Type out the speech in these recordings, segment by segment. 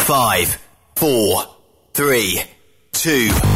5, 4, 3, 2,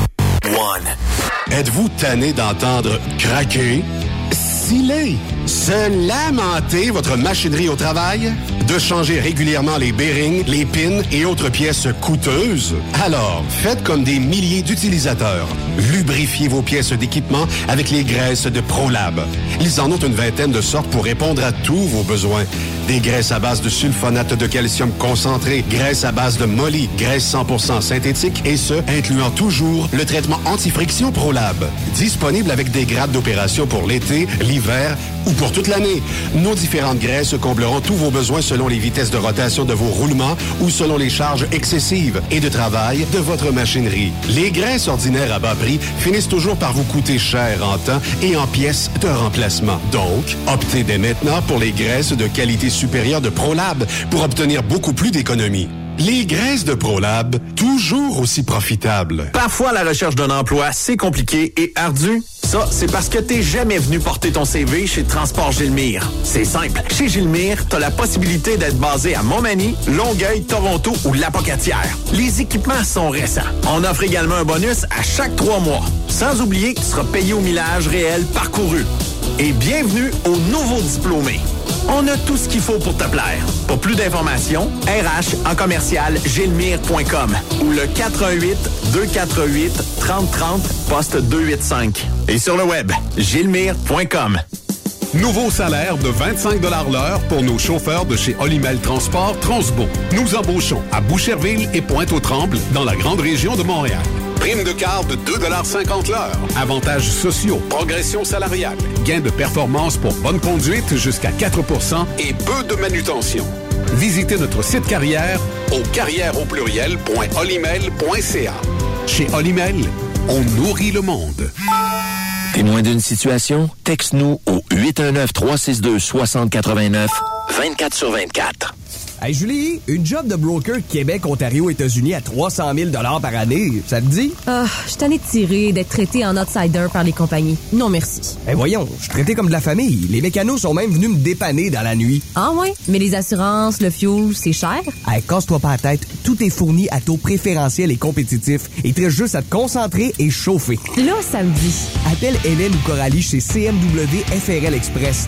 1. Êtes-vous tanné d'entendre craquer, sciller, se lamenter votre machinerie au travail? De changer régulièrement les bearings, les pins et autres pièces coûteuses? Alors, faites comme des milliers d'utilisateurs. Lubrifiez vos pièces d'équipement avec les graisses de ProLab. Ils en ont une vingtaine de sortes pour répondre à tous vos besoins. Des graisses à base de sulfonate de calcium concentré, graisses à base de molly, graisse 100% synthétique et ce, incluant toujours le traitement anti-friction ProLab. Disponible avec des grades d'opération pour l'été, l'hiver ou pour toute l'année. Nos différentes graisses combleront tous vos besoins selon les vitesses de rotation de vos roulements ou selon les charges excessives et de travail de votre machinerie. Les graisses ordinaires à bas prix finissent toujours par vous coûter cher en temps et en pièces de remplacement. Donc, optez dès maintenant pour les graisses de qualité supérieure de ProLab pour obtenir beaucoup plus d'économies. Les graisses de ProLab, toujours aussi profitables. Parfois, la recherche d'un emploi, c'est compliqué et ardu. Ça, c'est parce que t'es jamais venu porter ton CV chez Transport Gilmire. C'est simple. Chez Gilmire, t'as la possibilité d'être basé à Montmagny, Longueuil, Toronto ou Lapocatière. Les équipements sont récents. On offre également un bonus à chaque 3 mois. Sans oublier que tu seras payé au millage réel parcouru. Et bienvenue aux nouveaux diplômés. On a tout ce qu'il faut pour te plaire. Pour plus d'informations, RH en commercial gilmire.com ou le 418-248-3030 poste 285. Et sur le web, gilmire.com. Nouveau salaire de 25 $ l'heure pour nos chauffeurs de chez Olimel Transport Transbo. Nous embauchons à Boucherville et Pointe-aux-Trembles dans la grande région de Montréal. Prime de quart de 2,50 $ l'heure. Avantages sociaux, progression salariale, gains de performance pour bonne conduite jusqu'à 4 % et peu de manutention. Visitez notre site carrière au carrièreaupluriel.olimel.ca. Chez Olimel, on nourrit le monde. Témoin d'une situation? Texte-nous au 819-362-6089, 24/24. Hey Julie, une job de broker Québec, Ontario, États-Unis à 300 000 $ par année, ça te dit? Ah, je suis tannée de tirer, d'être traité en outsider par les compagnies. Non merci. Eh voyons, je suis traité comme de la famille. Les mécanos sont même venus me dépanner dans la nuit. Ah ouais? Mais les assurances, le fuel, c'est cher? Hey, casse-toi pas la tête. Tout est fourni à taux préférentiel et compétitif. Il te reste juste à te concentrer et chauffer. Là, ça me dit. Appelle Hélène ou Coralie chez CMW FRL Express.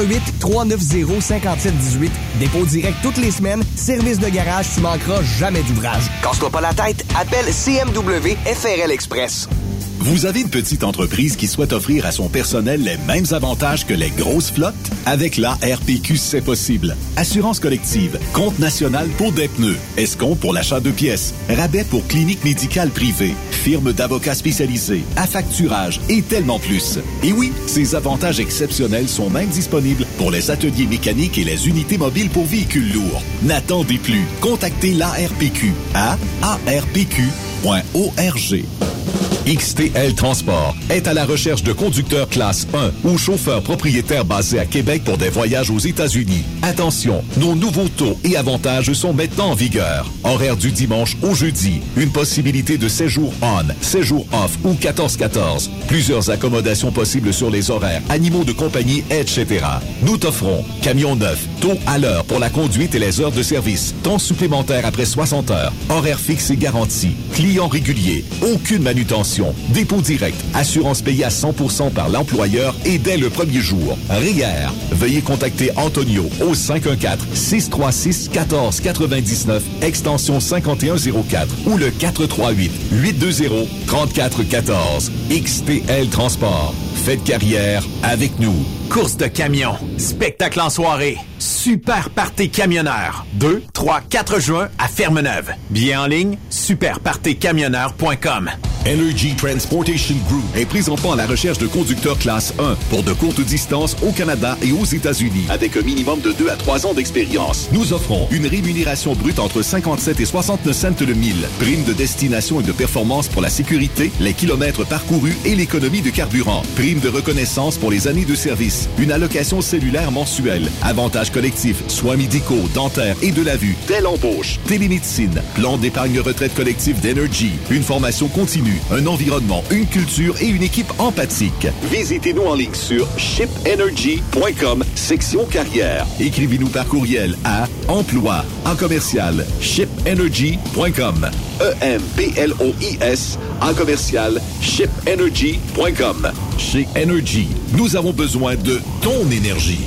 88-390-5718. Dépôt direct toutes les semaines. Service de garage, tu manqueras jamais d'ouvrage. Casse-toi pas la tête. Appelle CMW FRL Express. Vous avez une petite entreprise qui souhaite offrir à son personnel les mêmes avantages que les grosses flottes? Avec la RPQ, c'est possible. Assurance collective, compte national pour des pneus, escompte pour l'achat de pièces, rabais pour clinique médicale privée, firme d'avocats spécialisés, affacturage et tellement plus. Et oui, ces avantages exceptionnels sont même disponibles pour les ateliers mécaniques et les unités mobiles pour véhicules lourds. N'attendez plus. Contactez l'ARPQ à arpq.org. XTL Transport est à la recherche de conducteurs classe 1 ou chauffeurs propriétaires basés à Québec pour des voyages aux États-Unis. Attention, nos nouveaux taux et avantages sont maintenant en vigueur. Horaire du dimanche au jeudi. Une possibilité de séjour on, séjour off ou 14-14. Plusieurs accommodations possibles sur les horaires, animaux de compagnie, etc. Nous t'offrons camion neuf, taux à l'heure pour la conduite et les heures de service, temps supplémentaire après 60 heures, horaire fixe et garanti, client régulier, aucune manutention, dépôt direct, assurance payée à 100% par l'employeur et dès le premier jour. REER. Veuillez contacter Antonio au 514-636-1499, extension 5104 ou le 438-820-3414. XTL Transport. Faites carrière avec nous. Course de camions, spectacle en soirée, super party camionneur. 2, 3, 4 juin à Fermeneuve. Billets en ligne, superpartycamionneur.com. Energy Transportation Group est présentement à la recherche de conducteurs classe 1 pour de courtes distances au Canada et aux États-Unis avec un minimum de 2 à 3 ans d'expérience. Nous offrons une rémunération brute entre 57 et 69 cents le mille, prime de destination et de performance pour la sécurité, les kilomètres parcourus et l'économie de carburant, prime de reconnaissance pour les années de service, une allocation cellulaire mensuelle, avantages collectifs, soins médicaux, dentaires et de la vue, telle embauche, télémédecine, plan d'épargne retraite collective d'Energy, une formation continue, TSQ, un environnement, une culture et une équipe empathique. Visitez-nous en ligne sur shipenergy.com, section carrière. Écrivez-nous par courriel à emploi en commercial shipenergy.com. EMPLOIS en commercial shipenergy.com. Chez Energy, nous avons besoin de ton énergie.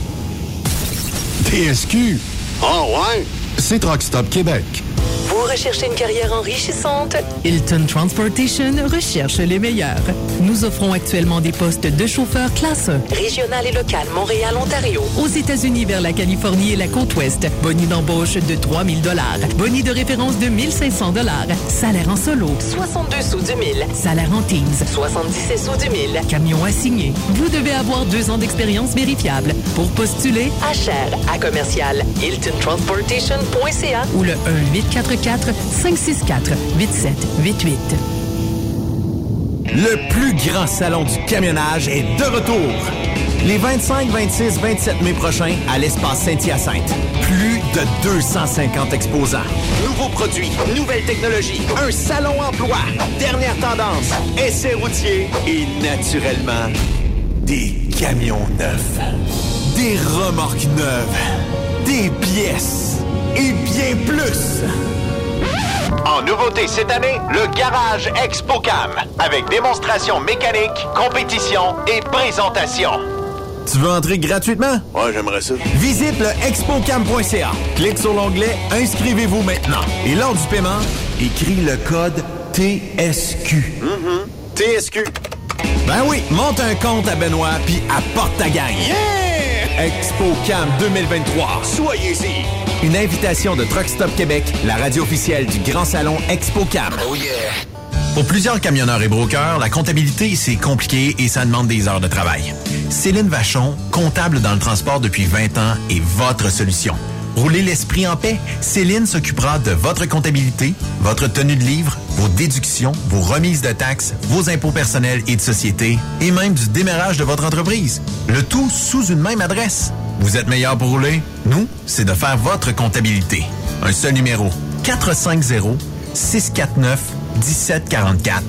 TSQ. Oh ouais? C'est Truck Stop Québec. Vous recherchez une carrière enrichissante? Hilton Transportation recherche les meilleurs. Nous offrons actuellement des postes de chauffeur classe 1. Régional et local, Montréal, Ontario. Aux États-Unis vers la Californie et la côte ouest. Boni d'embauche de 3 000 $. Boni de référence de 1 500 $. Salaire en solo. 62 sous du 1000. Salaire en teams. 77 sous du 1000. Camion assigné. Vous devez avoir 2 ans d'expérience vérifiable. Pour postuler, à Cher, à commercial, HiltonTransportation.ca ou le 1-844-564-8788. Le plus grand salon du camionnage est de retour. Les 25, 26, 27 mai prochains à l'espace Saint-Hyacinthe. Plus de 250 exposants. Nouveaux produits, nouvelles technologies, un salon emploi, dernière tendance, essais routiers et naturellement, des camions neufs, des remorques neuves, des pièces et bien plus. En nouveauté cette année, le Garage ExpoCam, avec démonstration mécanique, compétition et présentation. Tu veux entrer gratuitement? Ouais, j'aimerais ça. Visite le expocam.ca. Clique sur l'onglet « Inscrivez-vous maintenant » et lors du paiement, écris le code TSQ. TSQ. Ben oui, monte un compte à Benoît puis apporte ta gang. Yeah! ExpoCam 2023. Soyez-y. Une invitation de Truck Stop Québec, la radio officielle du Grand Salon ExpoCam. Oh yeah! Pour plusieurs camionneurs et brokers, la comptabilité, c'est compliqué et ça demande des heures de travail. Céline Vachon, comptable dans le transport depuis 20 ans, est votre solution. Roulez l'esprit en paix. Céline s'occupera de votre comptabilité, votre tenue de livre, vos déductions, vos remises de taxes, vos impôts personnels et de société, et même du démarrage de votre entreprise. Le tout sous une même adresse. Vous êtes meilleur pour rouler? Nous, c'est de faire votre comptabilité. Un seul numéro. 450-649-1744.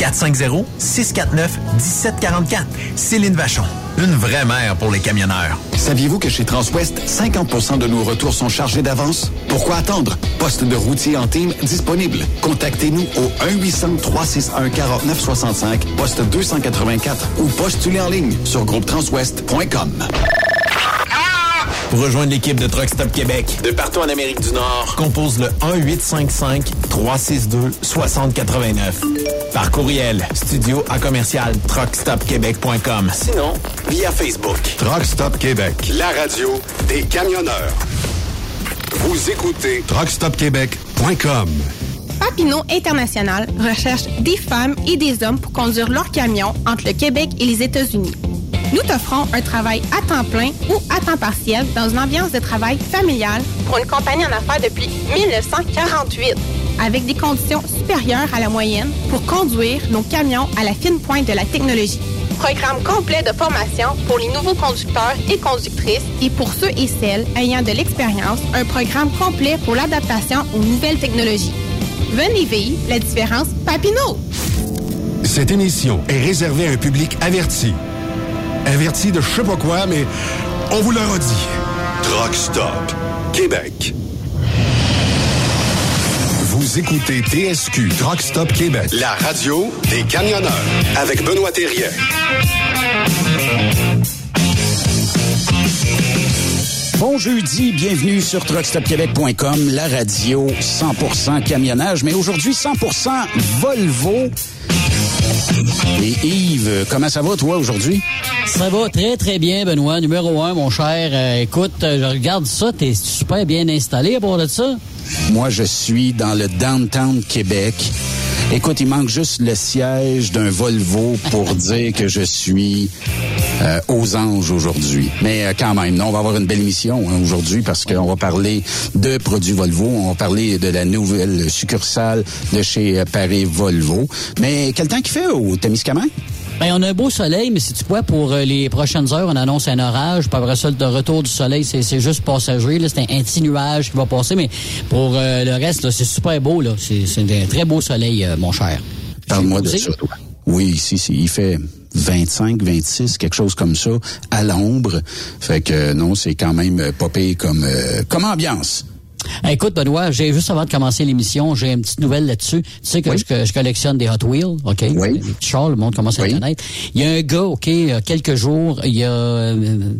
450-649-1744. Céline Vachon. Une vraie mère pour les camionneurs. Saviez-vous que chez Transwest, 50% de nos retours sont chargés d'avance? Pourquoi attendre? Poste de routier en team disponible. Contactez-nous au 1-800-361-4965, poste 284 ou postulez en ligne sur groupetranswest.com. Pour rejoindre l'équipe de Truck Stop Québec, de partout en Amérique du Nord, compose le 1-855-362-6089. Par courriel, studio@truckstopquebec.com. Sinon, via Facebook. Truck Stop Québec, La radio des camionneurs. Vous écoutez truckstopquebec.com. Papineau International recherche des femmes et des hommes pour conduire leurs camions entre le Québec et les États-Unis. Nous t'offrons un travail à temps plein ou à temps partiel dans une ambiance de travail familiale pour une compagnie en affaires depuis 1948, avec des conditions supérieures à la moyenne pour conduire nos camions à la fine pointe de la technologie. Programme complet de formation pour les nouveaux conducteurs et conductrices et pour ceux et celles ayant de l'expérience, un programme complet pour l'adaptation aux nouvelles technologies. Venez vivre la différence Papineau. Cette émission est réservée à un public averti. Averti de je sais pas quoi, mais on vous le redit. Truck Stop Québec. Vous écoutez TSQ Truck Stop Québec. La radio des camionneurs avec Benoît Thérien. Bon jeudi, bienvenue sur truckstopquebec.com, la radio 100% camionnage, mais aujourd'hui 100% Volvo. Et Yves, comment ça va toi aujourd'hui? Ça va très très bien, Benoît. Numéro 1, mon cher. Écoute, je regarde ça, t'es super bien installé à bord de ça? Moi, je suis dans le downtown Québec. Écoute, il manque juste le siège d'un Volvo pour dire que je suis aux anges aujourd'hui. Mais quand même, non, on va avoir une belle émission aujourd'hui parce qu'on va parler de produits Volvo. On va parler de la nouvelle succursale de chez Paris Volvo. Mais quel temps qu'il fait au Témiscamingue? Ben, on a un beau soleil, mais si tu vois, pour les prochaines heures, on annonce un orage. Puis après ça, le retour du soleil, c'est juste passager. Là, c'est un petit nuage qui va passer. Mais pour le reste, là, c'est super beau. Là. C'est un très beau soleil, mon cher. Parle-moi de ça, toi. Oui, ici, il fait 25, 26, quelque chose comme ça, à l'ombre. Fait que non, c'est quand même pas pire comme ambiance. Écoute, Benoît, j'ai juste avant de commencer l'émission, j'ai une petite nouvelle là-dessus. Tu sais que je collectionne des Hot Wheels, OK? Oui. Les petits chars, le monde commence à le connaître. Il y a un gars, OK, il y a quelques jours, il a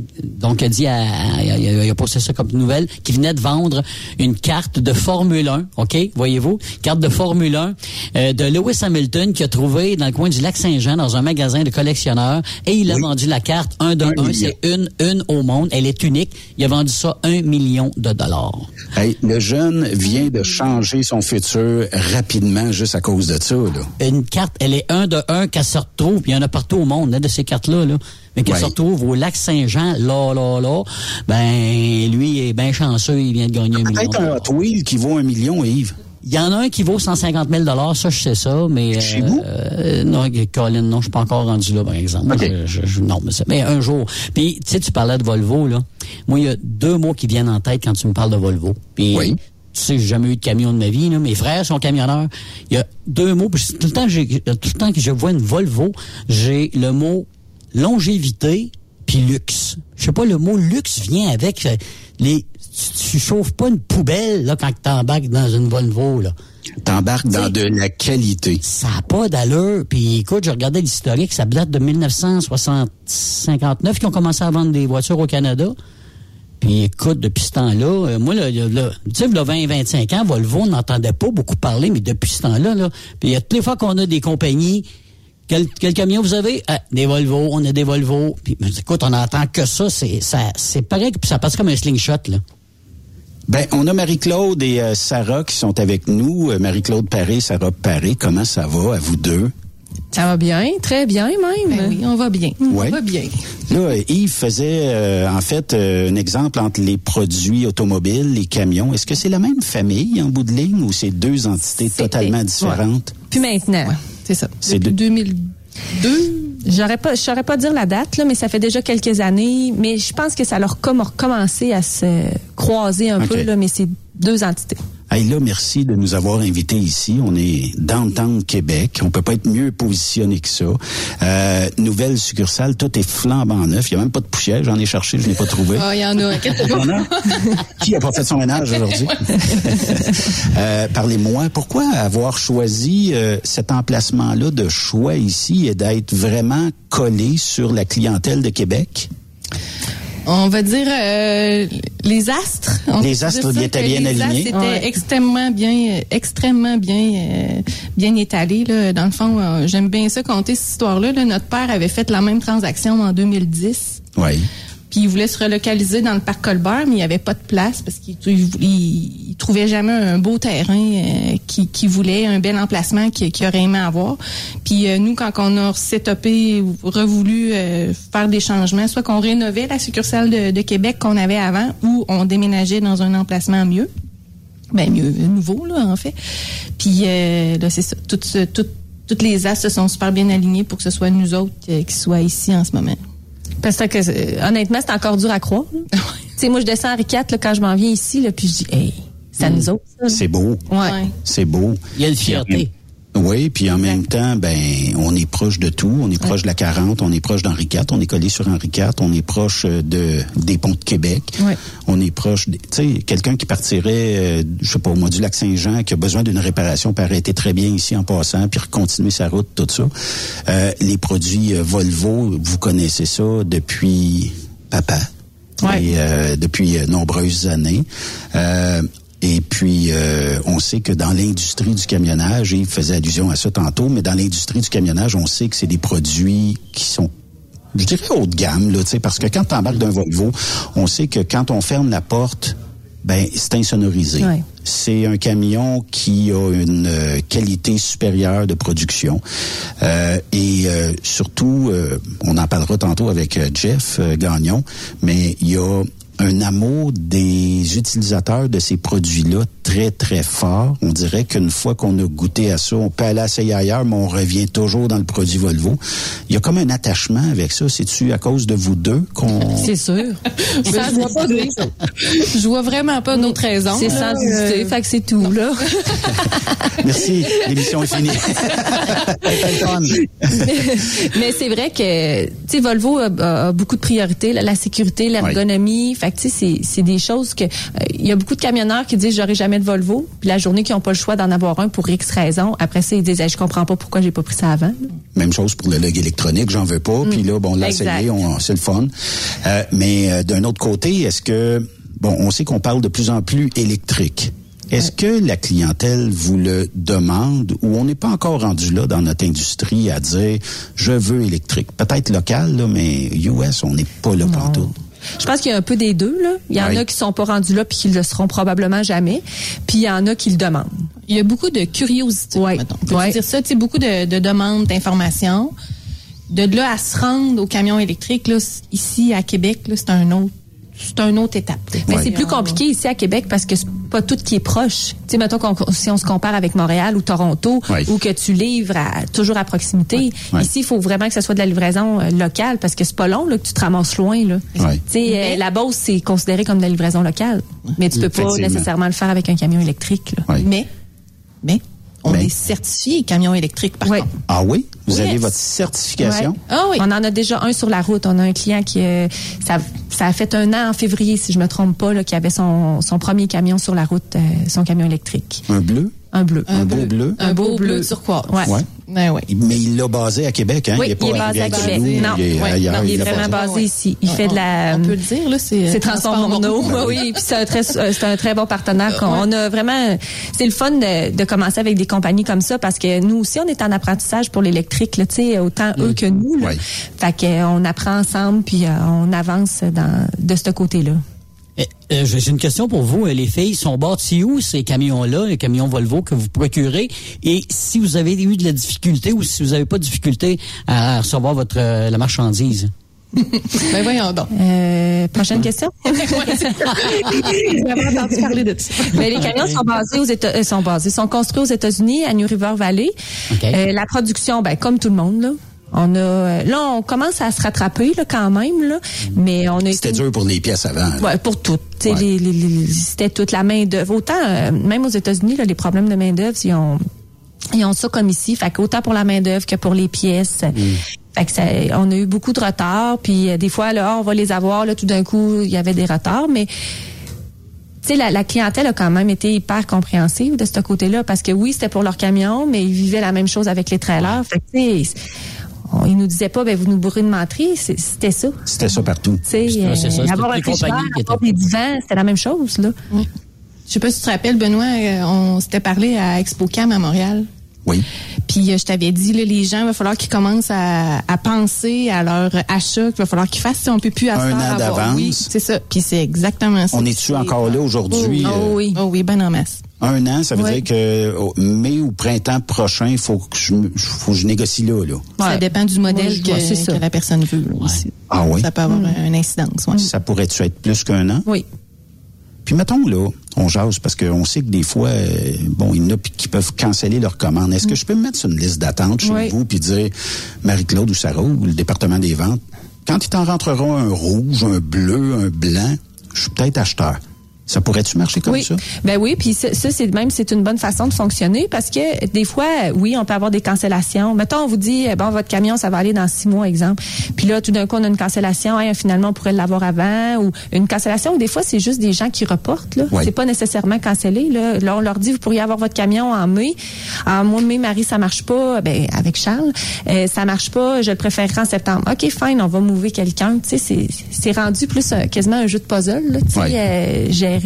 posté ça comme nouvelle, qui venait de vendre une carte de Formule 1, OK? Voyez-vous? Carte de Formule 1 de Lewis Hamilton qu'il a trouvé dans le coin du Lac-Saint-Jean dans un magasin de collectionneurs et il a vendu la carte 1 de 1. C'est une au monde. Elle est unique. Il a vendu ça $1 million. Hey, le jeune vient de changer son futur rapidement juste à cause de ça, là. Une carte, elle est 1 de 1 qu'elle se retrouve, puis il y en a partout au monde, là, de ces cartes-là, là. Mais qu'elle se retrouve au Lac-Saint-Jean, là, ben, lui, il est bien chanceux, il vient de gagner $1 million. Peut-être un Hot Wheel qui vaut $1 million, Yves. Il y en a un qui vaut 150 000 ça, je sais ça, mais... Chez vous? Non, Colin, non, je suis pas encore rendu là, par exemple. Okay. Non, mais un jour. Puis, tu sais, tu parlais de Volvo, là. Moi, il y a 2 mots qui viennent en tête quand tu me parles de Volvo. Puis, tu sais, j'ai jamais eu de camion de ma vie, là. Mes frères sont camionneurs. Il y a 2 mots, puis tout le temps que je vois une Volvo, j'ai le mot longévité puis luxe. Je sais pas, le mot luxe vient avec tu chauffes pas une poubelle là quand t'embarques dans une Volvo, là. T'embarques dans de la qualité. Ça n'a pas d'allure. Puis écoute, je regardais l'historique, ça date de 1959 qu'ils ont commencé à vendre des voitures au Canada. Puis écoute, depuis ce temps-là, moi, là, tu sais, il y a 20-25 ans, Volvo, on n'entendait pas beaucoup parler, mais depuis ce temps-là, là, puis il y a toutes les fois qu'on a des compagnies, quel camion vous avez? Des Volvo, on a des Volvo. Puis écoute, on n'entend que ça, c'est pareil, puis ça passe comme un slingshot, là. Ben, on a Marie-Claude et Sarah qui sont avec nous. Marie-Claude Paré, Sarah Paré, comment ça va à vous deux? Ça va bien, très bien même. Ben oui, on va bien. Ouais. On va bien. Là, Yves faisait en fait un exemple entre les produits automobiles, les camions. Est-ce que c'est la même famille en bout de ligne ou c'est 2 entités totalement différentes? Ouais. Puis maintenant, c'est ça. C'est depuis 2002. Je saurais pas dire la date, là, mais ça fait déjà quelques années. Mais je pense que ça leur a recommencé à se croiser un peu, là, mais c'est 2 entités. Hey, là, merci de nous avoir invités ici. On est downtown Québec. On peut pas être mieux positionné que ça. Nouvelle succursale, tout est flambant neuf. Il y a même pas de poussière. J'en ai cherché, je l'ai pas trouvé. Ah, il y en a. Qui a pas fait son ménage aujourd'hui? Parlez-moi, pourquoi avoir choisi cet emplacement-là de choix ici et d'être vraiment collé sur la clientèle de Québec? On va dire les astres. Les astres étaient bien alignés. C'était extrêmement bien étalé. Là. Dans le fond, j'aime bien ça conter cette histoire-là. Là. Notre père avait fait la même transaction en 2010. Oui. Puis il voulait se relocaliser dans le parc Colbert, mais il n'y avait pas de place parce qu'il trouvait jamais un beau terrain qui voulait, un bel emplacement qu'il aurait aimé avoir. Puis nous, quand on a setupé ou revoulu faire des changements, soit qu'on rénovait la succursale de Québec qu'on avait avant ou on déménageait dans un emplacement mieux. Ben mieux, nouveau, là, en fait. Puis là, c'est ça. Toutes les astres se sont super bien alignés pour que ce soit nous autres qui soient ici en ce moment. Parce que, honnêtement, c'est encore dur à croire. Tu sais, moi, je descends à Henri IV, là, quand je m'en viens ici, là, puis je dis, hey, c'est à nous autres, ça. C'est beau. Ouais. C'est beau. Il y a une fierté. Oui, puis en même temps, ben, on est proche de tout. On est proche de la 40, on est proche d'Henri IV, on est collé sur Henri IV, on est proche des ponts de Québec. Ouais. On est proche, tu sais, quelqu'un qui partirait, je sais pas, au mois du Lac-Saint-Jean, qui a besoin d'une réparation, peut arrêter très bien ici en passant, puis continuer sa route, tout ça. Les produits Volvo, vous connaissez ça depuis papa. Ouais. Et depuis nombreuses années. Et puis, on sait que dans l'industrie du camionnage, il faisait allusion à ça tantôt, mais dans l'industrie du camionnage, on sait que c'est des produits qui sont, je dirais, haut de gamme, là, tu sais, parce que quand tu embarques d'un Volvo, on sait que quand on ferme la porte, ben, c'est insonorisé. Ouais. C'est un camion qui a une qualité supérieure de production. Et surtout, on en parlera tantôt avec Jeff Gagnon, mais il y a un amour des utilisateurs de ces produits-là très, très fort. On dirait qu'une fois qu'on a goûté à ça, on peut aller essayer ailleurs, mais on revient toujours dans le produit Volvo. Il y a comme un attachement avec ça. C'est-tu à cause de vous deux qu'on... C'est sûr. Je vois vraiment pas d'autres raisons. C'est sans hésiter, fait que c'est tout, là. Merci, l'émission est finie. mais c'est vrai que, tu sais, Volvo a beaucoup de priorités, la sécurité, l'ergonomie. Fait que, tu sais, c'est des choses que... Il y a beaucoup de camionneurs qui disent « j'aurai jamais de Volvo », puis la journée qu'ils n'ont pas le choix d'en avoir un pour X raisons, après ça, ils disent « je comprends pas pourquoi j'ai pas pris ça avant ». Même chose pour le log électronique, j'en veux pas, puis là, bon, on l'a essayé, c'est le fun. Mais d'un autre côté, est-ce que... Bon, on sait qu'on parle de plus en plus électrique. Est-ce que la clientèle vous le demande ou on n'est pas encore rendu là dans notre industrie à dire « je veux électrique ». Peut-être local, là, mais US, on n'est pas là partout. Je pense qu'il y a un peu des deux, là. Il y en a qui sont pas rendus là puis qui le seront probablement jamais. Puis il y en a qui le demandent. Il y a beaucoup de curiosité, mettons. On peut dire ça, tu sais, beaucoup de demandes d'informations. De là à se rendre au camion électrique, là, ici à Québec, là, c'est une autre étape. Mais c'est plus compliqué ici à Québec parce que c'est pas tout qui est proche. Tu sais, mettons si on se compare avec Montréal ou Toronto, ou que tu livres toujours à proximité. Ici, il faut vraiment que ce soit de la livraison locale parce que c'est pas long là, que tu te ramasses loin. Là. Tu sais, la Beauce, c'est considéré comme de la livraison locale. Mais tu peux pas nécessairement le faire avec un camion électrique. Là. Mais on est certifié camion électrique, par contre. Ah oui? Vous avez votre certification? Ouais. Ah oui. On en a déjà un sur la route. On a un client qui... ça a fait 1 an en février, si je me trompe pas, là, qui avait son premier camion sur la route, son camion électrique. Un bleu? Un bleu. Un beau bleu? Un beau bleu turquoise. Ouais. Mais il l'a basé à Québec, hein? Oui, il est basé à Québec. Non, il est vraiment basé ici. Il fait de la... On peut le dire, là, c'est Transport Morneau. Oui, puis c'est un très bon partenaire. On a vraiment... C'est le fun de commencer avec des compagnies comme ça parce que nous aussi, on est en apprentissage pour l'électrique, là, tu sais, autant eux que nous. Là. Fait qu'on apprend ensemble puis on avance de ce côté-là. J'ai une question pour vous, les filles. Sont bâtis où ces camions-là, les camions Volvo que vous procurez? Et si vous avez eu de la difficulté ou si vous n'avez pas de difficulté à recevoir la marchandise? Ben voyons donc. Prochaine question. J'ai vraiment entendu parler de ça. Mais les camions sont construits aux États-Unis, à New River Valley. Okay. La production, comme tout le monde, là. On commence à se rattraper là quand même là, mais c'était dur pour les pièces avant. Ouais, pour tout. C'était toute la main d'œuvre. Autant même aux États-Unis là, les problèmes de main d'œuvre, ils ont ça comme ici. Fait qu'autant pour la main d'œuvre que pour les pièces. Fait que on a eu beaucoup de retard. Puis des fois là, on va les avoir là, tout d'un coup il y avait des retards, mais tu sais, la clientèle a quand même été hyper compréhensive de ce côté-là parce que oui, c'était pour leur camion, mais ils vivaient la même chose avec les trailers. Fait que tu sais, ils nous disaient pas, vous nous bourrez de menterie, c'était ça. C'était ça partout. C'est ça. Avoir un frigidaire, avoir des divans, c'était la même chose, là. Oui. Je sais pas si tu te rappelles, Benoît, on s'était parlé à ExpoCam à Montréal. Oui. Puis je t'avais dit, là, les gens, il va falloir qu'ils commencent à penser à leur achat, qu'il va falloir qu'ils fassent, si on peut plus à un an d'avance. Oui, c'est ça. Puis c'est exactement ça. On est-tu encore là aujourd'hui? Oui. Oh oui, ben en masse. 1 an, ça veut dire que mai ou printemps prochain, il faut que je négocie là. Ça dépend du modèle que la personne veut. Là, aussi. Ah oui? Ça peut avoir une incidence. Ouais. Ça pourrait-tu être plus qu'1 an? Oui. Puis mettons, là, on jase parce qu'on sait que des fois, il y en a qui peuvent canceller leur commande. Est-ce que je peux me mettre sur une liste d'attente chez vous puis dire, Marie-Claude ou Sarah ou le département des ventes, quand il t'en rentrera un rouge, un bleu, un blanc, je suis peut-être acheteur. Ça pourrait-tu marcher comme ça? Ben oui, puis ça c'est une bonne façon de fonctionner parce que des fois, oui, on peut avoir des cancellations. Mettons, on vous dit, votre camion, ça va aller dans 6 mois, exemple. Puis là, tout d'un coup, on a une cancellation. Finalement, on pourrait l'avoir avant. Ou une cancellation, ou des fois, c'est juste des gens qui reportent. Là. C'est pas nécessairement cancellé. Là, on leur dit, vous pourriez avoir votre camion en mai. En mois de mai, Marie, ça marche pas. Avec Charles, ça marche pas. Je le préférerais en septembre. OK, fine, on va mouver quelqu'un. Tu sais, c'est rendu plus quasiment un jeu de puzzle. Là, tu sais, gérer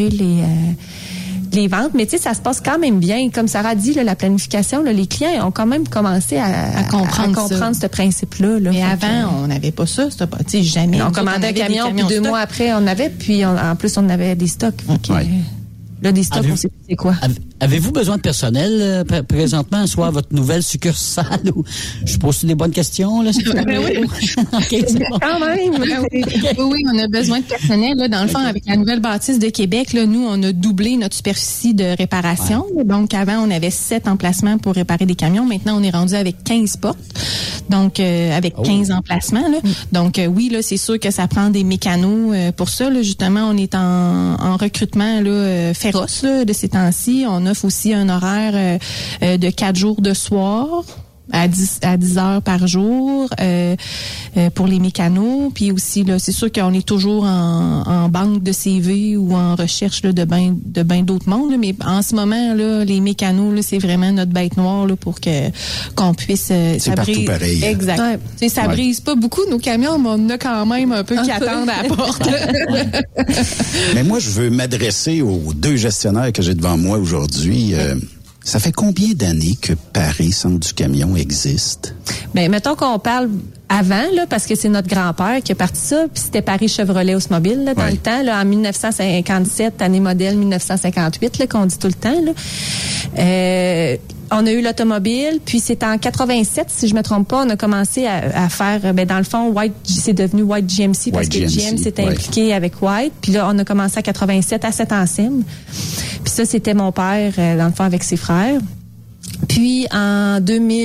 les ventes, mais tu sais, ça se passe quand même bien. Comme Sarah dit, là, la planification, là, les clients ont quand même commencé à comprendre ce principe-là. Là. Mais avant, on n'avait pas ça. C'était pas, tu sais, jamais. On commandait un camion, puis 2 mois après, on avait, puis en plus, on avait des stocks. Là, des stocks, on sait c'est quoi. Avez-vous besoin de personnel présentement, soit à votre nouvelle succursale ou je pose des bonnes questions là? Oui. Okay, c'est bon. Quand même. Oui, on a besoin de personnel. Là, dans le fond, avec la nouvelle bâtisse de Québec, là, nous, on a doublé notre superficie de réparation. Ouais. Donc, avant, on avait 7 emplacements pour réparer des camions. Maintenant, on est rendu avec 15 portes. Donc, avec 15 emplacements. Là. Donc, oui, là, c'est sûr que ça prend des mécanos pour ça. Là, justement, on est en recrutement là, féroce là, de ces temps-ci. On offre aussi un horaire de 4 jours de soir à 10 heures par jour pour les mécanos. Puis aussi, là, c'est sûr qu'on est toujours en banque de CV ou en recherche là, de ben d'autres mondes. Là, mais en ce moment, là, les mécanos, là, c'est vraiment notre bête noire là, pour qu'on puisse... c'est partout pareil. Exact. Ouais. Ça brise pas beaucoup nos camions, mais on a quand même un peu qui attendent à la porte. Mais moi, je veux m'adresser aux 2 gestionnaires que j'ai devant moi aujourd'hui. Ça fait combien d'années que Paris Centre du camion existe? Bien, mettons qu'on parle avant, là, parce que c'est notre grand-père qui a parti ça, puis c'était Paris Chevrolet Automobile, là, dans le temps, là, en 1957, année modèle 1958, là, qu'on dit tout le temps, là. On a eu l'automobile, puis c'est en 87, si je me trompe pas, on a commencé à faire, dans le fond, White, c'est devenu White GMC parce que GM s'était impliqué avec White. Puis là, on a commencé à 87 à Saint-Anselme. Puis ça, c'était mon père, dans le fond, avec ses frères. Puis en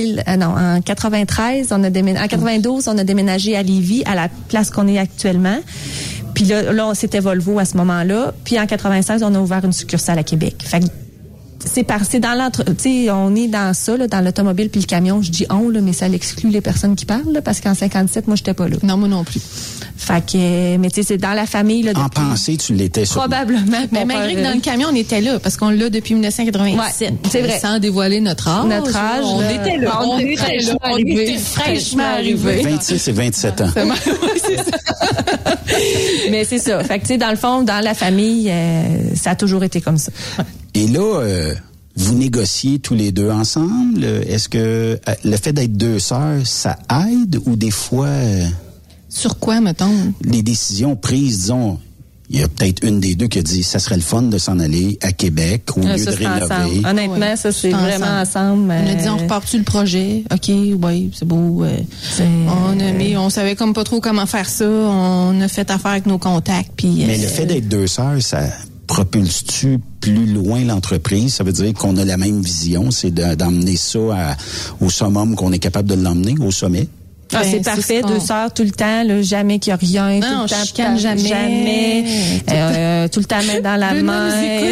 93, en 92, on a déménagé à Lévis, à la place qu'on est actuellement. Puis là, c'était Volvo à ce moment-là. Puis en 96, on a ouvert une succursale à Québec. Fait que c'est dans tu sais, on est dans ça, là, dans l'automobile puis le camion. Je dis on, là, mais ça l'exclut les personnes qui parlent, là, parce qu'en 57, moi, j'étais pas là. Non, moi non plus. Fait que, mais tu sais, c'est dans la famille, là. En pensée, tu l'étais sûrement. Probablement. Mais malgré que dans le camion, on était là, parce qu'on l'a depuis 1987. Ouais, c'est vrai. Sans dévoiler notre âge. Notre âge. On était là. On était fraîchement arrivés. 26 et 27 ans. Oui, c'est ça. Mais c'est ça. Fait que, tu sais, dans le fond, dans la famille, ça a toujours été comme ça. Et là, vous négociez tous les 2 ensemble. Est-ce que le fait d'être 2 sœurs, ça aide ou des fois... Sur quoi, mettons? Les décisions prises, disons... Il y a peut-être une des 2 qui a dit ça serait le fun de s'en aller à Québec au lieu de rénover. Ensemble. Honnêtement, ça, c'est vraiment ensemble. On a dit, on repart-tu le projet? OK, oui, c'est beau. On savait comme pas trop comment faire ça. On a fait affaire avec nos contacts. Puis, mais le fait d'être 2 sœurs, ça propulse-tu plus loin l'entreprise? Ça veut dire qu'on a la même vision, c'est d'emmener ça au summum, qu'on est capable de l'emmener au sommet? Ah, c'est parfait, 2 sœurs tout le temps, là, jamais qu'il y a rien, non, tout le temps, on chicane jamais. Tout le temps main dans la main.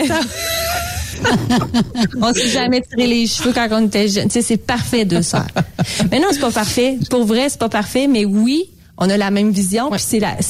On s'est jamais tiré les cheveux quand on était jeunes. Tu sais, c'est parfait, 2 sœurs. Mais non, c'est pas parfait. Pour vrai, c'est pas parfait, mais oui, on a la même vision, puis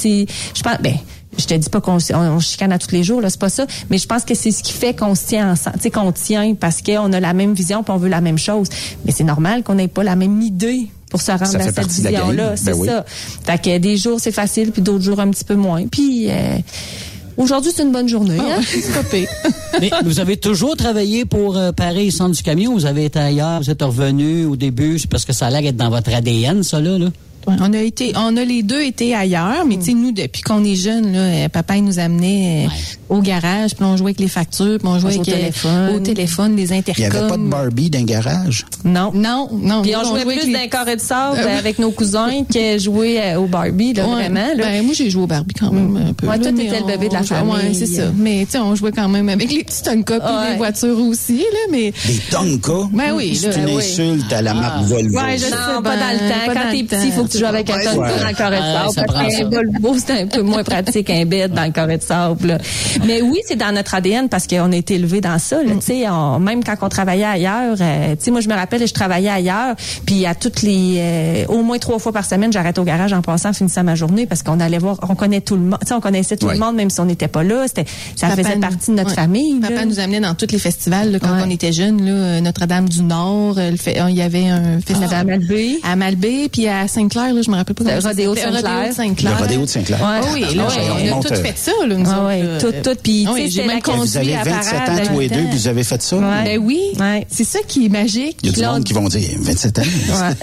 je pense, je te dis pas qu'on chicane à tous les jours, là, c'est pas ça, mais je pense que c'est ce qui fait qu'on se tient ensemble, tu sais, qu'on tient parce qu'on a la même vision puis on veut la même chose. Mais c'est normal qu'on n'ait pas la même idée pour se rendre à cette vision-là. C'est ça. Fait que des jours, c'est facile, puis d'autres jours, un petit peu moins. Puis aujourd'hui, c'est une bonne journée. C'est pas pire. Mais vous avez toujours travaillé pour Paris Centre du camion? Vous avez été ailleurs? Vous êtes revenu au début? C'est parce que ça a l'air d'être dans votre ADN, ça, là? Ouais, on a les 2 été ailleurs, mais tu sais, nous, depuis qu'on est jeunes, là, papa, il nous amenait au garage, puis on jouait avec les factures, puis on jouait au téléphone, les intercoms. Il n'y avait pas de Barbie dans le garage? Non. Puis on jouait plus d'un carré de sable avec nos cousins que jouer au Barbie, là, vraiment. Là. Moi, j'ai joué au Barbie quand même un peu. Ouais, toi, t'étais le bébé de la famille. Ouais, c'est ça. Mais tu sais, on jouait quand même avec les petits Tonka puis les voitures aussi, là, mais... Des Tonka? Ben oui. C'est une insulte à la marque Volvo. Ouais, je sais, pas dans le temps. Quand t'es petit, il faut que tu joues avec un Tonka dans le carré de sable. Parce qu'un Volvo, c'est un peu moins pratique qu'un bed dans le carré de sable, là. Mais oui, c'est dans notre ADN parce qu'on a été élevés dans ça, là. Tu sais, même quand on travaillait ailleurs, tu sais, moi, je me rappelle, je travaillais ailleurs, puis à toutes les... au moins 3 fois par semaine, j'arrêtais au garage en passant, en finissant ma journée parce qu'on allait voir, on connaît tout le monde. Tu sais, on connaissait tout le monde, même si on n'était pas là. Ça faisait partie de notre famille. Papa nous amenait dans tous les festivals, là, quand on était jeunes, là, Notre-Dame du Nord, il y avait un festival à Malbaie. À Malbaie, puis à Sainte-Claire, là, je me rappelle pas. Le Rodéo de Sainte-Claire. Le Rodéo de Sainte-Claire. Oui, là, on a tout fait ça, là, nous autres. Tout. Puis, j'ai même conduit. Vous avez 27 ans tous les 2, puis vous avez fait ça? Ben oui. C'est ça qui est magique. Il y a du monde qui vont dire 27 ans.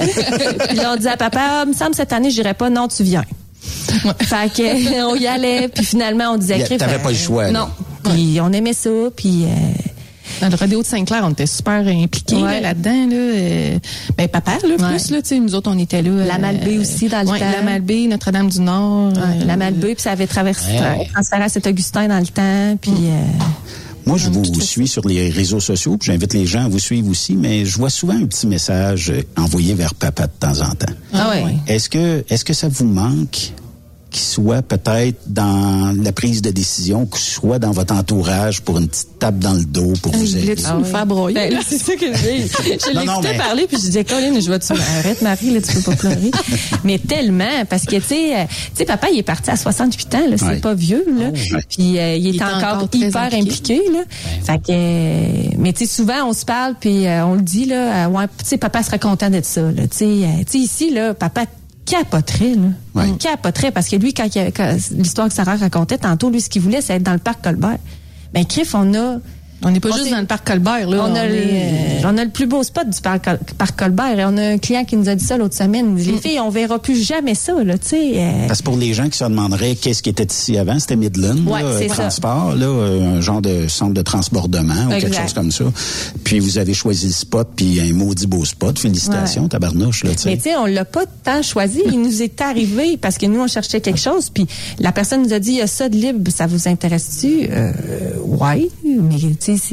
Puis là, on dit à papa, me semble cette année, j'irai pas. Non, tu viens. Fait que on y allait, puis finalement, on disait... T'avais pas le choix. Non. Puis on aimait ça, puis... Dans le rodéo de Saint-Clair, on était super impliqués là-dedans. Là, papa, là, plus, là, tu sais, nous autres, on était là. La Malbaie aussi, dans le temps. La Malbaie, Notre-Dame-du-Nord. La Malbaie, puis ça avait transféré à Saint-Augustin dans le temps, puis... Moi, je vous suis sur les réseaux sociaux, puis j'invite les gens à vous suivre aussi, mais je vois souvent un petit message envoyé vers papa de temps en temps. Ah oui. Est-ce que ça vous manque qu'il soit peut-être dans la prise de décision, qu'il soit dans votre entourage pour une petite tape dans le dos pour vous aider? Me faire broyer? Ben, c'est ça que je l'écoutais parler, puis je disais, Colin, je vois-tu arrête, Marie, là, tu peux pas pleurer. Mais tellement, parce que, tu sais, papa, il est parti à 68 ans, là, c'est pas vieux, là. Puis, il est encore hyper impliqué, là. Fait que, mais tu sais, souvent, on se parle, puis on le dit, là, ouais, tu sais, papa serait content d'être ça, là. Tu sais, ici, là, papa capoterait, là. Ouais. Capoterait, parce que lui, quand l'histoire que Sarah racontait tantôt, lui, ce qu'il voulait, c'est être dans le parc Colbert. Ben, Criff, on n'est pas juste dans le parc Colbert, là. On a le plus beau spot du parc Colbert. Et on a un client qui nous a dit ça l'autre semaine. Les filles, on verra plus jamais ça, là, tu sais. Parce que pour les gens qui se demanderaient qu'est-ce qui était ici avant, c'était Midland, transport, là, un genre de centre de transbordement ou quelque chose comme ça. Puis vous avez choisi le spot, puis un maudit beau spot. Félicitations, tabarnouche, là, tu sais. Mais tu sais, on l'a pas tant choisi. Il nous est arrivé parce que nous, on cherchait quelque chose, puis la personne nous a dit, il y a ça de libre, ça vous intéresse-tu? Ouais, mais tu sais,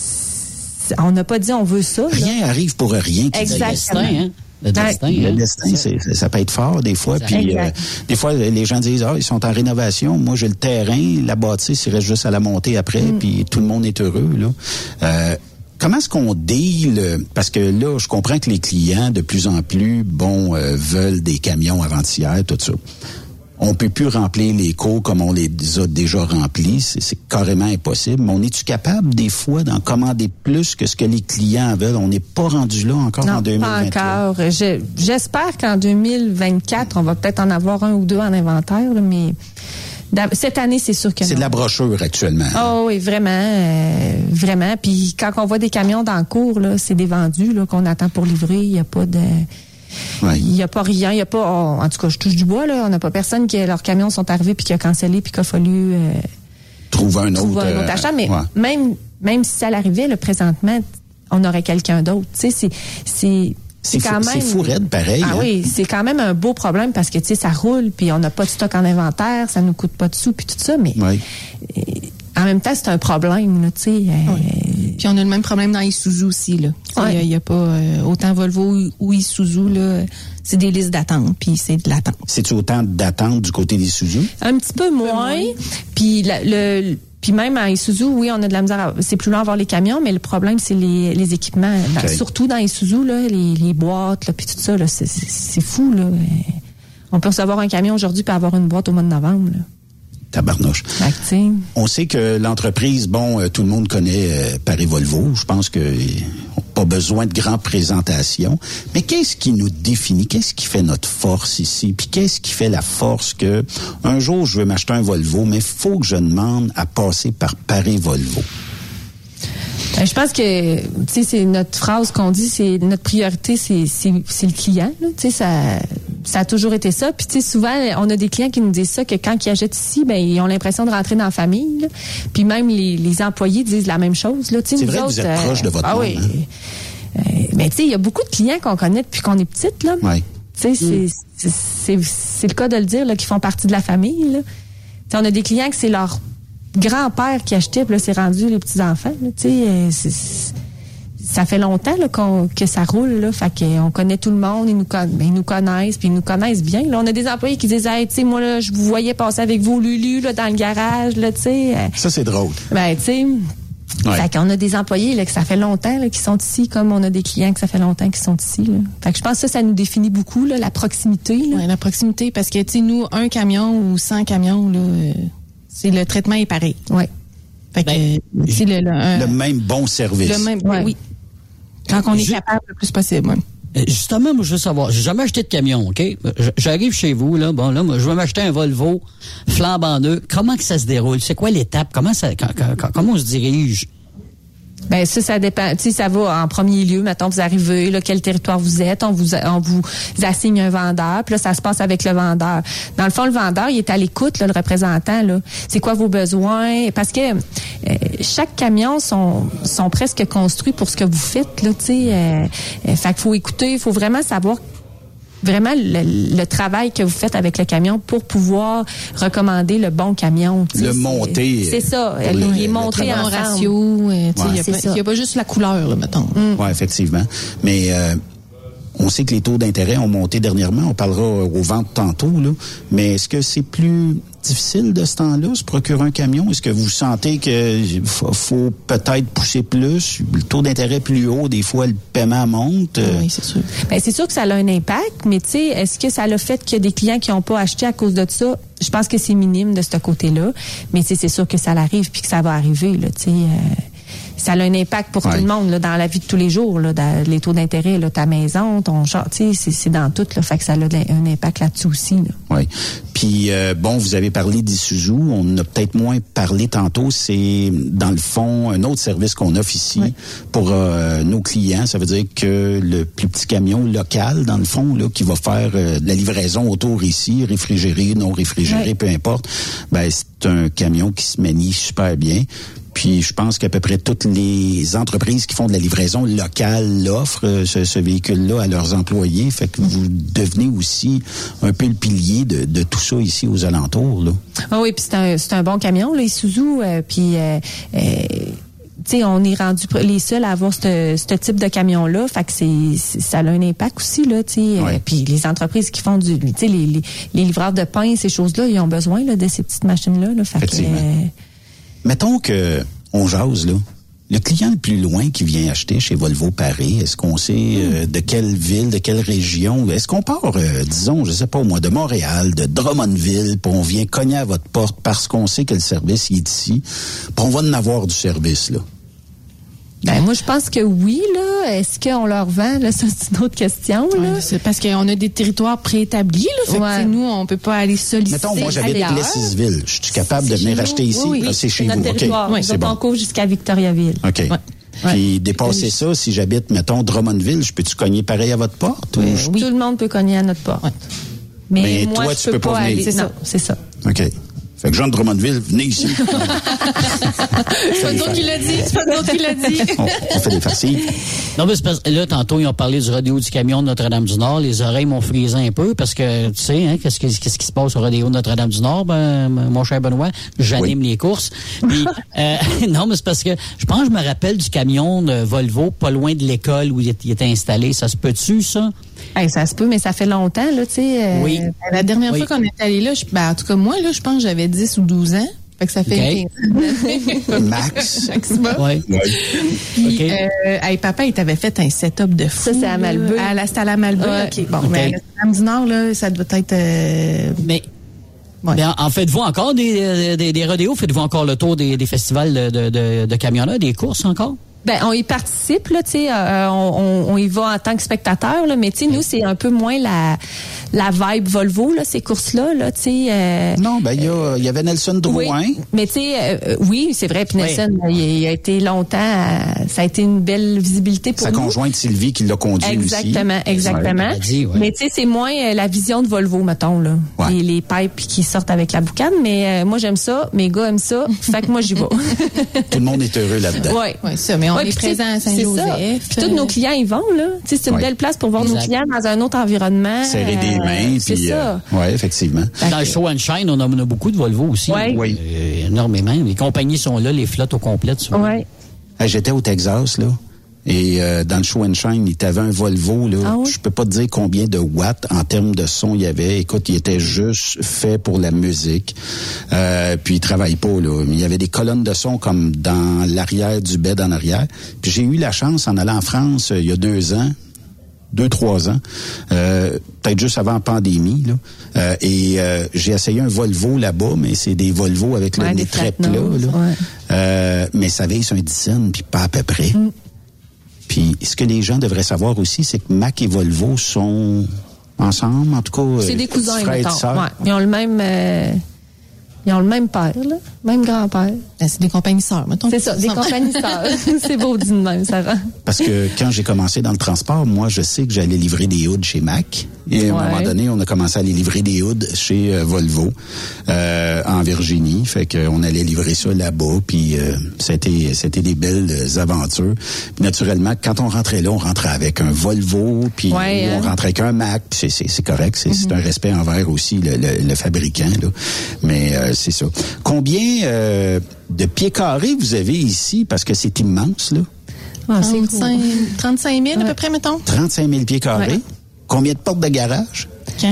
on n'a pas dit on veut ça. Rien arrive pour rien. Exactement. Le destin, Le destin, ça peut être fort des fois. Puis des fois, les gens disent, ils sont en rénovation. Moi, j'ai le terrain, la bâtisse, il reste juste à la monter après, puis tout le monde est heureux, là. Comment est-ce qu'on deal? Parce que là, je comprends que les clients, de plus en plus, veulent des camions avant-hier, tout ça. On peut plus remplir les cours comme on les a déjà remplis. C'est carrément impossible. Mais on est-tu capable, des fois, d'en commander plus que ce que les clients veulent? On n'est pas rendu là encore en 2023. Pas encore. J'espère qu'en 2024, on va peut-être en avoir un ou deux en inventaire, là, mais cette année, c'est sûr que c'est de la brochure actuellement. Oh oui, vraiment, vraiment. Puis quand on voit des camions dans le cours, là, c'est des vendus là, qu'on attend pour livrer. Il n'y a pas de... Il n'y a pas rien, il n'y a pas... en tout cas, je touche du bois, là. On n'a pas personne qui... Leurs camions sont arrivés puis qui a cancellé puis qu'il a fallu... trouver un autre achat. Mais même si ça l'arrivait, là, présentement, on aurait quelqu'un d'autre. Tu sais, c'est quand même... C'est fou raide, pareil. Ah oui, c'est quand même un beau problème parce que, tu sais, ça roule puis on n'a pas de stock en inventaire, ça nous coûte pas de sous puis tout ça, mais... En même temps, c'est un problème, là, tu sais. Puis on a le même problème dans Isuzu aussi, là. Il y a pas autant Volvo ou Isuzu, là. C'est des listes d'attente, puis c'est de l'attente. C'est-tu autant d'attente du côté d'Isuzu? Un petit peu moins. Puis puis même à Isuzu, oui, on a de la misère. C'est plus long à avoir les camions, mais le problème, c'est les équipements. Surtout dans Isuzu, là, les boîtes, là, puis tout ça, là, c'est fou, là. On peut recevoir un camion aujourd'hui puis avoir une boîte au mois de novembre, là. Tabarnouche. On sait que l'entreprise, tout le monde connaît Paris Volvo. Je pense que pas besoin de grandes présentations. Mais qu'est-ce qui nous définit? Qu'est-ce qui fait notre force ici? Puis qu'est-ce qui fait la force que un jour je veux m'acheter un Volvo, mais il faut que je demande à passer par Paris Volvo? Je pense que, tu sais, c'est notre phrase qu'on dit, c'est notre priorité, c'est le client, là. Tu sais, ça a toujours été ça. Puis, tu sais, souvent, on a des clients qui nous disent ça, que quand ils achètent ici, ils ont l'impression de rentrer dans la famille, là. Puis même les employés disent la même chose, là. Tu sais, c'est vrai que vous êtes proche de votre monde, oui. Mais tu sais, il y a beaucoup de clients qu'on connaît depuis qu'on est petite, là. Oui. Tu sais, c'est le cas de le dire, là, qui font partie de la famille, là. Tu sais, on a des clients que c'est leur grand-père qui achetait, puis là, c'est rendu les petits-enfants, tu sais. Ça fait longtemps là, que ça roule, là. Fait qu'on connaît tout le monde, ils nous connaissent, puis ils nous connaissent bien. Là, on a des employés qui disent, hey, tu sais, moi, là, je vous voyais passer avec vos Lulu, là, dans le garage, là, tu sais. Ça, c'est drôle. Ben, tu sais. Fait qu'on a des employés, là, que ça fait longtemps, là, qui sont ici, comme on a des clients que ça fait longtemps qui sont ici, là. Fait que je pense que ça nous définit beaucoup, là, la proximité, là. Ouais, la proximité, parce que, tu sais, nous, un camion ou 100 camions, là, c'est le traitement est pareil. Oui. Fait que c'est le même bon service. Le même, oui. Quand on est capable le plus possible. Justement, moi, je veux savoir, j'ai jamais acheté de camion, OK? J'arrive chez vous, là, moi, je veux m'acheter un Volvo flambant neuf. Comment que ça se déroule? C'est quoi l'étape? Comment on se dirige? Ben ça dépend. Tu sais, ça va en premier lieu. Mettons, vous arrivez, là, quel territoire vous êtes, on vous assigne un vendeur, puis là, ça se passe avec le vendeur. Dans le fond, le vendeur, il est à l'écoute, là, le représentant, là. C'est quoi vos besoins? Parce que chaque camion sont presque construits pour ce que vous faites, là, tu sais. Fait qu'il faut écouter, il faut vraiment savoir vraiment le travail que vous faites avec le camion pour pouvoir recommander le bon camion. Le monter. C'est ça. Il est monté en ratio. Il n'y a pas juste la couleur, là, mettons. Oui, effectivement. Mais on sait que les taux d'intérêt ont monté dernièrement. On parlera aux ventes tantôt, là. Mais est-ce que c'est plus difficile de ce temps-là, se procurer un camion? Est-ce que vous sentez qu'il faut peut-être pousser plus? Le taux d'intérêt plus haut, des fois, le paiement monte? Oui, c'est sûr. Ben, c'est sûr que ça a un impact, mais tu sais, est-ce que ça a le fait qu'il y a des clients qui n'ont pas acheté à cause de ça? Je pense que c'est minime de ce côté-là. Mais c'est sûr que ça l'arrive puis que ça va arriver, là, tu sais. Ça a un impact pour tout le monde là, dans la vie de tous les jours, là, les taux d'intérêt, là, ta maison, ton char, tu sais, c'est dans tout, là, fait que ça a un impact là-dessus aussi. Là. Oui. Puis bon, vous avez parlé d'Isuzu, on en a peut-être moins parlé tantôt. C'est dans le fond un autre service qu'on offre ici pour nos clients. Ça veut dire que le plus petit camion local, dans le fond, là, qui va faire de la livraison autour ici, réfrigéré, non réfrigéré, peu importe. Ben c'est un camion qui se manie super bien. Puis je pense qu'à peu près toutes les entreprises qui font de la livraison locale l'offrent, ce véhicule-là, à leurs employés. Fait que vous devenez aussi un peu le pilier de tout ça ici aux alentours, là. Ah oui, puis c'est un bon camion, là, Isuzu. Puis tu sais, on est rendu les seuls à avoir ce type de camion-là. Fait que ça a un impact aussi, là, tu sais. Puis les entreprises qui font tu sais, les livreurs de pain, ces choses-là, ils ont besoin là, de ces petites machines-là. Là. Fait que, mettons que on jase, là. Le client le plus loin qui vient acheter chez Volvo Paris, est-ce qu'on sait de quelle ville, de quelle région? Est-ce qu'on part, disons, je sais pas moi, de Montréal, de Drummondville, puis on vient cogner à votre porte parce qu'on sait que le service il est ici, puis on va en avoir du service, là? Ben moi je pense que oui, là. Est-ce qu'on leur vend, là? Ça, c'est une autre question, là. Ouais, c'est parce qu'on a des territoires préétablis, là. Fait que nous, on peut pas aller solliciter. Mettons, moi j'habite Plessisville. Je suis capable de venir acheter ici. Oui. C'est chez vous. Territoire. Okay. C'est bon. On couvre jusqu'à Victoriaville. OK. Ouais. Puis dépasser ça, si j'habite, mettons, Drummondville, je peux-tu cogner pareil à votre porte? Oui. Tout le monde peut cogner à notre porte. Ouais. Mais moi, toi, je peux pas aller. C'est ça. C'est ça. OK. Fait que Jean de Drummondville, venez ici. C'est pas d'autre qui l'a dit. C'est pas d'autre qui l'a dit. On fait des farcis. Non, mais c'est parce que là, tantôt, ils ont parlé du rodéo du camion de Notre-Dame-du-Nord. Les oreilles m'ont frisé un peu parce que, tu sais, hein, qu'est-ce qui se passe au rodéo de Notre-Dame-du-Nord? Ben, mon cher Benoît, j'anime les courses. Puis, non, mais c'est parce que je pense que je me rappelle du camion de Volvo, pas loin de l'école où il était installé. Ça se peut-tu, ça? Hey, ça se peut, mais ça fait longtemps, là, tu sais. Oui. La dernière fois qu'on est allé là, en tout cas, moi, là, je pense que j'avais 10 ou 12 ans. Fait que ça fait Max. Maximum. Oui. Puis, papa, il t'avait fait un setup de fou. Ça, c'est à Malbeu. C'était à la Malbeu. OK. Bon, mais à Notre-Dame du Nord, là, ça doit être... Mais en faites-vous encore des rodéos? Faites-vous encore le tour des festivals de camionneurs, des courses encore? Ben, on y participe, là, tu sais, on y va en tant que spectateur, là, mais tu sais, nous, c'est un peu moins la vibe Volvo, là, ces courses-là, là, tu sais. Non, ben, il y avait Nelson Drouin. Oui, mais tu sais, oui, c'est vrai, puis Nelson, il a été longtemps, ça a été une belle visibilité pour sa nous. Sa conjointe Sylvie qui l'a conduit exactement, aussi. Exactement. Mais tu sais, c'est moins la vision de Volvo, mettons, là. Ouais. Les pipes qui sortent avec la boucane, mais moi, j'aime ça, mes gars aiment ça, fait que moi, j'y vais. Tout le monde est heureux là-dedans. Oui, ça, mais on est présent à Saint-Joseph. Puis tous nos clients y vont, là. Tu sais, c'est une belle place pour voir nos clients dans un autre environnement. Serrer des mains, c'est puis... ça. Oui, effectivement. Dans le Show and Shine, on a beaucoup de Volvo aussi. Oui. Énormément. Les compagnies sont là, les flottes au complet. Oui. J'étais au Texas, là. Et dans le Show and Shine, il t'avait un Volvo, là. Ah oui? Je peux pas te dire combien de watts en termes de son il y avait. Écoute, il était juste fait pour la musique. Puis il travaille pas, là. Il y avait des colonnes de son comme dans l'arrière du bed en arrière. Puis j'ai eu la chance, en allant en France il y a 2 ans, 2-3 ans, peut-être juste avant la pandémie, là. J'ai essayé un Volvo là-bas, mais c'est des Volvo avec le nez très plat, là. Mais ça veille sur un dizaine, puis pas à peu près. Puis ce que les gens devraient savoir aussi, c'est que Mack et Volvo sont ensemble, en tout cas. C'est des cousins, frères et mettons. sœurs. Ouais. Ils ont le même Ils ont le même père, là, même grand-père. C'est des compagnies sœurs, mettons. C'est ça, des compagnies sœurs. C'est beau dit de même, Sarah. Parce que quand j'ai commencé dans le transport, moi, je sais que j'allais livrer des hoods chez Mac. Et à un moment donné, on a commencé à aller livrer des hoods chez Volvo en Virginie. Fait qu'on allait livrer ça là-bas. Puis c'était des belles aventures. Puis naturellement, quand on rentrait là, on rentrait avec un Volvo. Puis on rentrait avec un Mac. Puis c'est correct. C'est un respect envers aussi le fabricant. Là. Mais c'est ça. Combien de pieds carrés vous avez ici? Parce que c'est immense, là. 35 000 à peu près, mettons. 35 000 pieds carrés. Ouais. Combien de portes de garage?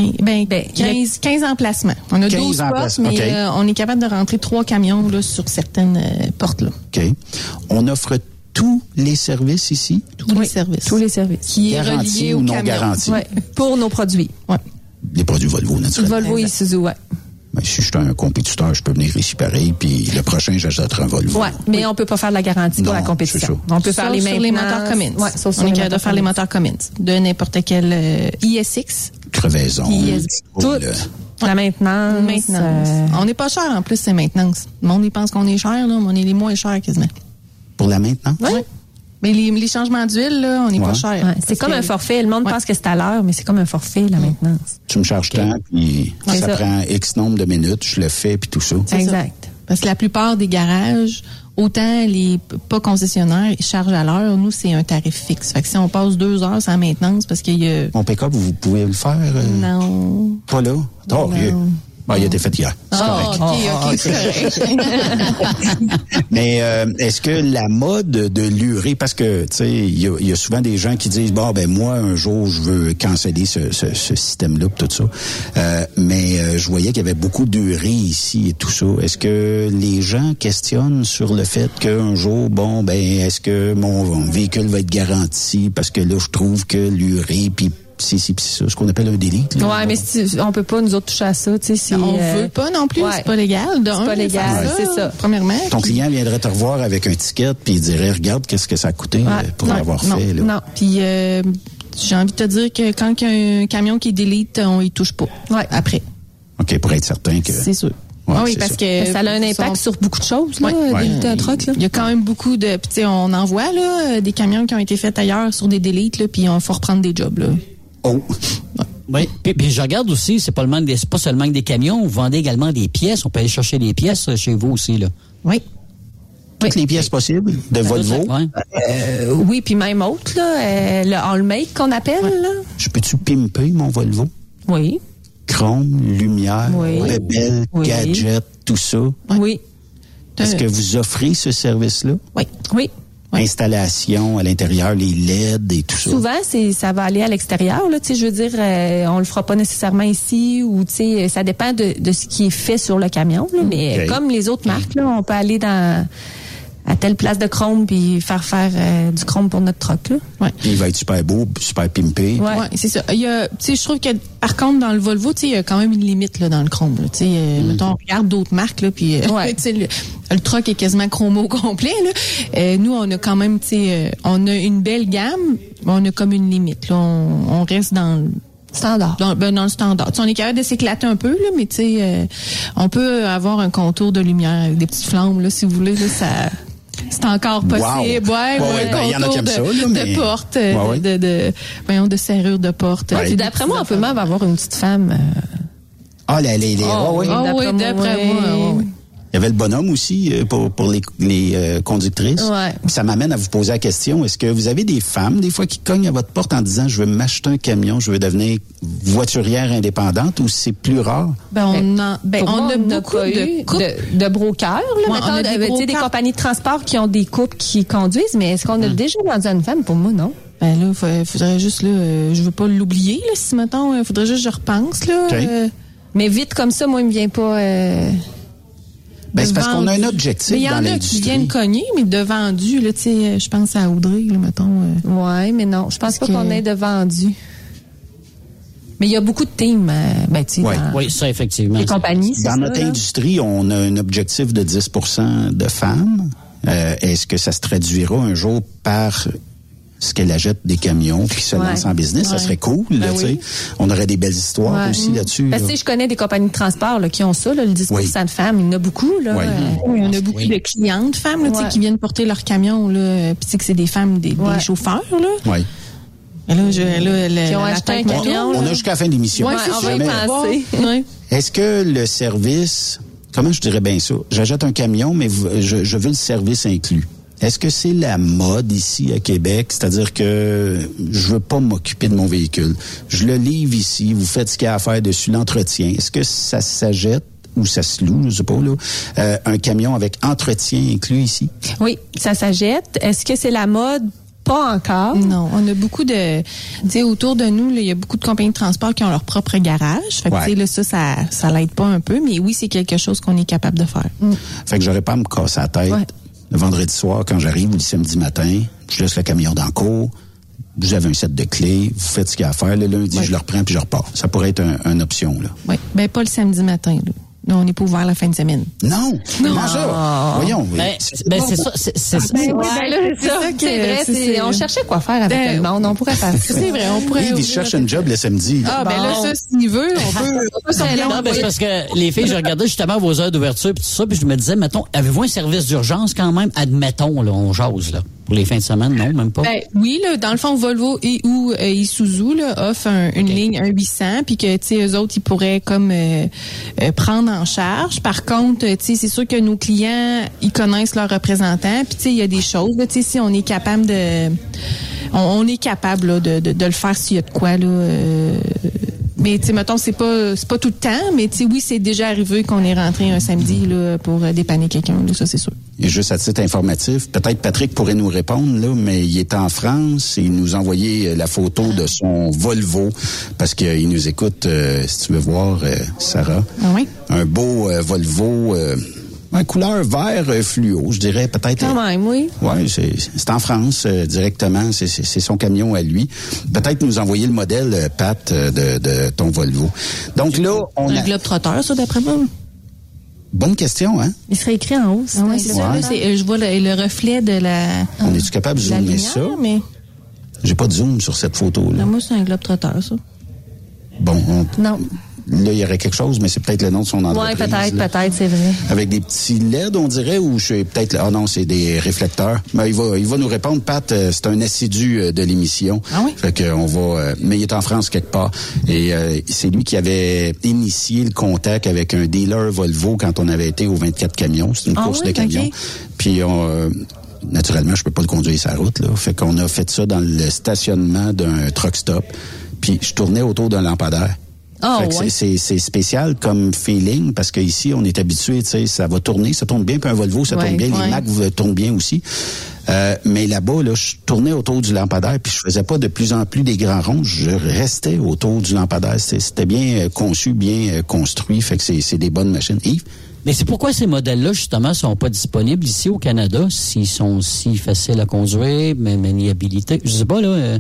15 emplacements. On a 12 portes, mais on est capable de rentrer 3 camions là, sur certaines portes. Là. OK. On offre tous les services ici? Tous les services. Tous les services. Qui est relié au ou non camion. garanti? Ouais. Pour nos produits. Ouais. Les produits Volvo, naturellement. Volvo et Isuzu, ouais. Ben, si je suis un compétiteur, je peux venir ici pareil, puis le prochain, j'achèterai un Volvo. Ouais, mais on peut pas faire de la garantie pour la compétition. On peut faire les moteurs Cummins. Ouais, on est capable de faire les moteurs Cummins de n'importe quel ISX. Crevaison. Tout. La maintenance. On n'est pas cher en plus, c'est maintenance. Le monde, il pense qu'on est cher, là, mais on est les moins chers quasiment. Pour la maintenance? Oui. Mais les changements d'huile, là, on n'est pas cher. Ouais, c'est comme un forfait. Le monde pense que c'est à l'heure, mais c'est comme un forfait, la maintenance. Tu me charges tant, puis ça prend X nombre de minutes, je le fais, puis tout ça. Exact. Parce que la plupart des garages, autant les pas concessionnaires, ils chargent à l'heure. Nous, c'est un tarif fixe. Fait que si on passe 2 heures sans maintenance, parce qu'il y a... Mon pick-up, vous pouvez le faire? Non. Pas là? Oh, il a été fait hier. OK, c'est correct. Mais est-ce que la mode de l'urée, parce que tu sais, il y a souvent des gens qui disent moi un jour je veux canceller ce système-là, tout ça. Mais je voyais qu'il y avait beaucoup d'urée ici et tout ça. Est-ce que les gens questionnent sur le fait qu'un jour, est-ce que mon véhicule va être garanti parce que là je trouve que l'urée puis c'est ce qu'on appelle un délit. Oui, mais on peut pas nous autres toucher à ça. On veut pas non plus, c'est pas légal. C'est pas légal, c'est ça. Premièrement. Ton client viendrait te revoir avec un ticket puis il dirait regarde qu'est-ce que ça a coûté pour l'avoir fait. Là. Non, puis j'ai envie de te dire que quand il y a un camion qui est delete, on y touche pas. Après. OK, pour être certain que... C'est sûr. Ouais, oui, parce que ça a un impact sur beaucoup de choses, là, déliter un truck. Il y a quand même beaucoup de... Puis on en voit là, des camions qui ont été faits ailleurs sur des deletes, là, puis il faut reprendre des jobs. Là. Oh. Oui. Puis je regarde aussi, c'est pas seulement des camions, vous vendez également des pièces. On peut aller chercher des pièces chez vous aussi, là. Oui. Toutes les pièces possibles de Volvo. Oui, puis même autres, là, le all-make qu'on appelle. Là. Je peux-tu pimper mon Volvo? Oui. Chrome, lumière, bébelle, gadget, tout ça. Oui. Est-ce que vous offrez ce service-là? Oui. Oui. Installation à l'intérieur, les LED et tout ça. Souvent, ça va aller à l'extérieur. Là, je veux dire, on le fera pas nécessairement ici ou ça dépend de ce qui est fait sur le camion. Là, mais comme les autres marques, là, on peut aller à telle place de chrome puis faire du chrome pour notre truck. Là. Ouais. Puis il va être super beau, super pimpé. Ouais, c'est ça. Il y a, je trouve que par contre dans le Volvo, il y a quand même une limite là dans le chrome. Mettons, on regarde d'autres marques là, puis le truck est quasiment chromo complet. Là. Nous, on a quand même, on a une belle gamme, mais on a comme une limite. Là. On reste dans le standard. Dans le standard. On est capable de s'éclater un peu, là, mais on peut avoir un contour de lumière avec des petites flammes, là, si vous voulez. Là, c'est encore possible. Il y en a qui aiment ça, là, mais... de porte, de serrure de porte. D'après moi, on peut même avoir une petite femme. D'après moi. Il y avait le bonhomme aussi pour les conductrices. Ouais. Ça m'amène à vous poser la question, est-ce que vous avez des femmes, des fois, qui cognent à votre porte en disant « Je veux m'acheter un camion, je veux devenir voiturière indépendante » ou c'est plus rare? On a beaucoup de brokers. Là, des compagnies de transport qui ont des couples qui conduisent, mais est-ce qu'on a déjà vendu à une femme? Pour moi, non. Ben là, faudrait juste, là, je veux pas l'oublier, là, si mettons, faudrait juste que je repense, là. Okay. Mais vite comme ça, moi, il me vient pas... c'est parce qu'on a un objectif dans l'industrie. Il y en a qui viennent cogner, mais de vendu, là, tu sais, je pense à Audrey, là, mettons. Oui, mais non, je pense pas qu'on ait de vendu. Mais il y a beaucoup de teams, oui, ça, effectivement. Les compagnies, c'est dans ça, notre industrie, on a un objectif de 10% de femmes. Est-ce que ça se traduira un jour par ce qu'elle achète des camions puis se lance en business. Ça serait cool, là, tu sais. On aurait des belles histoires aussi là-dessus. Parce que je connais des compagnies de transport là, qui ont ça, là, le 10% de femmes. Il y en a beaucoup. Là. Il y en a beaucoup de clientes femmes là, qui viennent porter leur camion. Puis tu sais que c'est des femmes, des chauffeurs. Là. Oui. Et là, qui ont acheté un camion. On a jusqu'à la fin de l'émission. Oui, on va y penser. Est-ce que le service, comment je dirais bien ça? J'achète un camion, mais je veux le service inclus. Est-ce que c'est la mode ici à Québec? C'est-à-dire que je veux pas m'occuper de mon véhicule. Je le livre ici, vous faites ce qu'il y a à faire dessus, l'entretien. Est-ce que ça s'achète ou ça se loue, je sais pas, là, un camion avec entretien inclus ici? Oui, ça s'achète. Est-ce que c'est la mode? Pas encore. Non, on a beaucoup de... Tu sais, autour de nous, il y a beaucoup de compagnies de transport qui ont leur propre garage. Fait que, tu sais, là, ça l'aide pas un peu, mais oui, c'est quelque chose qu'on est capable de faire. Fait que j'aurais pas à me casser la tête. Le vendredi soir, quand j'arrive, ou le samedi matin, je laisse le camion dans le cours, vous avez un set de clés, vous faites ce qu'il y a à faire. Le lundi, je le reprends puis je repars. Ça pourrait être une option, là. Oui. Ben, pas le samedi matin, là. Non, on n'est pas ouvert la fin de semaine. Non! Comment ça? Voyons. C'est ça. C'est ça. C'est vrai. On cherchait quoi faire avec le monde. On pourrait faire ça. C'est vrai, on pourrait. Il cherche un job le samedi. Ah, ben là, ça, s'il veut, on peut s'en Non, c'est parce que les filles, je regardais justement vos heures d'ouverture puis tout ça, puis je me disais, mettons, avez-vous un service d'urgence quand même? Admettons, là, on jase, là. Pour les fins de semaine, non, même pas? Ben, oui, là, dans le fond, Volvo ou Isuzu, là, offre une ligne, un 800, puis que, tu sais, eux autres, ils pourraient comme prendre en charge. Par contre, tu sais, c'est sûr que nos clients, ils connaissent leurs représentants, puis tu sais, il y a des choses, tu sais, si on est capable de... On est capable, là, de le faire s'il y a de quoi, là... Mais tu sais, mettons, c'est pas tout le temps, mais tu sais, oui, c'est déjà arrivé qu'on est rentré un samedi là pour dépanner quelqu'un, là, ça c'est sûr. Et juste à titre informatif, peut-être Patrick pourrait nous répondre là, mais il est en France et il nous a envoyé la photo de son Volvo parce qu'il nous écoute. Si tu veux voir, Sarah, un beau Volvo. Couleur vert fluo, je dirais peut-être. Quand même, oui. Oui, c'est en France directement, c'est son camion à lui. Peut-être nous envoyer le modèle, Pat, de ton Volvo. Donc là, on a... Un Globetrotter, ça, d'après moi? Bonne question, hein? Il serait écrit en haut. C'est ça. Je vois le reflet de la... On est-tu capable de zoomer ça? Mais... J'ai pas de zoom sur cette photo-là. Moi, c'est un Globetrotter, ça. Bon, Non. Là, il y aurait quelque chose, mais c'est peut-être le nom de son entreprise. Oui, peut-être, c'est vrai. Avec des petits LED, on dirait, ou c'est peut-être... Ah non, c'est des réflecteurs. Mais il va nous répondre, Pat, c'est un assidu de l'émission. Ah oui? Fait qu'on va... mais il est en France quelque part. Et c'est lui qui avait initié le contact avec un dealer Volvo quand on avait été aux 24 camions. C'est une course de camions. Okay. Puis naturellement, je peux pas le conduire sur la route, là. Fait qu'on a fait ça dans le stationnement d'un truck stop. Puis je tournais autour d'un lampadaire. Oh, ouais. C'est spécial comme feeling parce qu'ici, on est habitué, tu sais, ça va tourner, ça tourne bien, puis un Volvo, ça tourne bien, les Mac tournent bien aussi. Mais là-bas, là, je tournais autour du lampadaire, puis je faisais pas de plus en plus des grands ronds, je restais autour du lampadaire. C'était bien conçu, bien construit, fait que c'est des bonnes machines. Yves? Mais c'est pourquoi ces modèles-là, justement, sont pas disponibles ici au Canada, s'ils sont si faciles à conduire, mais maniabilité. Je sais pas, là...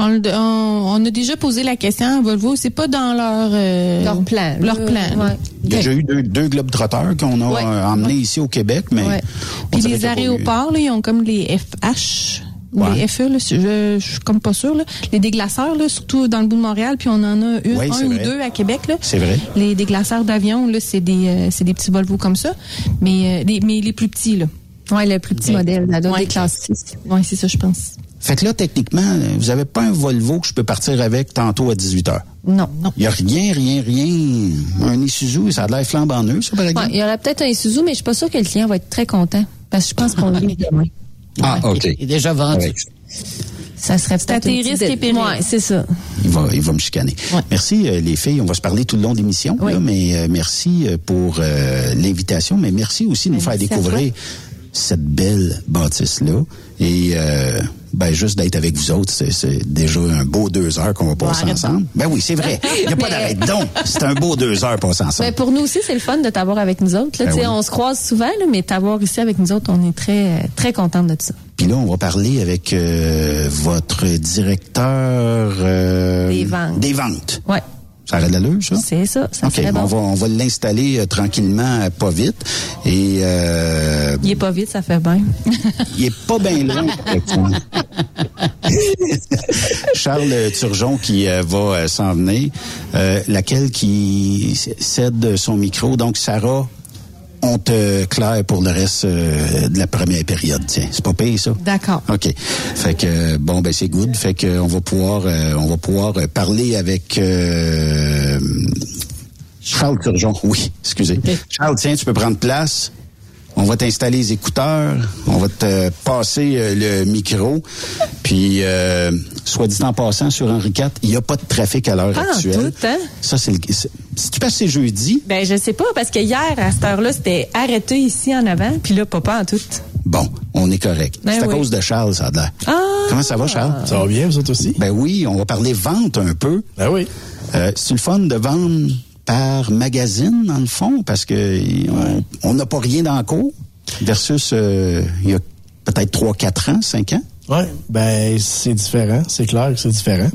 On a déjà posé la question à Volvo, c'est pas dans leur plan. Leur plan. Ouais. Il y a déjà eu deux Globetrotters qu'on a emmenés ici au Québec, mais... Puis les aéroports, là, ils ont comme les FH... Les FE, là, je suis comme pas sûre. Là. Les déglaceurs, là, surtout dans le bout de Montréal, puis on en a un ou deux à Québec. Là. C'est vrai. Les déglaceurs d'avion, là, c'est des petits Volvo comme ça, mais les plus petits. Là. Oui, le plus petit modèle, des classes 6. Oui, c'est ça, je pense. Fait que là, techniquement, vous n'avez pas un Volvo que je peux partir avec tantôt à 18h? Non. Il n'y a rien. Un Isuzu, ça a l'air flambant neuf, ça, par exemple? Il y aurait peut-être un Isuzu, mais je suis pas sûre que le client va être très content. Parce que je pense qu'on l'est demain. Ah, OK. Il est déjà vendu. Ouais. Ça serait peut-être à tes risques et périls. Oui, c'est ça. Il va me chicaner. Ouais. Merci, les filles. On va se parler tout le long de l'émission, là, mais merci pour l'invitation, mais merci aussi de nous faire découvrir cette belle bâtisse-là. Et juste d'être avec vous autres, c'est déjà un beau 2 heures qu'on va passer ensemble. Ben oui, c'est vrai. Il n'y a pas d'arrêt. Donc, c'est un beau 2 heures passées ensemble. Mais pour nous aussi, c'est le fun de t'avoir avec nous autres. Là, on se croise souvent, là, mais t'avoir ici avec nous autres, on est très, très contents de ça. Puis là, on va parler avec votre directeur des ventes. Des ventes. Ouais. Ça aurait de l'allure, ça? C'est ça. Ça serait bon. On va l'installer tranquillement, pas vite. Et il est pas vite, ça fait bien. Il est pas bien loin. Charles Turgeon qui va s'en venir. Laquelle qui cède son micro. Donc, Sarah, on te claire pour le reste de la première période. Tiens, c'est pas payé, ça? D'accord. OK. Fait que, bon, ben, c'est good. Fait que, on va pouvoir parler avec, Charles Turgeon. Oui, excusez. Okay. Charles, tiens, tu peux prendre place. On va t'installer les écouteurs. On va te passer le micro. Puis, soit dit en passant, sur Henri IV, il n'y a pas de trafic à l'heure actuelle. Tout, hein? Ça, si tu passes c'est jeudi. Ben, je sais pas, parce que hier, à cette heure-là, c'était arrêté ici en avant, puis là, pas en tout. Bon, on est correct. Ben c'est à cause de Charles, ça a l'air. Comment ça va, Charles? Ça va bien, vous autres aussi? Ben oui, on va parler vente un peu. Ben oui. C'est le fun de vendre par magazine, dans le fond, parce que on n'a pas rien dans le cours, versus il y a peut-être 3-4 ans, 5 ans. Oui, ben c'est différent, c'est clair que c'est différent.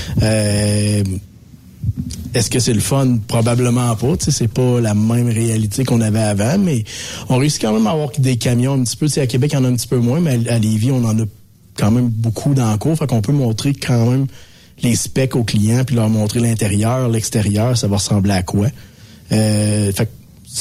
Est-ce que c'est le fun? Probablement pas. Tu sais, c'est pas la même réalité qu'on avait avant, mais on réussit quand même à avoir des camions un petit peu. Tu sais, à Québec, il y en a un petit peu moins, mais à Lévis, on en a quand même beaucoup dans le cours. Fait qu'on peut montrer quand même les specs aux clients, puis leur montrer l'intérieur, l'extérieur, ça va ressembler à quoi. Fait que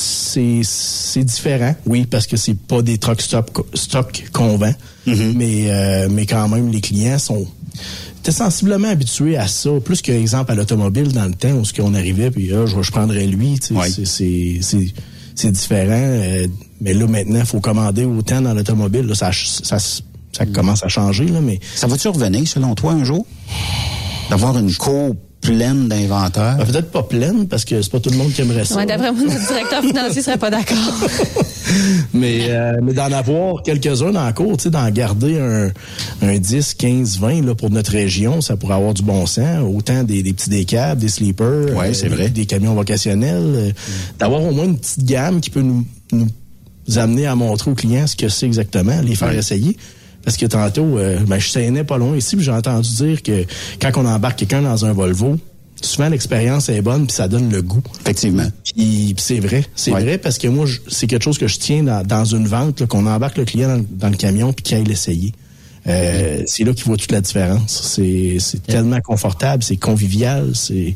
c'est différent, oui, parce que c'est pas des truck stock qu'on vend, mais quand même, les clients étaient sensiblement habitués à ça, plus qu'exemple à l'automobile dans le temps où on arrivait, puis je prendrais lui, tu sais, c'est différent, mais là, maintenant, il faut commander autant dans l'automobile, là, ça commence à changer, là, mais... Ça va-tu revenir, selon toi, un jour? D'avoir une cour pleine d'inventaire? Ben, peut-être pas pleine, parce que c'est pas tout le monde qui aimerait ça. Ouais, d'après moi, notre directeur financier serait pas d'accord. mais d'en avoir quelques-uns dans la cour, tu sais, d'en garder un 10, 15, 20 là, pour notre région, ça pourrait avoir du bon sens. Autant des petits décabs, des sleepers, c'est vrai. Des camions vocationnels. D'avoir au moins une petite gamme qui peut nous amener à montrer aux clients ce que c'est exactement, les faire essayer. Parce que tantôt, je saignais pas loin ici, puis j'ai entendu dire que quand on embarque quelqu'un dans un Volvo, souvent l'expérience est bonne, puis ça donne le goût. Effectivement. Puis c'est vrai. C'est vrai parce que moi, c'est quelque chose que je tiens dans une vente, là, qu'on embarque le client dans le camion puis qu'il aille l'essayer. C'est là qu'il voit toute la différence. C'est tellement confortable, c'est convivial, c'est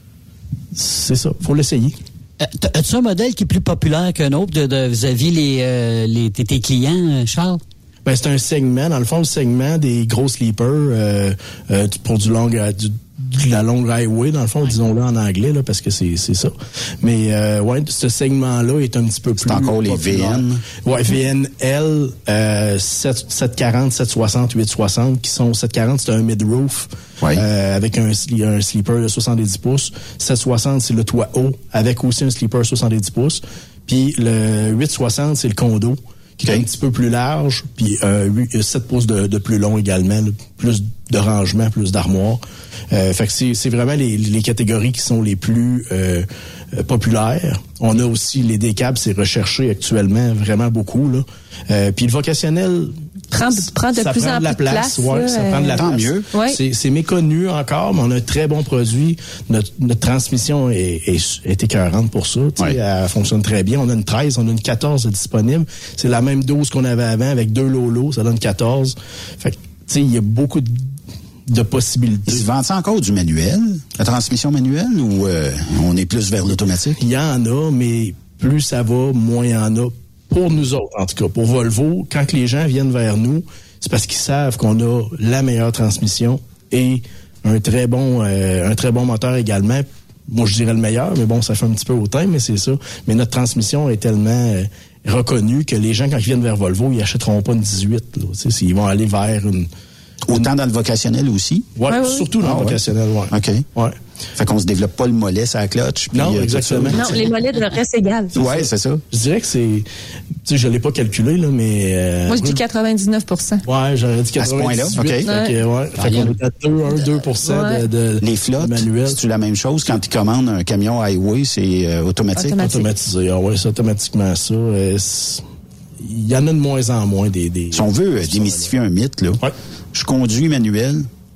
ça. Faut l'essayer. As-tu un modèle qui est plus populaire qu'un autre vis-à-vis tes clients, Charles? Ben, c'est un segment, dans le fond, le segment des gros sleepers pour de la longue highway, dans le fond, disons-le en anglais, là, parce que c'est ça. Mais ce segment-là est un petit peu plus... C'est encore populaire. Les VN? Ouais, VNL 740, 760, 860, qui sont 740, c'est un mid-roof avec un sleeper de 70 pouces. 760, c'est le toit haut, avec aussi un sleeper 70 pouces. Puis le 860, c'est le condo, qui est un petit peu plus large, puis 7 pouces de plus long également, là, plus de rangement, plus d'armoire. Fait que c'est vraiment les catégories qui sont les plus populaires. On a aussi les décabs, c'est recherché actuellement vraiment beaucoup, là. Puis le vocationnel prend de plus en plus de place. Ça prend de la place. Mieux. Ouais. C'est méconnu encore, mais on a un très bon produit. Notre transmission est écœurante pour ça. Elle fonctionne très bien. On a une 13, on a une 14 disponible. C'est la même dose qu'on avait avant avec 2 Lolo, ça donne 14. Fait que, tu sais, il y a beaucoup de possibilités. Ils se vendent ça encore du manuel, la transmission manuelle, ou on est plus vers l'automatique? Il y en a, mais plus ça va, moins il y en a. Pour nous autres, en tout cas. Pour Volvo, quand les gens viennent vers nous, c'est parce qu'ils savent qu'on a la meilleure transmission et un très bon moteur également. Moi, je dirais le meilleur, mais bon, ça fait un petit peu hautain, mais c'est ça. Mais notre transmission est tellement reconnue que les gens, quand ils viennent vers Volvo, ils achèteront pas une 18. Là, ils vont aller vers une... Autant dans le vocationnel aussi? Oui, surtout dans le vocationnel, oui. OK. Ouais. Fait qu'on se développe pas le mollet sur la clutch. Non, exactement. Non, les mollets restent égales. Oui, c'est ça. Je dirais que c'est... Tu sais, je l'ai pas calculé, là, mais... Moi, je dis 99 Ouais, j'aurais dit 98. À ce point-là, OK. Fait qu'on est à 2% de les flottes, manuel. c'est-tu la même chose? Quand tu commandes un camion highway, c'est automatique? Automatisé. Ah ouais, c'est automatiquement ça. Il y en a de moins en moins des si on veut démystifier un mythe, là, je conduis manuel,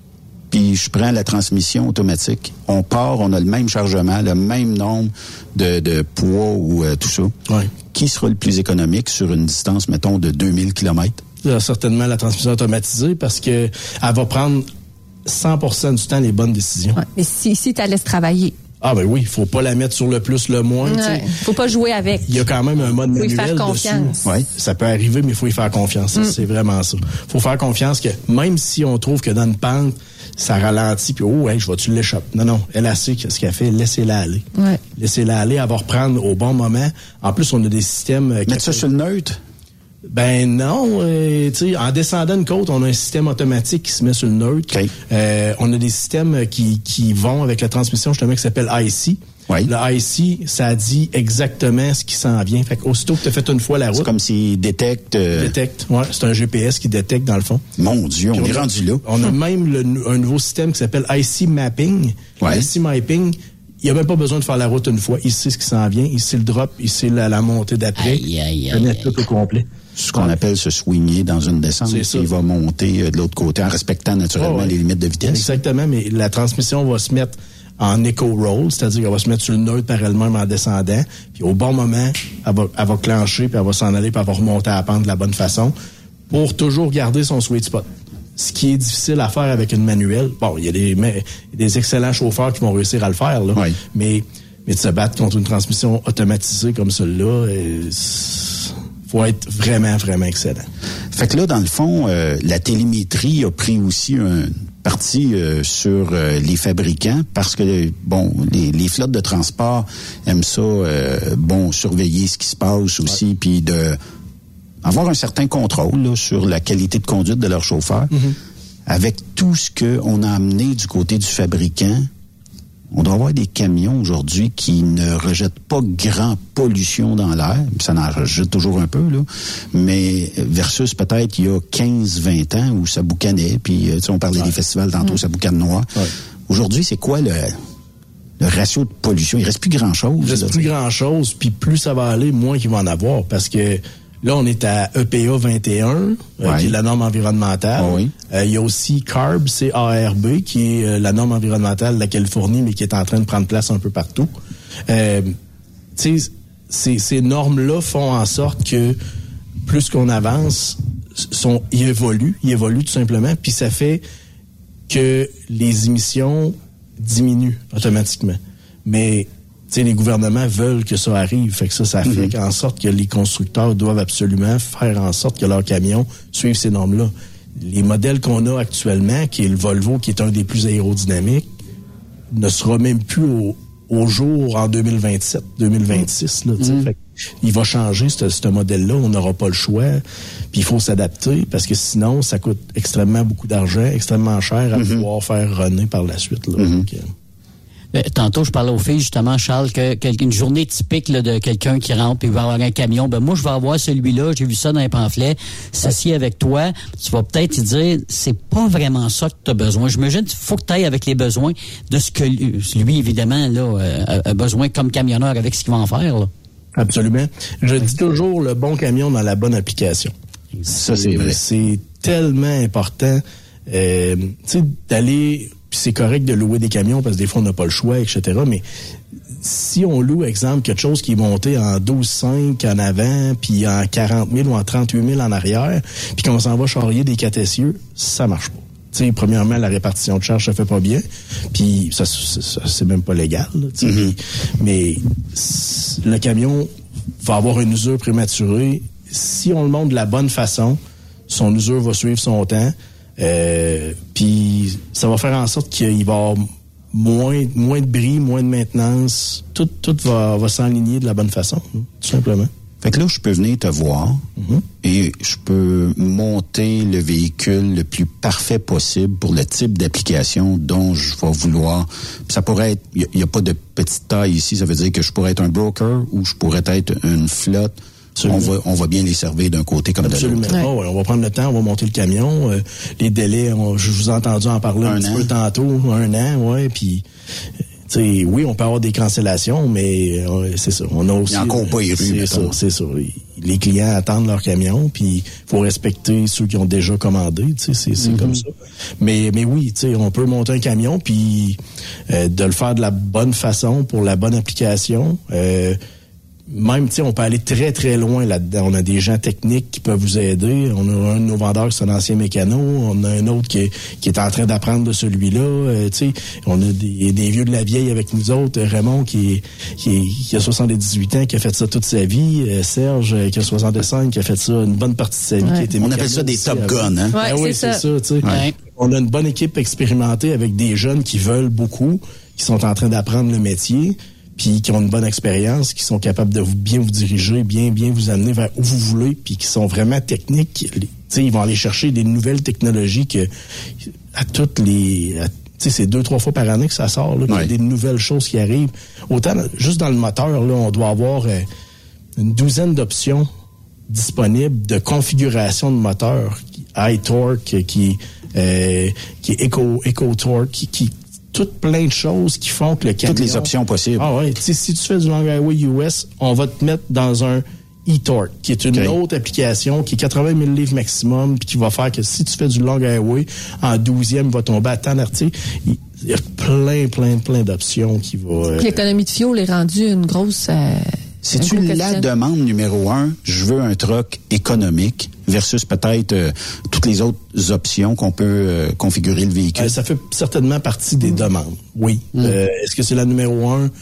puis je prends la transmission automatique. On part, on a le même chargement, le même nombre de poids ou tout ça. Ouais. Qui sera le plus économique sur une distance, mettons, de 2000 km? Certainement la transmission automatisée parce que elle va prendre 100% du temps les bonnes décisions. Ouais. Mais si tu la laisses travailler. Ah ben oui, faut pas la mettre sur le plus, le moins. Ouais. Faut pas jouer avec. Il y a quand même un mode manuel dessus. Faut y faire confiance. Ouais. Ça peut arriver, mais il faut y faire confiance. C'est vraiment ça. Faut faire confiance que même si on trouve que dans une pente, ça ralentit, puis je vais-tu l'échapper? Non, elle sait ce qu'elle fait, laissez-la aller. Ouais. Laissez-la aller, elle va reprendre au bon moment. En plus, on a des systèmes... Mettre ça sur le neutre? Ben non, en descendant une côte, on a un système automatique qui se met sur le neutre. Okay. On a des systèmes qui vont avec la transmission justement qui s'appelle IC. Oui. Le IC, ça dit exactement ce qui s'en vient. Fait qu'aussitôt que tu as fait une fois la route... C'est comme s'il détecte... Détecte, ouais. C'est un GPS qui détecte dans le fond. Mon Dieu, on est rendu là. On a même un nouveau système qui s'appelle IC Mapping. Ouais. IC Mapping, il n'y a même pas besoin de faire la route une fois. Il sait ce qui s'en vient, il sait le drop, il sait la montée d'après. Il connaît tout au complet. Ce qu'on appelle se swinguer dans une descente. C'est ça. Il va monter de l'autre côté en respectant naturellement les limites de vitesse. Exactement, mais la transmission va se mettre en echo roll, c'est-à-dire qu'elle va se mettre sur le neutre par elle-même en descendant, puis au bon moment, elle va clencher, puis elle va s'en aller, puis elle va remonter à la pente de la bonne façon pour toujours garder son sweet spot. Ce qui est difficile à faire avec une manuelle. Bon, il y a des excellents chauffeurs qui vont réussir à le faire, là. Oui. Mais de se battre contre une transmission automatisée comme celle-là, faut être vraiment, vraiment excellent. Fait que là, dans le fond, la télémétrie a pris aussi une partie sur les fabricants parce que, bon, les flottes de transport aiment ça, surveiller ce qui se passe aussi, puis de avoir un certain contrôle là, sur la qualité de conduite de leurs chauffeurs. Mm-hmm. Avec tout ce qu'on a amené du côté du fabricant, on doit avoir des camions aujourd'hui qui ne rejettent pas grand pollution dans l'air. Ça en rejette toujours un peu, là. Mais versus peut-être il y a 15-20 ans où ça boucanait. Puis, on parlait des festivals tantôt, ça boucane noir. Ouais. Aujourd'hui, c'est quoi le ratio de pollution? Il reste plus grand-chose. Il reste plus grand-chose. Puis plus ça va aller, moins qu'il va en avoir. Parce que là, on est à EPA 21, qui est la norme environnementale. Oui. Il y a aussi CARB, C-A-R-B, qui est la norme environnementale de la Californie, mais qui est en train de prendre place un peu partout. Ces normes-là font en sorte que plus qu'on avance, ils évoluent tout simplement, puis ça fait que les émissions diminuent automatiquement. Mais les gouvernements veulent que ça arrive. Fait que ça fait en sorte que les constructeurs doivent absolument faire en sorte que leurs camions suivent ces normes-là. Les modèles qu'on a actuellement, qui est le Volvo, qui est un des plus aérodynamiques, ne sera même plus au jour en 2027, 2026. Là, fait il va changer ce modèle-là. On n'aura pas le choix. Puis il faut s'adapter parce que sinon, ça coûte extrêmement beaucoup d'argent, extrêmement cher à pouvoir faire runner par la suite. Là. Donc, tantôt, je parlais aux filles, justement, Charles, qu'une journée typique là, de quelqu'un qui rentre et va avoir un camion, moi, je vais avoir celui-là, j'ai vu ça dans les pamphlets, s'assied avec toi, tu vas peut-être te dire, c'est pas vraiment ça que tu as besoin. J'imagine qu'il faut que tu ailles avec les besoins de ce que lui évidemment, là, a besoin comme camionneur avec ce qu'il va en faire. Là. Absolument. Je dis toujours le bon camion dans la bonne application. Ça, c'est vrai. C'est tellement important, d'aller... Puis c'est correct de louer des camions parce que des fois, on n'a pas le choix, etc. Mais si on loue, exemple, quelque chose qui est monté en 12,5 en avant, puis en 40 000 ou en 38 000 en arrière, puis qu'on s'en va charrier des 4 essieux, ça marche pas. T'sais, premièrement, la répartition de charge, ça fait pas bien. Puis ça c'est même pas légal. Mais le camion va avoir une usure prématurée. Si on le monte de la bonne façon, son usure va suivre son temps. Puis ça va faire en sorte qu'il va y avoir moins de bris, moins de maintenance. Tout va s'enligner de la bonne façon, tout simplement. Fait que là, je peux venir te voir et je peux monter le véhicule le plus parfait possible pour le type d'application dont je vais vouloir. Puis ça pourrait être, il n'y a pas de petite taille ici, ça veut dire que je pourrais être un broker ou je pourrais être une flotte. On va bien les servir d'un côté comme de l'autre. Oh, ouais, on va prendre le temps, on va monter le camion. Les délais, je vous ai entendu en parler un petit peu tantôt, 1 an, puis T'sais, oui, on peut avoir des cancellations, mais c'est ça. On a aussi. Il n'y a encore pas les rues. C'est ça. Les clients attendent leur camion, puis il faut respecter ceux qui ont déjà commandé. C'est comme ça. Mais oui, on peut monter un camion, puis de le faire de la bonne façon pour la bonne application. Même, on peut aller très, très loin là-dedans. On a des gens techniques qui peuvent vous aider. On a un de nos vendeurs qui est un ancien mécano. On a un autre qui est en train d'apprendre de celui-là. On a des vieux de la vieille avec nous autres. Raymond qui a 78 ans, qui a fait ça toute sa vie. Serge qui a 65, qui a fait ça une bonne partie de sa vie. Ouais. Qui était on appelle ça des Top Guns, hein? Oui, c'est ça. Ouais. On a une bonne équipe expérimentée avec des jeunes qui veulent beaucoup, qui sont en train d'apprendre le métier, puis qui ont une bonne expérience, qui sont capables de bien vous diriger, bien vous amener vers où vous voulez, puis qui sont vraiment techniques. Ils vont aller chercher des nouvelles technologies que à toutes les... c'est 2-3 fois par année que ça sort, là, qu'il y a des nouvelles choses qui arrivent. Autant, juste dans le moteur, là, on doit avoir une douzaine d'options disponibles de configuration de moteur. High Torque, qui est Eco Torque, qui toutes plein de choses qui font que le camion... Toutes les options possibles. Ah ouais. Si tu fais du long highway US, on va te mettre dans un e-torque, qui est une autre application qui est 80 000 livres maximum, puis qui va faire que si tu fais du long highway, en 12e, il va tomber à temps d'artier. Il y a plein d'options qui vont... L'économie de fioul est rendue une grosse... C'est-tu la demande numéro 1? Je veux un truck économique versus peut-être toutes les autres options qu'on peut configurer le véhicule. Ça fait certainement partie des demandes, oui. Est-ce que c'est la numéro 1?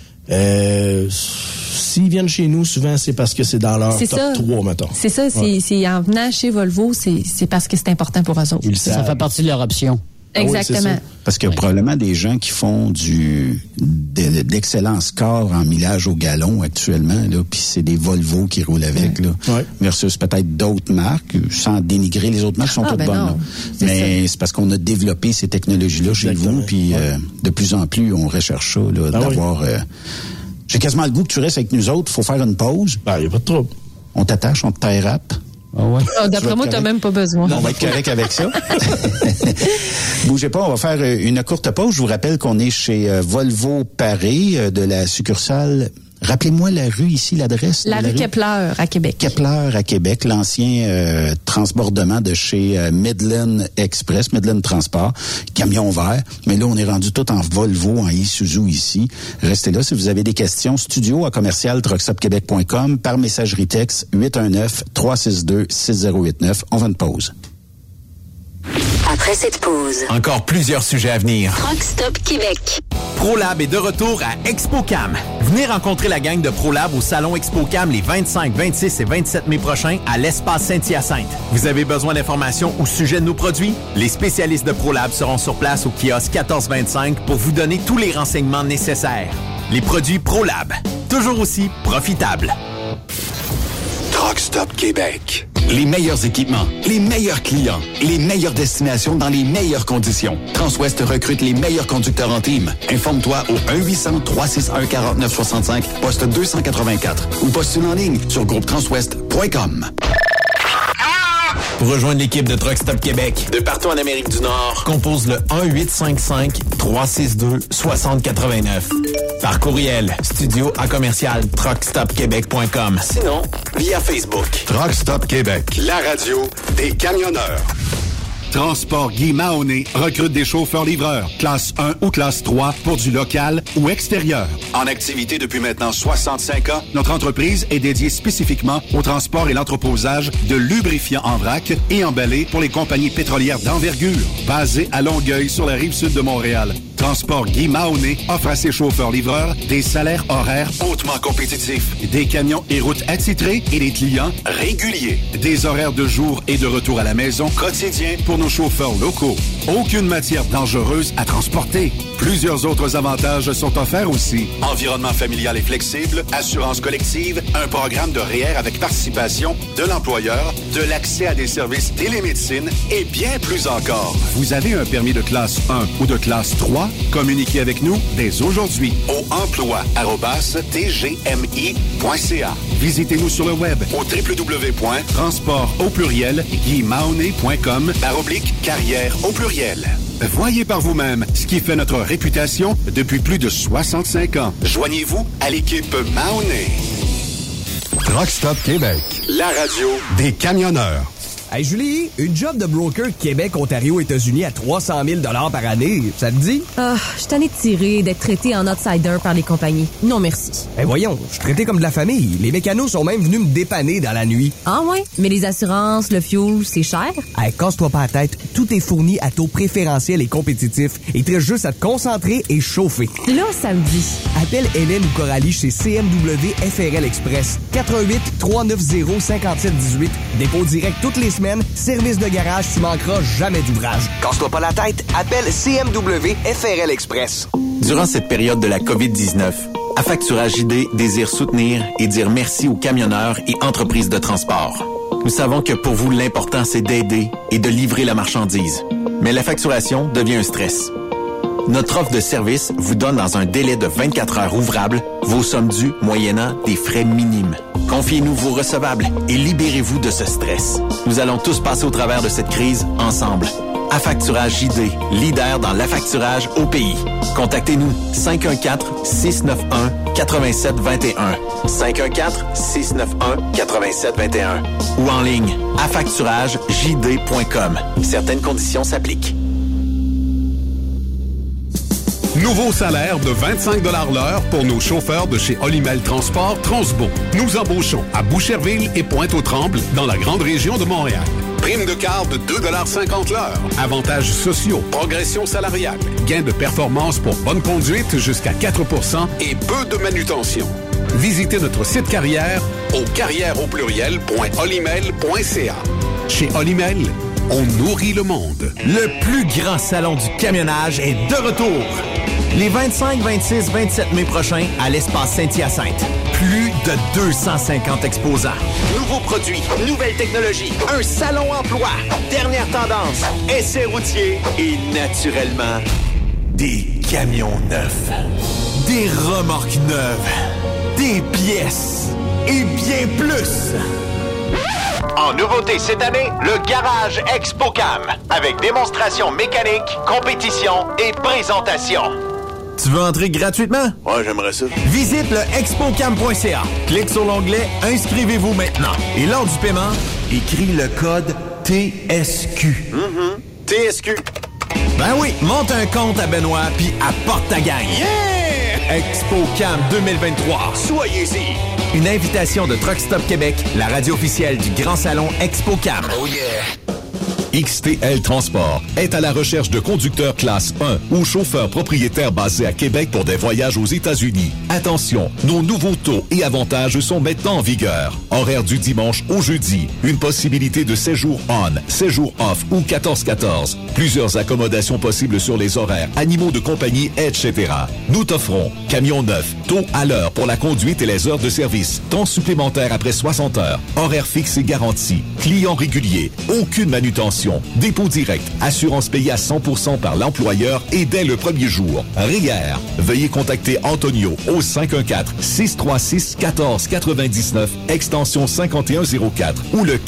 S'ils viennent chez nous, souvent, c'est parce que c'est dans leur top 3, mettons. C'est ça, c'est en venant chez Volvo, c'est parce que c'est important pour eux autres. Ça fait partie de leur option. Exactement. Oui, parce qu'il y a probablement des gens qui font d'excellents scores en millage au gallon actuellement, là, puis c'est des Volvo qui roulent avec, là, versus peut-être d'autres marques, sans dénigrer les autres marques, qui sont toutes bonnes. Non, mais c'est parce qu'on a développé ces technologies-là chez vous, puis de plus en plus, on recherche ça, là, d'avoir... j'ai quasiment le goût que tu restes avec nous autres, il faut faire une pause. Il n'y a pas de trouble. On t'attache, on te taille-rap. D'après moi, tu n'as même pas besoin. On va être correct avec ça. Bougez pas, on va faire une courte pause. Je vous rappelle qu'on est chez Volvo Paris, de la succursale... Rappelez-moi la rue ici, l'adresse. La rue Kepler à Québec. Kepler à Québec, l'ancien transbordement de chez Midland Express, Midland Transport, camion vert. Mais là, on est rendu tout en Volvo, en Isuzu ici. Restez là si vous avez des questions. studio@commercial-truckstopquebec.com par messagerie texte 819-362-6089. On va une pause. Après cette pause, encore plusieurs sujets à venir. Truck Stop Québec. ProLab est de retour à ExpoCam. Venez rencontrer la gang de ProLab au salon ExpoCam les 25, 26 et 27 mai prochains à l'espace Saint-Hyacinthe. Vous avez besoin d'informations au sujet de nos produits? Les spécialistes de ProLab seront sur place au kiosque 1425 pour vous donner tous les renseignements nécessaires. Les produits ProLab, toujours aussi profitables. Truck Stop Québec. Les meilleurs équipements, les meilleurs clients, les meilleures destinations dans les meilleures conditions. Transwest recrute les meilleurs conducteurs en team. Informe-toi au 1-800-361-4965, poste 284 ou postule en ligne sur groupetranswest.com. Pour rejoindre l'équipe de Truck Stop Québec, de partout en Amérique du Nord, compose le 1-855-362-6089. Par courriel, studio@truckstopquebec.com. Sinon, via Facebook. Truck Stop Québec, la radio des camionneurs. Transport Guy Mahoney recrute des chauffeurs-livreurs, classe 1 ou classe 3 pour du local ou extérieur. En activité depuis maintenant 65 ans, notre entreprise est dédiée spécifiquement au transport et l'entreposage de lubrifiants en vrac et emballés pour les compagnies pétrolières d'envergure. Basée à Longueuil sur la rive sud de Montréal, Transport Guy Mahoney offre à ses chauffeurs-livreurs des salaires horaires hautement compétitifs, des camions et routes attitrés et des clients réguliers. Des horaires de jour et de retour à la maison quotidiens pour nos chauffeurs locaux. Aucune matière dangereuse à transporter. Plusieurs autres avantages sont offerts aussi. Environnement familial et flexible, assurance collective, un programme de REER avec participation de l'employeur, de l'accès à des services télémédecine et bien plus encore. Vous avez un permis de classe 1 ou de classe 3? Communiquez avec nous dès aujourd'hui au emploi@tgmi.ca. Visitez-nous sur le web au www.transport@guimahoney.com/carrière au pluriel. Voyez par vous-même ce qui fait notre réputation depuis plus de 65 ans. Joignez-vous à l'équipe Mahoney. Truck Stop Québec, la radio des camionneurs. Hey Julie, une job de broker Québec, Ontario, États-Unis à 300 000 par année, ça te dit? Ah, je suis tanné de tirer, d'être traité en outsider par les compagnies. Non merci. Eh voyons, je suis traité comme de la famille. Les mécanos sont même venus me dépanner dans la nuit. Ah ouais? Mais les assurances, le fuel, c'est cher? Hey, casse-toi pas la tête. Tout est fourni à taux préférentiel et compétitif. Il te reste juste à te concentrer et chauffer. Là, ça me dit. Appelle Hélène ou Coralie chez CMW FRL Express. 88 390 5718. Dépôt direct toutes les semaines. Service de garage, tu manqueras jamais d'ouvrage. Casse-toi pas la tête. Appelle CMW FRL Express. Durant cette période de la COVID-19, Affacturage JD désire soutenir et dire merci aux camionneurs et entreprises de transport. Nous savons que pour vous, l'important, c'est d'aider et de livrer la marchandise. Mais la facturation devient un stress. Notre offre de service vous donne dans un délai de 24 heures ouvrables vos sommes dues moyennant des frais minimes. Confiez-nous vos recevables et libérez-vous de ce stress. Nous allons tous passer au travers de cette crise ensemble. Affacturage JD, leader dans l'affacturage au pays. Contactez-nous 514-691-8721. 514-691-8721. Ou en ligne, affacturagejd.com. Certaines conditions s'appliquent. Nouveau salaire de 25 $ l'heure pour nos chauffeurs de chez Olimel Transport Transbo. Nous embauchons à Boucherville et Pointe-aux-Trembles dans la grande région de Montréal. Prime de quart de 2,50 $ l'heure. Avantages sociaux, progression salariale, gains de performance pour bonne conduite jusqu'à 4 % et peu de manutention. Visitez notre site carrière au carrière.olimel.ca. Chez Olimel, on nourrit le monde. Le plus grand salon du camionnage est de retour. Les 25, 26, 27 mai prochains à l'espace Saint-Hyacinthe. Plus de 250 exposants. Nouveaux produits, nouvelles technologies, un salon emploi, dernière tendance, essais routiers et naturellement, des camions neufs, des remorques neuves, des pièces et bien plus. En nouveauté cette année, le Garage ExpoCam, avec démonstration mécanique, compétition et présentation. Tu veux entrer gratuitement? Ouais, j'aimerais ça. Visite le expocam.ca. Clique sur l'onglet « Inscrivez-vous maintenant » et lors du paiement, écris le code TSQ. TSQ. Ben oui, monte un compte à Benoît puis apporte ta gang. Yeah! ExpoCam 2023. Soyez-y. Une invitation de Truck Stop Québec, la radio officielle du Grand Salon ExpoCam. Oh yeah! XTL Transport est à la recherche de conducteurs classe 1 ou chauffeurs propriétaires basés à Québec pour des voyages aux États-Unis. Attention, nos nouveaux taux et avantages sont maintenant en vigueur. Horaire du dimanche au jeudi. Une possibilité de séjour on, séjour off ou 14-14. Plusieurs accommodations possibles sur les horaires, animaux de compagnie, etc. Nous t'offrons camion neuf, taux à l'heure pour la conduite et les heures de service, temps supplémentaire après 60 heures, horaire fixe et garanti, client régulier, aucune manutention, dépôt direct, assurance payée à 100% par l'employeur et dès le premier jour. REER. Veuillez contacter Antonio au 514-636-1499, extension 5104 ou le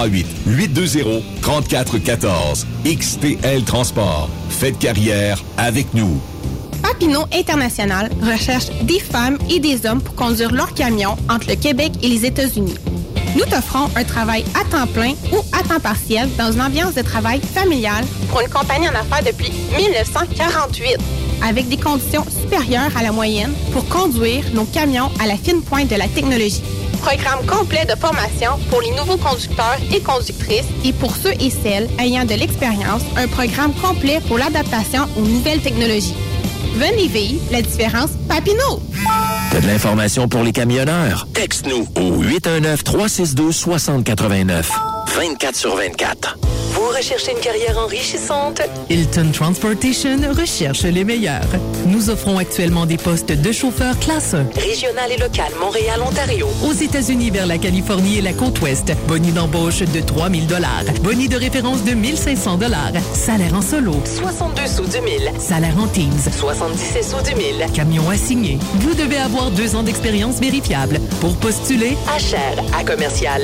438-820-3414. XTL Transport. Faites carrière avec nous. Papineau International recherche des femmes et des hommes pour conduire leur camion entre le Québec et les États-Unis. Nous t'offrons un travail à temps plein ou à temps partiel dans une ambiance de travail familiale pour une compagnie en affaires depuis 1948, avec des conditions supérieures à la moyenne pour conduire nos camions à la fine pointe de la technologie. Programme complet de formation pour les nouveaux conducteurs et conductrices et pour ceux et celles ayant de l'expérience, un programme complet pour l'adaptation aux nouvelles technologies. Venez vivre la différence Papineau. T'as de l'information pour les camionneurs? Texte-nous au 819-362-6089. 24/24. Vous recherchez une carrière enrichissante? Hilton Transportation recherche les meilleurs. Nous offrons actuellement des postes de chauffeur classe 1. Régional et local, Montréal, Ontario. Aux États-Unis vers la Californie et la côte ouest. Boni d'embauche de 3 000 $. Boni de référence de 1 500 $. Salaire en solo. 62 sous du 1000. Salaire en teams. 77 sous du 1000. Camion assigné. Vous devez avoir 2 ans d'expérience vérifiable. Pour postuler, HR à commercial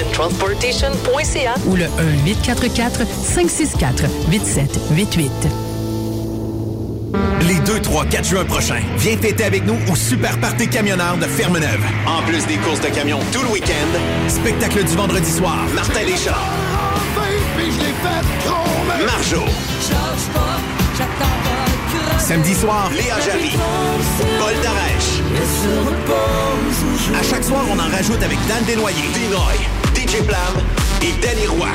HiltonTransportation.ca ou le 1-844-564-8788. les 2, 3, 4 juin prochains. Viens fêter avec nous au Super Party Camionneur de Fermeneuve. En plus des courses de camions tout le week-end, spectacle du vendredi soir. Martin Léchard, Marjo, samedi soir, Léa Jarry, Paul Darèche. À chaque soir, on en rajoute avec Dan Desnoyers, Dinoy, DJ Plam et Danny Roy.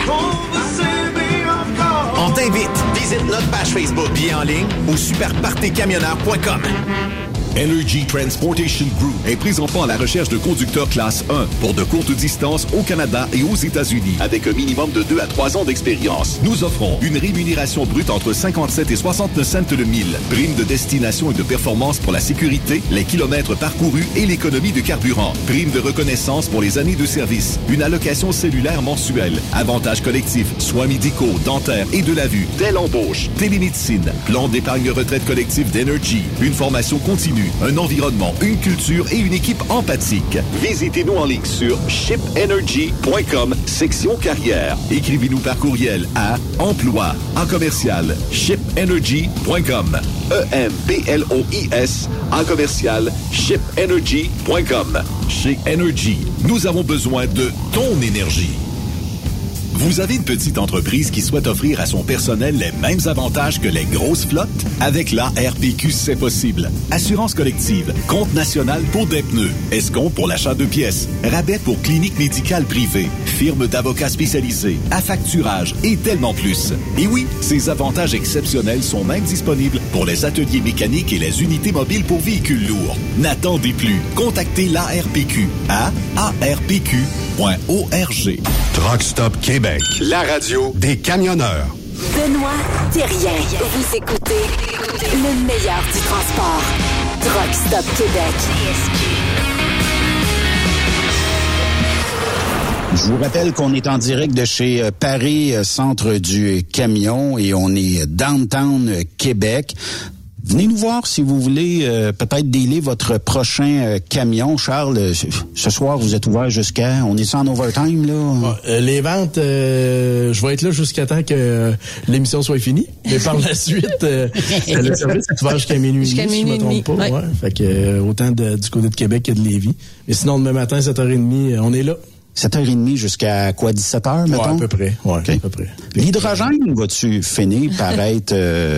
On t'invite. Visite notre page Facebook. Billets en ligne au superpartycamionneur.com. Energy Transportation Group est présentement à la recherche de conducteurs classe 1 pour de courtes distances au Canada et aux États-Unis avec un minimum de 2 à 3 ans d'expérience. Nous offrons une rémunération brute entre 57 et 69 cents le mille, prime de destination et de performance pour la sécurité, les kilomètres parcourus et l'économie de carburant, prime de reconnaissance pour les années de service, une allocation cellulaire mensuelle, avantages collectifs, soins médicaux, dentaires et de la vue, dès l'embauche, télémédecine, plan d'épargne retraite collective d'Energy, une formation continue, un environnement, une culture et une équipe empathique. Visitez-nous en ligne sur shipenergy.com, section carrière. Écrivez-nous par courriel à emploi en commercial shipenergy.com. EMPLOIS en commercial shipenergy.com. Chez Energy, nous avons besoin de ton énergie. Vous avez une petite entreprise qui souhaite offrir à son personnel les mêmes avantages que les grosses flottes? Avec l'ARPQ, c'est possible. Assurance collective, compte national pour des pneus, escompte pour l'achat de pièces, rabais pour clinique médicale privée, firme d'avocats spécialisés, affacturage et tellement plus. Et oui, ces avantages exceptionnels sont même disponibles pour les ateliers mécaniques et les unités mobiles pour véhicules lourds. N'attendez plus. Contactez l'ARPQ à arpq.org. Truck Stop Québec, la radio des camionneurs. Benoît Thérien. Vous écoutez le meilleur du transport. Truck Stop Québec. Je vous rappelle qu'on est en direct de chez Paris, centre du camion, et on est downtown Québec. Venez nous voir si vous voulez peut-être dealer votre prochain camion. Charles, ce soir, vous êtes ouvert jusqu'à... On est en overtime, là? Les ventes, je vais être là jusqu'à temps que l'émission soit finie. Mais par la suite, le service est ouvert jusqu'à minuit. Jusqu'à minuit, si je me trompe pas. Ouais. Fait que autant du côté de Québec que de Lévis. Mais sinon, demain matin, 7h30, on est là. 7h30 jusqu'à quoi, 17h, mettons? Ouais, à peu près. Ouais, okay. À peu près. L'hydrogène, vas-tu finir par être...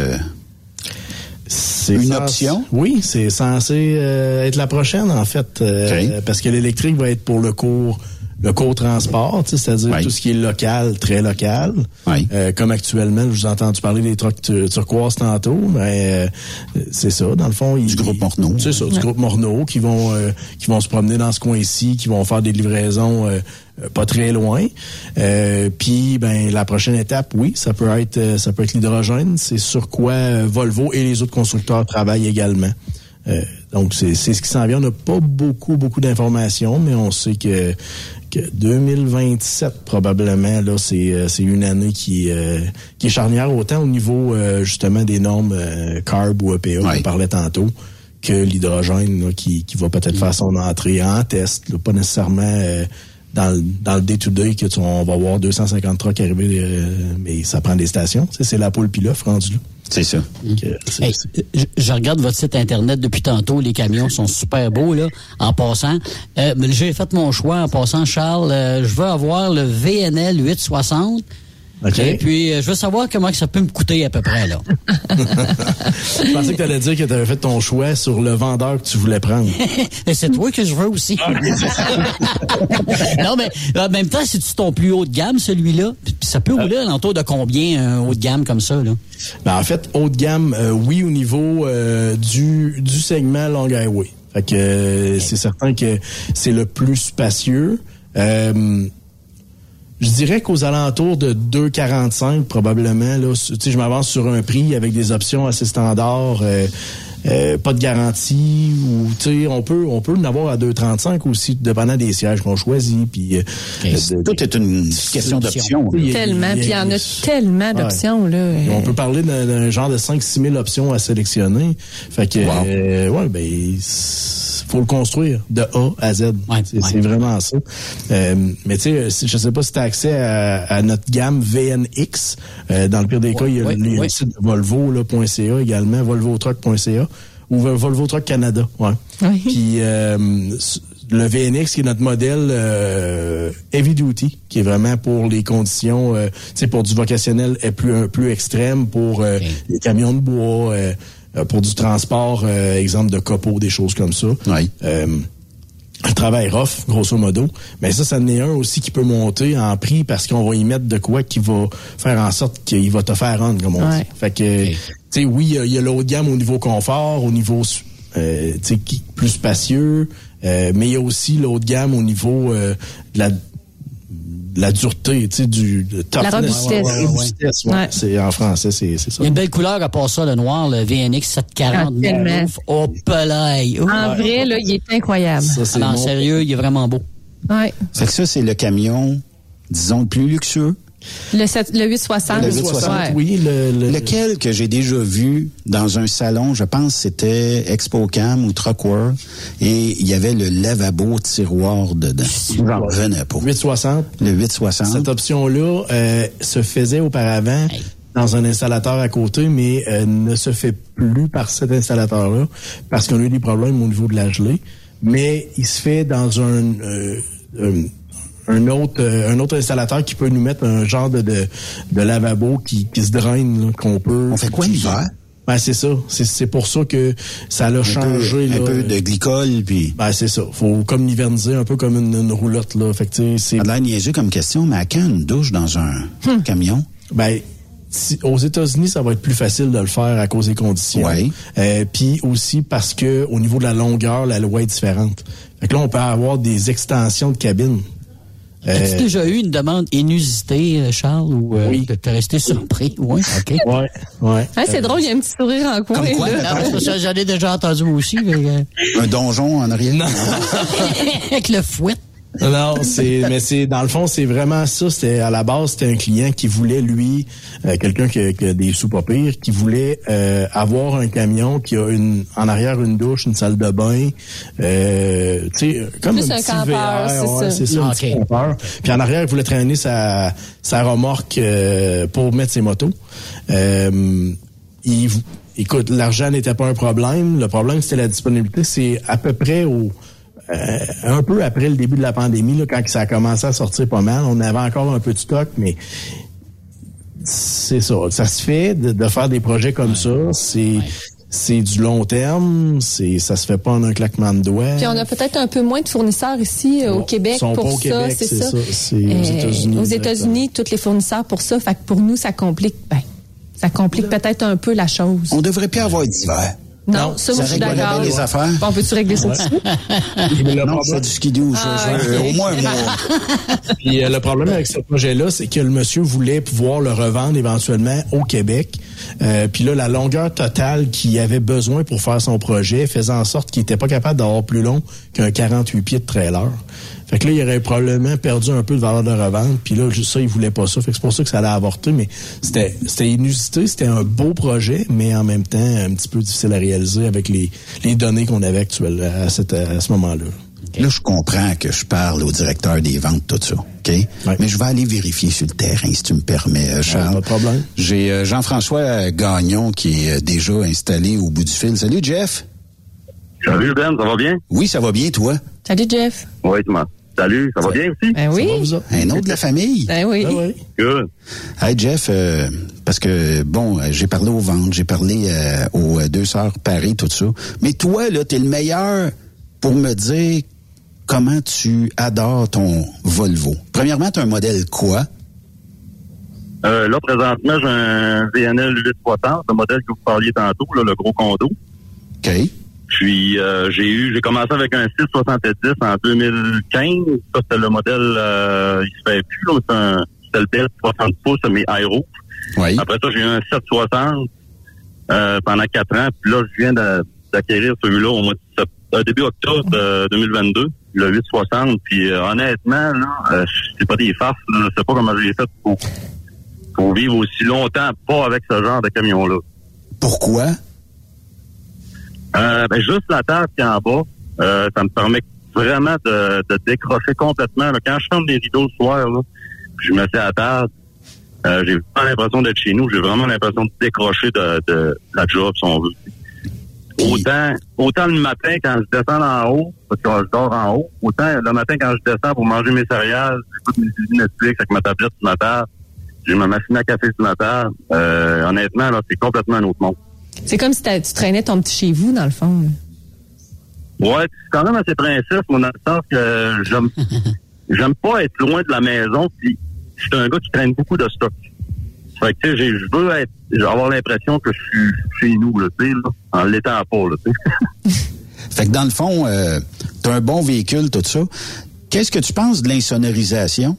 C'est une option? Oui, c'est censé être la prochaine, en fait. Parce que l'électrique va être pour le court transport, c'est-à-dire tout ce qui est local, très local. Comme actuellement, je vous ai entendu parler des trucks turquoise tantôt, mais c'est ça, dans le fond. Du groupe Morneau. C'est ça, du groupe Morneau qui vont se promener dans ce coin-ci, qui vont faire des livraisons pas très loin. Puis la prochaine étape, oui, ça peut être l'hydrogène. C'est sur quoi Volvo et les autres constructeurs travaillent également. Donc c'est ce qui s'en vient. On n'a pas beaucoup d'informations, mais on sait que 2027 probablement là, c'est une année qui est charnière autant au niveau justement des normes CARB ou EPA qu'on parlait tantôt, que l'hydrogène là, qui va peut-être faire son entrée en test, là, pas nécessairement dans le day-to-day que on va voir 250 trucks arriver, mais ça prend des stations. C'est la poule pilote rendu là. C'est ça. Je regarde votre site Internet depuis tantôt. Les camions sont super beaux, là, en passant. J'ai fait mon choix en passant, Charles. Je veux avoir le VNL 860. Okay. Et puis, je veux savoir comment ça peut me coûter à peu près, là. Je pensais que tu allais dire que tu avais fait ton choix sur le vendeur que tu voulais prendre. Et c'est toi que je veux aussi. Non, mais en même temps, c'est-tu ton plus haut de gamme, celui-là? Puis ça peut rouler à l'entour de combien, un haut de gamme comme ça, là? En fait, haut de gamme, oui, au niveau du segment Long Highway. Fait que c'est certain que c'est le plus spacieux. Je dirais qu'aux alentours de 2,45 probablement, là, je m'avance sur un prix avec des options assez standards, pas de garantie, ou on peut en avoir à 2,35 aussi, dépendant des sièges qu'on choisit. Puis tout est une question d'options. Tellement, puis il y en a tellement d'options là. On peut parler d'un genre de 5-6 000 options à sélectionner. Fait que faut le construire de A à Z. C'est vraiment ça. Mais tu sais, je sais pas si tu as accès à notre gamme VNX. Dans le pire des cas, il y a le site de Volvo.ca également, volvotruck.ca ou Volvo Truck Canada. Ouais. Oui. Puis le VNX qui est notre modèle heavy duty, qui est vraiment pour les conditions, tu sais, pour du vocationnel plus extrême, pour les camions de bois, pour du transport, exemple de copeaux, des choses comme ça. Oui. Le travail rough, grosso modo. Mais ça en est un aussi qui peut monter en prix parce qu'on va y mettre de quoi qui va faire en sorte qu'il va te faire rendre, comme on dit. Fait que, tu sais, oui, il y a l'autre gamme au niveau confort, au niveau, tu sais, plus spacieux, mais il y a aussi l'autre gamme au niveau de la dureté, tu sais, du toughness. La robustesse. Ouais. C'est, en français, c'est ça. Il y a une belle couleur à part ça, le noir, le VNX 740. Oh, pelaille. En vrai, là, il est incroyable. Ça, non, sérieux, il est vraiment beau. Ouais. Fait que ça, c'est le camion, disons, le plus luxueux. Le 860. Le 860, oui. Lequel que j'ai déjà vu dans un salon, je pense c'était ExpoCam ou Truckworld, et il y avait le lavabo tiroir dedans. J'en revenais pas. 860. Le 860. Cette option-là se faisait auparavant dans un installateur à côté, mais ne se fait plus par cet installateur-là parce qu'on a eu des problèmes au niveau de la gelée. Mais il se fait dans un autre installateur qui peut nous mettre un genre de lavabo qui se draine, là, qu'on peut. On fait quoi l'hiver? Ben, c'est ça. C'est pour ça que ça l'a changé. Un peu de glycol, puis. Ben, c'est ça. Faut comme l'hiverniser, un peu comme une roulotte, là. Fait que, c'est. Ça a l'air niaiseux comme question, mais à quand une douche dans un camion? Ben, aux États-Unis, ça va être plus facile de le faire à cause des conditions. Oui. Puis aussi parce que au niveau de la longueur, la loi est différente. Fait que là, on peut avoir des extensions de cabine. As-tu déjà eu une demande inusitée, Charles, ou oui. de te rester surpris? Oui, OK. Ouais. Ah, c'est drôle, il y a un petit sourire en coin. Comme quoi? Ça, j'en ai déjà entendu aussi. Mais... Un donjon en arrière? Non. Avec le fouet. Non, mais c'est dans le fond, c'est vraiment ça. C'était à la base, c'était un client qui voulait lui, quelqu'un qui a des sous pas pires, qui voulait avoir un camion qui a en arrière une douche, une salle de bain, tu sais, comme plus un petit campeur, VR, c'est ça, un petit campeur. Puis en arrière, il voulait traîner sa remorque pour mettre ses motos. Écoute, l'argent n'était pas un problème. Le problème, c'était la disponibilité. C'est à peu près un peu après le début de la pandémie, là, quand ça a commencé à sortir pas mal, on avait encore un peu de stock, mais c'est ça. Ça se fait de faire des projets comme ça. C'est du long terme. Ça se fait pas en un claquement de doigts. Puis on a peut-être un peu moins de fournisseurs ici au Québec pour ça. Québec, c'est ça. C'est aux États-Unis. Aux États-Unis, tous les fournisseurs pour ça. Fait que pour nous, ça complique peut-être un peu la chose. On devrait plus avoir d'hiver. Non, ça, moi, je suis d'accord. Les affaires. On peut-tu régler ça dessus? Non, c'est du skidoo. Au moins un mois. Puis le problème avec ce projet-là, c'est que le monsieur voulait pouvoir le revendre éventuellement au Québec. Puis là, la longueur totale qu'il avait besoin pour faire son projet faisait en sorte qu'il était pas capable d'avoir plus long qu'un 48 pieds de trailer. Fait que là, il aurait probablement perdu un peu de valeur de revente. Puis là, juste ça, il voulait pas ça. Fait que c'est pour ça que ça allait avorter. Mais c'était inusité. C'était un beau projet, mais en même temps, un petit peu difficile à réaliser avec les données qu'on avait actuellement à ce moment-là. Okay. Là, je comprends que je parle au directeur des ventes, tout ça. OK? Ouais. Mais je vais aller vérifier sur le terrain, si tu me permets, Charles. Pas de problème. J'ai Jean-François Gagnon qui est déjà installé au bout du fil. Salut, Jeff. Salut, Ben, ça va bien? Oui, ça va bien, toi? Salut, Jeff. Oui, salut, ça va bien aussi? Ben oui. Un autre de la famille? Ben oui. Good. Hey, Jeff, parce que, bon, j'ai parlé aux ventes, j'ai parlé aux deux sœurs Paris, tout ça. Mais toi, là, t'es le meilleur pour me dire comment tu adores ton Volvo. Premièrement, t'as un modèle quoi? Là, présentement, j'ai un VNL 860, le modèle que vous parliez tantôt, là, le gros condo. OK. Puis, j'ai commencé avec un 670 en 2015. Ça, c'était le modèle, il se fait plus, là. C'était le bel 60 pouces, mais aéro. Oui. Après ça, j'ai eu un 760 pendant 4 ans. Puis là, je viens d'acquérir celui-là au mois de début octobre 2022, le 860. Puis, honnêtement, là, c'est pas des farces, là. Je sais pas comment j'ai fait pour vivre aussi longtemps, pas avec ce genre de camion-là. Pourquoi? Juste la table qui est en bas, Ça me permet vraiment de décrocher complètement. Là. Quand je ferme les rideaux le soir, là, puis je me mets à table, j'ai pas l'impression d'être chez nous. J'ai vraiment l'impression de décrocher de la job, si on veut. Autant le matin quand je descends en haut, parce que je dors en haut, autant le matin quand je descends pour manger mes céréales, j'écoute mes vidéos Netflix avec ma tablette sur ma table, j'ai ma machine à café sur ma table. Honnêtement, là, c'est complètement un autre monde. C'est comme si tu traînais ton petit chez vous, dans le fond. Ouais, c'est quand même assez principe, moi, dans le sens que j'aime pas être loin de la maison, puis je suis un gars qui traîne beaucoup de stock. Fait que, tu sais, je veux avoir l'impression que je suis chez nous, là, tu sais, là, en l'étant pas, là, tu sais. Fait que dans le fond, t'as un bon véhicule, tout ça. Qu'est-ce que tu penses de l'insonorisation?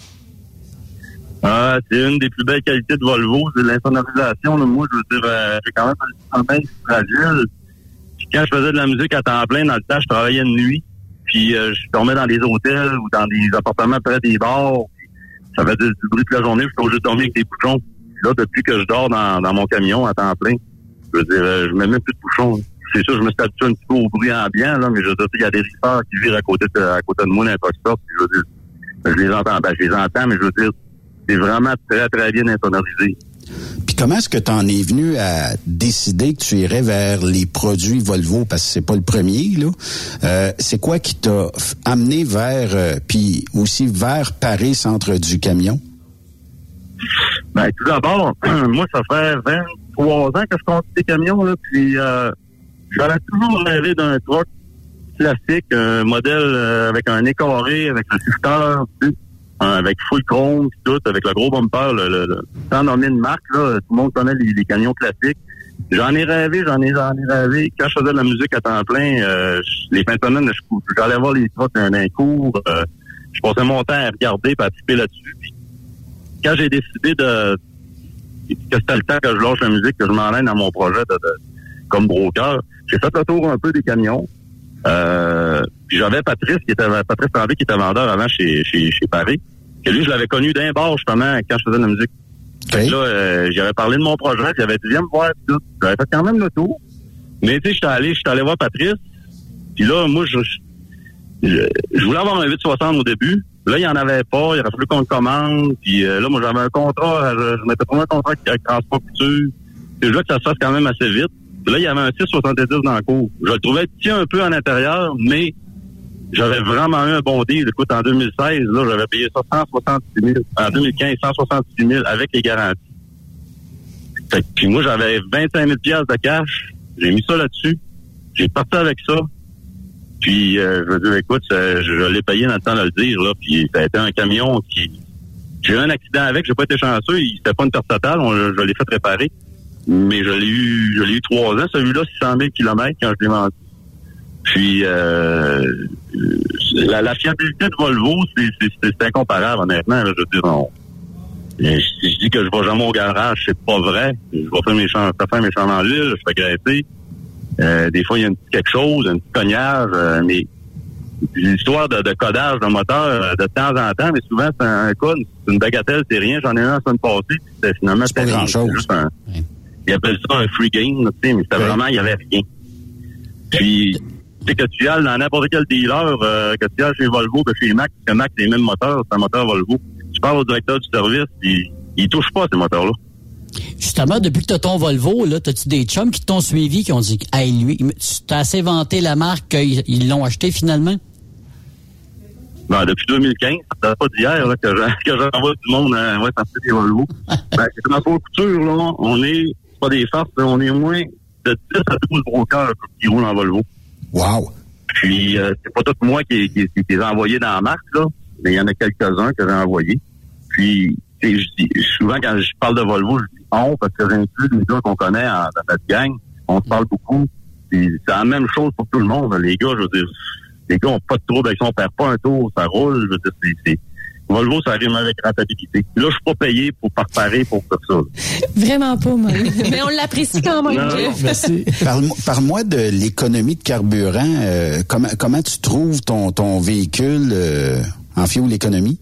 C'est une des plus belles qualités de Volvo, c'est l'insonorisation. Là. Moi, je veux dire, j'ai quand même un sommeil fragile. Puis quand je faisais de la musique à temps plein, dans le temps, je travaillais de nuit. Puis je dormais dans des hôtels ou dans des appartements près des bars. Ça faisait du bruit toute la journée, je suis obligé de dormir avec des bouchons. Puis là, depuis que je dors dans mon camion à temps plein, je veux dire, je mets même plus de bouchons. C'est sûr, je me suis habitué un petit peu au bruit ambiant, là, mais je veux dire, il y a des riffeurs qui virent à côté de moi dans un truck stop. Je veux dire, je les entends, mais je veux dire, c'est vraiment très, très bien insonorisé. Puis comment est-ce que tu en es venu à décider que tu irais vers les produits Volvo? Parce que c'est pas le premier, là. C'est quoi qui t'a amené vers, puis aussi vers Paris, centre du camion? Ben, tout d'abord, moi, ça fait 23 ans que je conduis des camions, là, puis j'avais toujours rêvé d'un truck classique, un modèle avec un nez carré, avec un shifter, avec full chrome, tout, avec le gros bumper, sans nommer une marque, là, tout le monde connaît les camions classiques. J'en ai rêvé. Quand je faisais de la musique à temps plein, les fins de semaine, j'allais voir les trucks d'un cours, je passais mon temps à regarder et à triper là-dessus. Puis, quand j'ai décidé que c'était le temps que je lâche la musique, que je m'enlève dans mon projet comme broker, j'ai fait le tour un peu des camions. Puis j'avais Patrice Tremblay qui était vendeur avant chez Paris. Que lui, je l'avais connu d'un bar, justement, quand je faisais de la musique. Okay. Là, j'avais parlé de mon projet, puis il avait dit, viens me voir, tout. J'avais fait quand même le tour. Mais tu sais, je suis allé voir Patrice. Puis là, moi, je voulais avoir un 860 au début. Là, il n'y en avait pas. Il aurait fallu qu'on le commande. Puis là, moi, j'avais un contrat. Je m'étais pris un contrat avec Transport Couture. Je voulais que ça se fasse quand même assez vite. Puis là, il y avait un 670 dans le cours. Je le trouvais petit un peu en intérieur, mais j'avais vraiment eu un bon deal. Écoute, en 2016, là, j'avais payé ça 166 000. En 2015, 166 000 avec les garanties. Fait que, puis moi, j'avais 25 000 $ de cash. J'ai mis ça là-dessus. J'ai parti avec ça. Puis, je veux dire, écoute, je l'ai payé dans le temps de le dire, là. Puis, ça a été un camion qui... J'ai eu un accident avec. J'ai pas été chanceux. C'était pas une perte totale. Je l'ai fait réparer. Mais je l'ai eu 3 ans. Celui-là, 600 000 km quand je l'ai vendu. Puis, la fiabilité de Volvo, c'est incomparable, honnêtement. Là, je veux dire, si je dis que je vais jamais au garage, c'est pas vrai. Je vais faire mes champs en l'huile, je fais graisser. Des fois, il y a quelque chose, un petit cognage, mais l'histoire de codage d'un moteur de temps en temps, mais souvent, c'est un cas, c'est une bagatelle, c'est rien. J'en ai eu un la semaine passée, puis finalement, c'est pas grand-chose. Ils appellent ça un free game, tu sais, mais c'était vraiment, il y avait rien. Puis, tu sais, que tu ailles dans n'importe quel dealer, que tu ailles chez Volvo, que chez Mac, parce que Mac, c'est les mêmes moteurs, c'est un moteur Volvo. Tu parles au directeur du service, puis il touche pas ces moteurs-là. Justement, depuis que tu as ton Volvo, là, t'as-tu des chums qui t'ont suivi, qui ont dit, hey, lui, tu t'as assez vanté la marque qu'ils l'ont acheté finalement? Ben, depuis 2015, ça pas d'hier, là, que j'envoie du monde, s'acheter des Volvo. Ben, c'est Transport Couture, là, on est, c'est pas des farces, on est au moins de 10 à 12 brokers qui roulent en Volvo. Wow! Puis, c'est pas tout moi qui les a envoyés dans la marque, là, mais il y en a quelques-uns que j'ai envoyés. Puis, souvent, quand je parle de Volvo, je dis on, parce que j'inclus les gars qu'on connaît dans notre gang. On se parle beaucoup. Puis, c'est la même chose pour tout le monde. Les gars, je veux dire, les gars ont pas de trouble avec ça. On perd pas un tour, ça roule. Je veux dire, Volvo, ça rime avec rentabilité. Là, je suis pas payé pour préparer pour faire ça. Vraiment pas, moi. Mais on l'apprécie quand même. Non, merci. Parle-moi de l'économie de carburant. Comment tu trouves ton véhicule en fioul économie?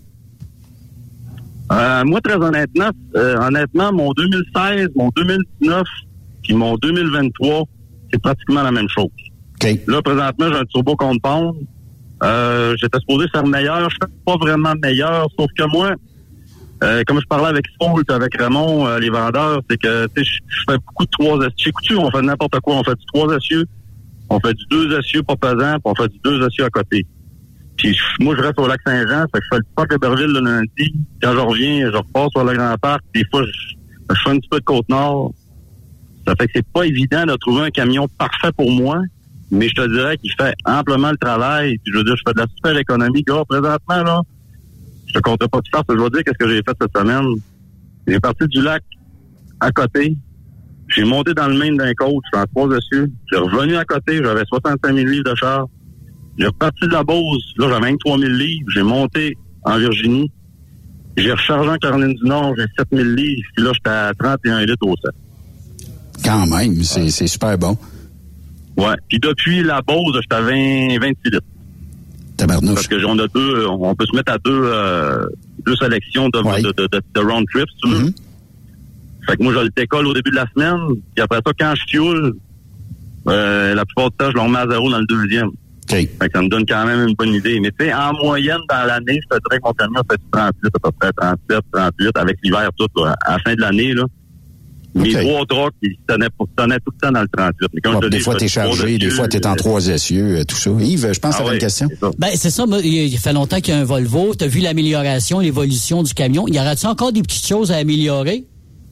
Moi, très honnêtement, mon 2016, mon 2019 puis mon 2023, c'est pratiquement la même chose. Okay. Là, présentement, j'ai un turbo contre-pompe. J'étais supposé faire meilleur. Je fais pas vraiment meilleur, sauf que moi, comme je parlais avec Spoult, avec Raymond, les vendeurs, c'est que je fais beaucoup de 3 essieux. Chez Couture, on fait n'importe quoi. On fait du 3 essieux, on fait du 2 essieux pas pesant, puis on fait du 2 essieux à côté. Puis moi, je reste au lac Saint-Jean, fait que je fais le parc d'Héberville le lundi. Quand je reviens, je repars sur le Grand Parc. Des fois, je fais un petit peu de Côte-Nord. Ça fait que c'est pas évident de trouver un camion parfait pour moi, mais je te dirais qu'il fait amplement le travail. Puis je veux dire, je fais de la super économie. Gars, présentement, là, je te compte pas de faire. Je vais dire qu'est-ce que j'ai fait cette semaine. J'ai parti du lac à côté. J'ai monté dans le Maine d'un coach, en 3 essieux. J'ai revenu à côté, j'avais 65 000 livres de char. J'ai reparti de la Beauce, là, j'avais 23 000 livres. J'ai monté en Virginie. J'ai rechargé en Caroline du Nord, j'ai 7 000 livres. Puis là, j'étais à 31 litres au 7. Quand même, c'est super bon. Ouais. Puis depuis la Beauce, j'étais à 26 litres. Tabarnouche. Parce que on peut se mettre à deux sélections de round trip, si tu veux. Fait que moi, je le décolle au début de la semaine. Puis après ça, quand je fuel, la plupart du temps, je le remets à 0 dans le deuxième. Okay. Fait que ça me donne quand même une bonne idée. Mais tu sais, en moyenne, dans l'année, je te dirais que mon camion fait 38, à peu près 37, 38, avec l'hiver tout, là, à la fin de l'année, là. Mes 3 trucks, ils tenaient tout le temps dans le 38. Mais comme des fois, t'es chargé, des fois, t'es en 3 essieux, tout ça. Yves, je pense que t'avais une question. C'est ça. Il fait longtemps qu'il y a un Volvo. T'as vu l'amélioration, l'évolution du camion. Y aura-t-il encore des petites choses à améliorer?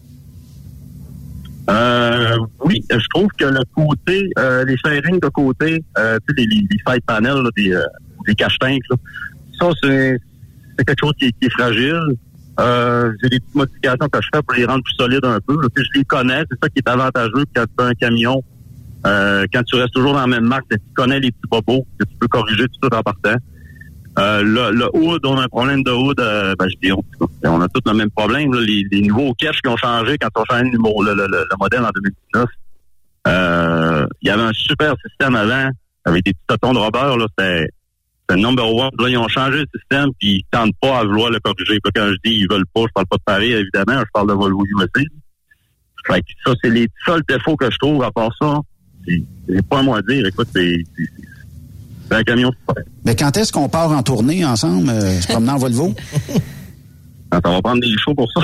Oui, je trouve que le côté, les fairings de côté, tu sais, les side panels, là, des cache-tanks, là, ça, c'est quelque chose qui est fragile. J'ai des petites modifications que je fais pour les rendre plus solides un peu. Là, je les connais, c'est ça qui est avantageux quand tu as un camion. Quand tu restes toujours dans la même marque, c'est que tu connais les petits bobos que tu peux corriger tout en partant. Le hood, on a un problème de hood, on a tous le même problème. Là, les nouveaux caches qui ont changé quand on a changé le modèle en 2019. Il y avait un super système avant, avec des petits totons de rubber, là, c'était number one. Là, ils ont changé le système, puis ils tentent pas à vouloir le corriger. Puis quand je dis ils veulent pas, je parle pas de Paris, évidemment, je parle de Volvo USA. Fait que ça, c'est les seuls défauts que je trouve. À part ça, j'ai pas un mot à dire. Écoute, c'est un camion super. Mais quand est-ce qu'on part en tournée ensemble, se promener en Volvo? Ça va prendre des shows pour ça.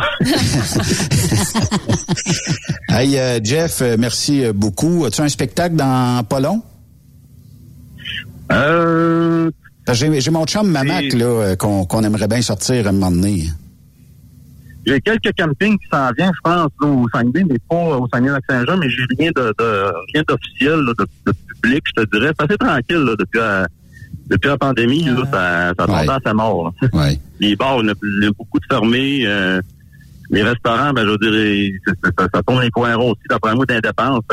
Hey, Jeff, merci beaucoup. As-tu un spectacle dans pas long? J'ai mon chum Mamac là, qu'on aimerait bien sortir à un moment donné. J'ai quelques campings qui s'en viennent, je pense, là, au Saguenay, mais pas au Saguenay-Lac-Saint-Jean, mais j'ai rien d'officiel, là, de public, je te dirais. C'est assez tranquille là, depuis la pandémie, là, ça tombe à sa mort. Ouais. Les bars, il y a beaucoup de fermés. Les restaurants, ben, je veux dire, ça tourne les coins ronds aussi, d'après moi, d'indépendance.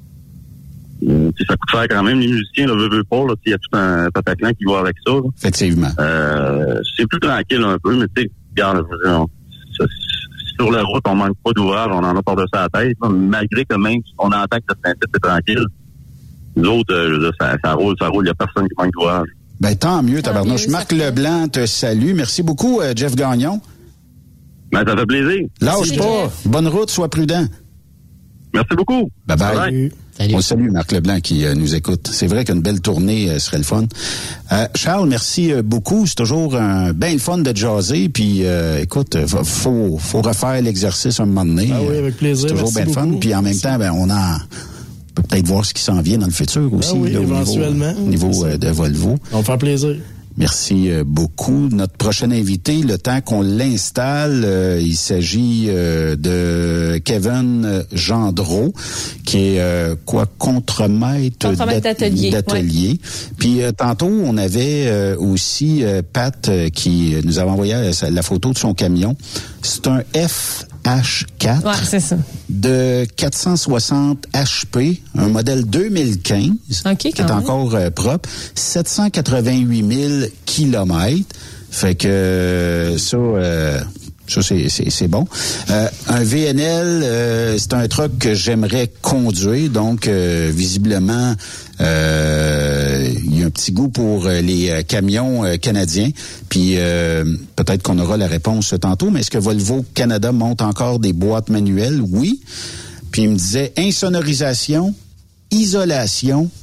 Ça coûte cher quand même. Les musiciens, là, veulent pas, là, il y a tout un pataclan qui va avec ça. Là. Effectivement. C'est plus tranquille un peu, mais tu sais, regarde, sur la route, on manque pas d'ouvrage, on en a par-dessus la tête, là, malgré que même on entend que c'est tranquille. Les autres, ça roule, il n'y a personne qui manque d'ouvrage. Ben, tant mieux, tabarnouche. Marc Leblanc te salue. Merci beaucoup, Jeff Gagnon. Ben, ça fait plaisir. Lâche pas. Jeff. Bonne route, sois prudent. Merci beaucoup. Bye-bye. Salut. On salue Marc Leblanc qui nous écoute. C'est vrai qu'une belle tournée serait le fun. Charles, merci beaucoup. C'est toujours bien le fun de jaser. Puis, écoute, faut refaire l'exercice un moment donné. Ah oui, avec plaisir. C'est toujours bien le fun. Puis en même temps, ben, on peut peut-être voir ce qui s'en vient dans le futur aussi. Ah oui, là, éventuellement. Au niveau de Volvo. On va faire plaisir. Merci beaucoup. Notre prochain invité, le temps qu'on l'installe, il s'agit de Kevin Gendreau, qui est contremaître d'atelier. Ouais. Puis tantôt, on avait aussi Pat qui nous avait envoyé la photo de son camion. C'est un FH4 c'est ça. de 460 HP, un modèle 2015, qui est encore propre, 788 000 kilomètres. Fait que ça c'est bon. Un VNL, c'est un truck que j'aimerais conduire, donc visiblement il y a un petit goût pour les camions canadiens. Puis peut-être qu'on aura la réponse tantôt, mais est-ce que Volvo Canada monte encore des boîtes manuelles? Oui. Puis il me disait insonorisation, isolation,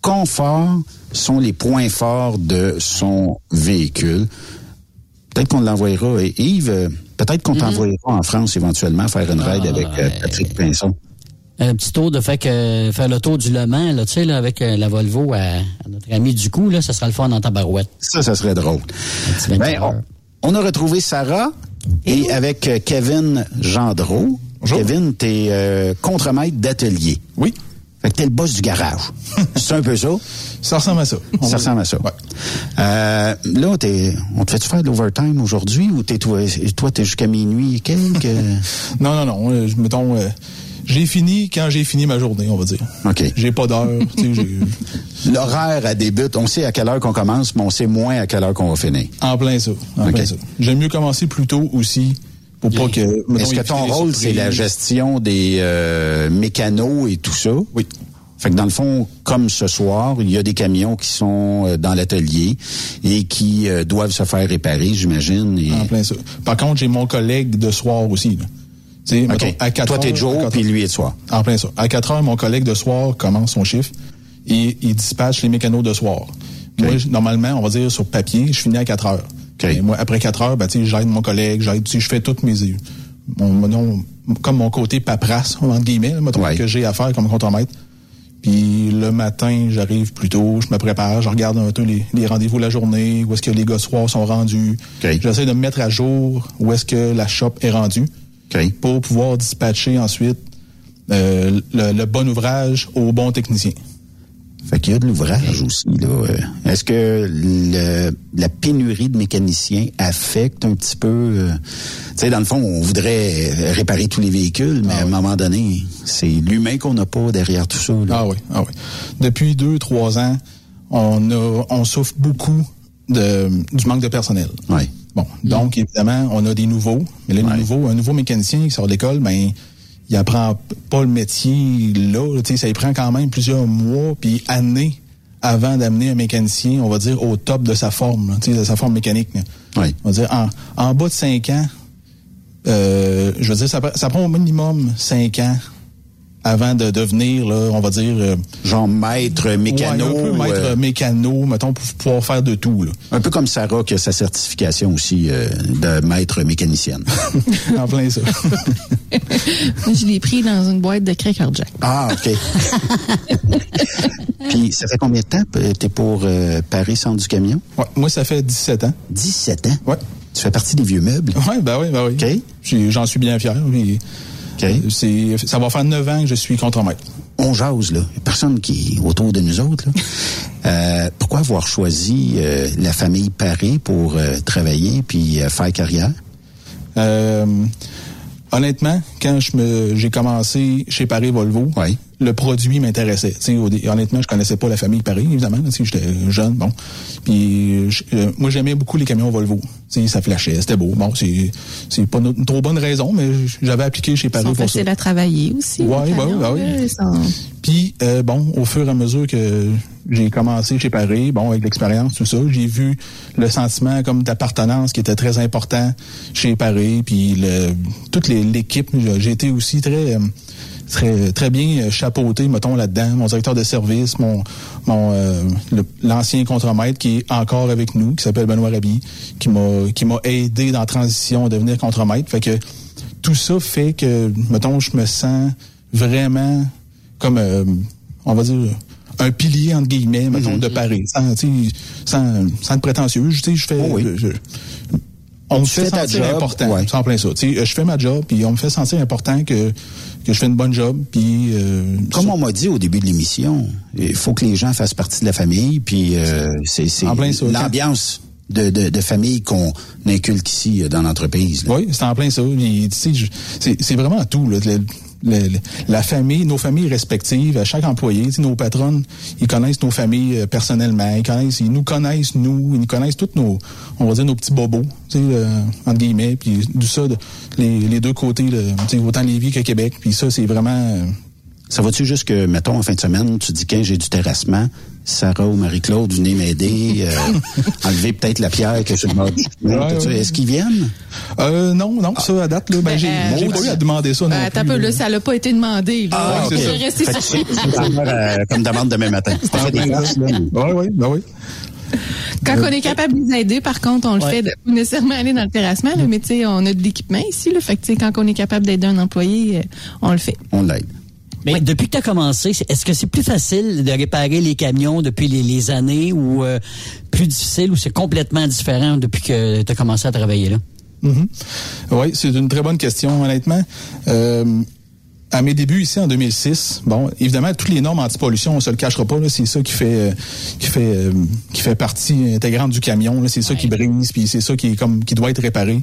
confort sont les points forts de son véhicule. Peut-être qu'on l'envoyera. Et Yves, peut-être qu'on t'envoyera en France éventuellement faire une ride avec Patrick Pinson. Un petit tour de faire le tour du Le Mans, là, tu sais, là, avec la Volvo à notre ami du coup, là, ça sera le fun en tabarouette. Ça serait drôle. On a retrouvé Sarah et avec Kevin Gendreau. Bonjour. Kevin, t'es contremaître d'atelier. Oui. Fait que t'es le boss du garage. C'est un peu ça? Ça ressemble à ça. Ça ressemble à ça. Ouais. Là, on te fait-tu faire de l'overtime aujourd'hui ou toi, t'es jusqu'à minuit et quelques? Non. Mettons, j'ai fini quand j'ai fini ma journée, on va dire. OK. J'ai pas d'heure. L'horaire, elle débute. On sait à quelle heure qu'on commence, mais on sait moins à quelle heure qu'on va finir. En plein ça. Plein ça. J'aime mieux commencer plus tôt aussi. Pour pas que, est-ce que ton rôle, c'est la gestion des mécanos et tout ça? Oui. Fait que dans le fond, comme ce soir, il y a des camions qui sont dans l'atelier et qui doivent se faire réparer, j'imagine. Et... En plein ça. Par contre, j'ai mon collègue de soir aussi. Okay. Mettons, à 4 Toi, t'es de jour, puis lui est de soir. En plein ça. À 4 heures, mon collègue de soir commence son chiffre et il dispatche les mécanos de soir. Okay. Moi, normalement, on va dire sur papier, je finis à 4 heures. Okay. Moi, après 4 heures, j'aide mon collègue, je fais toutes mes... comme mon côté paperasse, entre guillemets, que j'ai à faire comme contremaître. Puis le matin, j'arrive plus tôt, je me prépare, je regarde un peu les rendez-vous de la journée, où est-ce que les gars soirs sont rendus. Okay. J'essaie de me mettre à jour où est-ce que la shop est rendue pour pouvoir dispatcher ensuite le bon ouvrage au bon technicien. Fait qu'il y a de l'ouvrage aussi, là. Est-ce que la pénurie de mécaniciens affecte un petit peu... tu sais, dans le fond, on voudrait réparer tous les véhicules, mais à un moment donné, c'est l'humain qu'on n'a pas derrière tout ça, là. Ah oui. Depuis 2-3 ans, on souffre beaucoup du manque de personnel. Oui. Bon, donc, évidemment, on a des nouveaux. Mais là, un nouveau mécanicien qui sort d'école, il apprend pas le métier là, tu sais, ça y prend quand même plusieurs mois puis années avant d'amener un mécanicien, on va dire, au top de sa forme, tu sais, de sa forme mécanique. Oui. On va dire, en bas de 5 ans, je veux dire, ça prend au minimum 5 ans avant de devenir, là, on va dire... genre maître mécano. Ouais, un peu maître mécano, mettons, pour pouvoir faire de tout, là. Un peu comme Sarah qui a sa certification aussi de maître mécanicienne. En plein ça. Je l'ai pris dans une boîte de Cracker Jack. Ah, OK. Puis, ça fait combien de temps t'es pour Paris Centre du camion? Ouais, moi, ça fait 17 ans. 17 ans? Ouais. Tu fais partie des vieux meubles? Oui, ben oui. OK. J'en suis bien fier. Puis, okay. Ça va faire 9 ans que je suis contremaître. On jase, là. Personne qui est autour de nous autres, là. Pourquoi avoir choisi la famille Paré pour travailler puis faire carrière? Honnêtement, quand j'ai commencé chez Paré Volvo, le produit m'intéressait. Honnêtement, je connaissais pas la famille Paré, évidemment. J'étais jeune, bon. Puis moi, j'aimais beaucoup les camions Volvo. Ça flashait, c'était beau. Bon, c'est pas une trop bonne raison, mais j'avais appliqué chez Paré pour ça. Ils sont faciles à travailler aussi. Oui. Puis, au fur et à mesure que j'ai commencé chez Paré, avec l'expérience, tout ça, j'ai vu le sentiment comme d'appartenance qui était très important chez Paré, puis toute l'équipe. J'ai été aussi très bien chapeauté, mettons, là-dedans. Mon directeur de service, l'ancien contremaître qui est encore avec nous, qui s'appelle Benoît Rabi, qui m'a aidé dans la transition à devenir contremaître. Fait que tout ça fait que, mettons, je me sens vraiment comme, on va dire, un pilier, entre guillemets, mettons, de Paris. Sans être prétentieux. Je fais... on me fait sentir important. Ouais. C'est en plein ça. Je fais ma job, puis on me fait sentir important que je fais une bonne job. Puis comme on m'a dit au début de l'émission, il faut que les gens fassent partie de la famille, puis c'est en plein ça. L'ambiance de famille qu'on inculque ici dans l'entreprise. Là. Oui, c'est en plein ça. C'est vraiment tout, là. La famille, nos familles respectives, chaque employé, nos patronnes, ils connaissent nos familles personnellement, ils nous connaissent, ils connaissent tous nos petits bobos, entre guillemets, puis tout ça, les deux côtés, autant Lévis que Québec, puis ça, c'est vraiment Ça va-tu juste que, mettons, en fin de semaine, tu dis, quand j'ai du terrassement, Sarah ou Marie-Claude, venez m'aider, enlever peut-être la pierre que je demande. Est-ce qu'ils viennent? Non, ça, à date, là, j'ai pas eu à demander ça non attends un peu, là, ça l'a pas été demandé, là. C'est ça. Rester sur comme demande demain matin. Oui. Quand on est capable de les aider, par contre, on le fait, pas nécessairement aller dans le terrassement, là, mais tu sais, on a de l'équipement ici, là, fait que tu sais, quand on est capable d'aider un employé, on le fait. On l'aide. Mais depuis que tu as commencé, est-ce que c'est plus facile de réparer les camions depuis les années ou plus difficile ou c'est complètement différent depuis que tu as commencé à travailler là? Oui, c'est une très bonne question, honnêtement. À mes débuts ici en 2006, bon, évidemment, toutes les normes anti-pollution, on se le cachera pas, là, c'est ça qui fait partie intégrante du camion, là, c'est ça qui brise, puis c'est ça qui doit être réparé.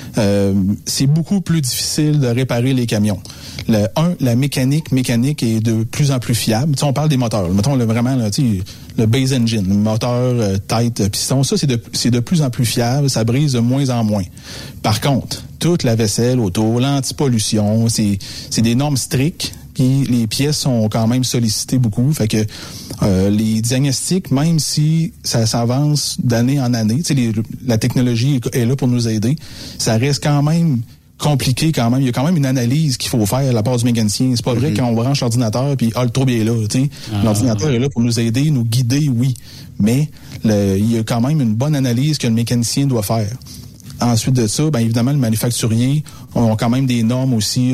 C'est beaucoup plus difficile de réparer les camions. La mécanique est de plus en plus fiable. Tu sais, on parle des moteurs. Mettons vraiment là, le base engine, le moteur, tête, piston, ça c'est de plus en plus fiable, ça brise de moins en moins. Par contre, toute la vaisselle autour, l'antipollution, c'est des normes strictes. Puis les pièces sont quand même sollicitées beaucoup. Fait que les diagnostics, même si ça s'avance d'année en année, la technologie est là pour nous aider, ça reste quand même compliqué quand même. Il y a quand même une analyse qu'il faut faire à la part du mécanicien. C'est pas vrai quand on branche l'ordinateur puis le trouble est là. L'ordinateur est là pour nous aider, nous guider, oui. Mais il y a quand même une bonne analyse que le mécanicien doit faire. Ensuite de ça, bien évidemment, le manufacturier a quand même des normes aussi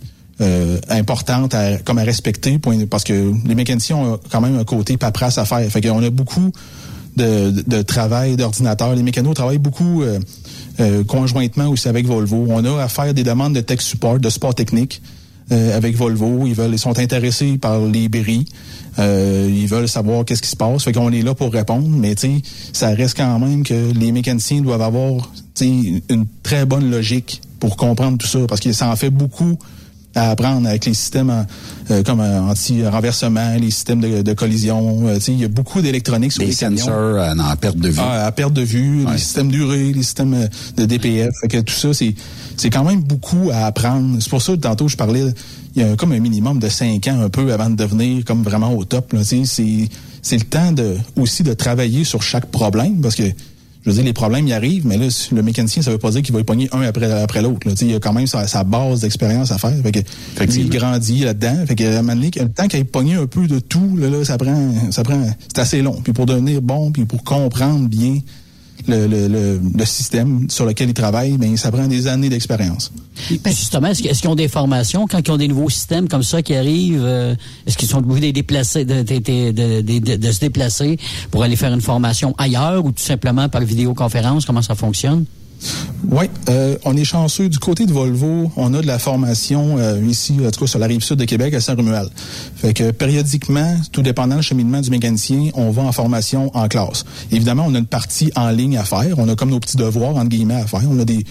importantes à respecter parce que les mécaniciens ont quand même un côté paperasse à faire. Fait qu'on a beaucoup de travail d'ordinateur. Les mécanos travaillent beaucoup conjointement aussi avec Volvo. On a à faire des demandes de tech support, de support technique avec Volvo. Ils sont intéressés par les bris. Ils veulent savoir qu'est-ce qui se passe. Fait qu'on est là pour répondre. Mais tu sais, ça reste quand même que les mécaniciens doivent avoir une très bonne logique pour comprendre tout ça. Parce que ça en fait beaucoup à apprendre avec les systèmes comme anti-renversement, les systèmes de collision. Il y a beaucoup d'électronique sur les camions. Les sensors en perte de vue. À perte de vue, les systèmes d'urée, les systèmes de DPF. Fait que tout ça, c'est quand même beaucoup à apprendre. C'est pour ça que tantôt, je parlais, il y a comme un minimum de 5 ans un peu avant de devenir comme vraiment au top. Là. C'est le temps aussi de travailler sur chaque problème parce que je veux dire, les problèmes y arrivent, mais là, le mécanicien, ça veut pas dire qu'il va y pogner un après l'autre. Là. Il y a quand même sa base d'expérience à faire. Fait que il grandit là-dedans. Fait que à un moment donné, le temps qu'il ait pogné un peu de tout, là, ça prend, c'est assez long. Puis pour devenir bon, puis pour comprendre bien le système sur lequel ils travaillent, bien, ça prend des années d'expérience. Justement, est-ce qu'ils ont des formations quand ils ont des nouveaux systèmes comme ça qui arrivent? Est-ce qu'ils sont obligés de se déplacer pour aller faire une formation ailleurs ou tout simplement par vidéoconférence? Comment ça fonctionne? Oui, on est chanceux. Du côté de Volvo, on a de la formation ici, en tout cas sur la rive sud de Québec, à Saint-Romuald. Fait que périodiquement, tout dépendant du cheminement du mécanicien, on va en formation en classe. Évidemment, on a une partie en ligne à faire. On a comme nos petits devoirs, entre guillemets, à faire. On a des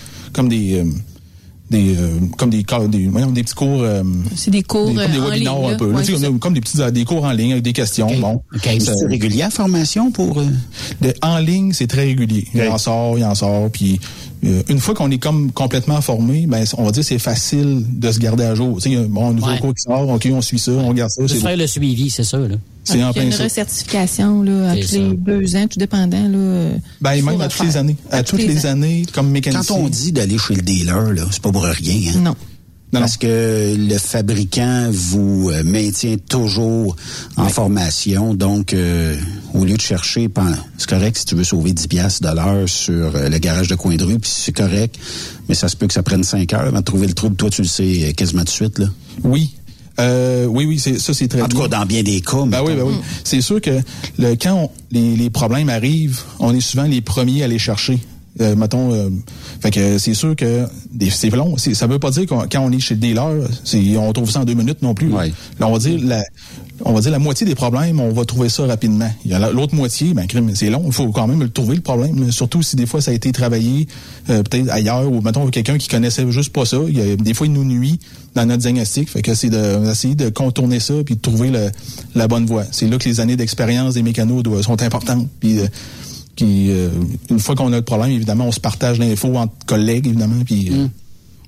petits cours. C'est des cours comme des webinaires ligne, un peu. Ouais, on a comme des cours en ligne avec des questions. Okay. Bon. Okay. C'est régulier la formation pour. En ligne, c'est très régulier. Il en sort. Puis une fois qu'on est comme complètement formé, ben on va dire c'est facile de se garder à jour. Tu sais, un nouveau cours qui sort, ok, on suit ça, on regarde ça. Juste faire le suivi, c'est ça là. C'est en plein ça. Il y a une recertification là, à tous les 2 ans, tout dépendant. Là, même à toutes les années. À toutes les années, comme mécanicien. Quand on dit d'aller chez le dealer, là, c'est pas pour rien. Hein? Non. Parce que le fabricant vous maintient toujours en formation. Donc, au lieu de chercher, c'est correct si tu veux sauver 10$ de l'heure sur le garage de coin de rue, puis c'est correct, mais ça se peut que ça prenne 5 heures avant de trouver le trouble. Toi, tu le sais quasiment tout de suite, là. Oui. Oui, c'est très bien. En tout cas, dans bien des cas. Oui. C'est sûr que quand les problèmes arrivent, on est souvent les premiers à les chercher. Fait que c'est sûr que c'est long. Ça veut pas dire quand on est chez le dealer, on trouve ça en 2 minutes non plus. Ouais. Là, on va dire la moitié des problèmes, on va trouver ça rapidement. Il y a l'autre moitié, c'est long. Il faut quand même le trouver le problème. Surtout si des fois ça a été travaillé peut-être ailleurs ou mettons quelqu'un qui connaissait juste pas ça. Des fois il nous nuit dans notre diagnostic. Fait que c'est d'essayer de contourner ça puis de trouver la bonne voie. C'est là que les années d'expérience des mécanos sont importantes. Puis une fois qu'on a le problème, évidemment, on se partage l'info entre collègues, évidemment, puis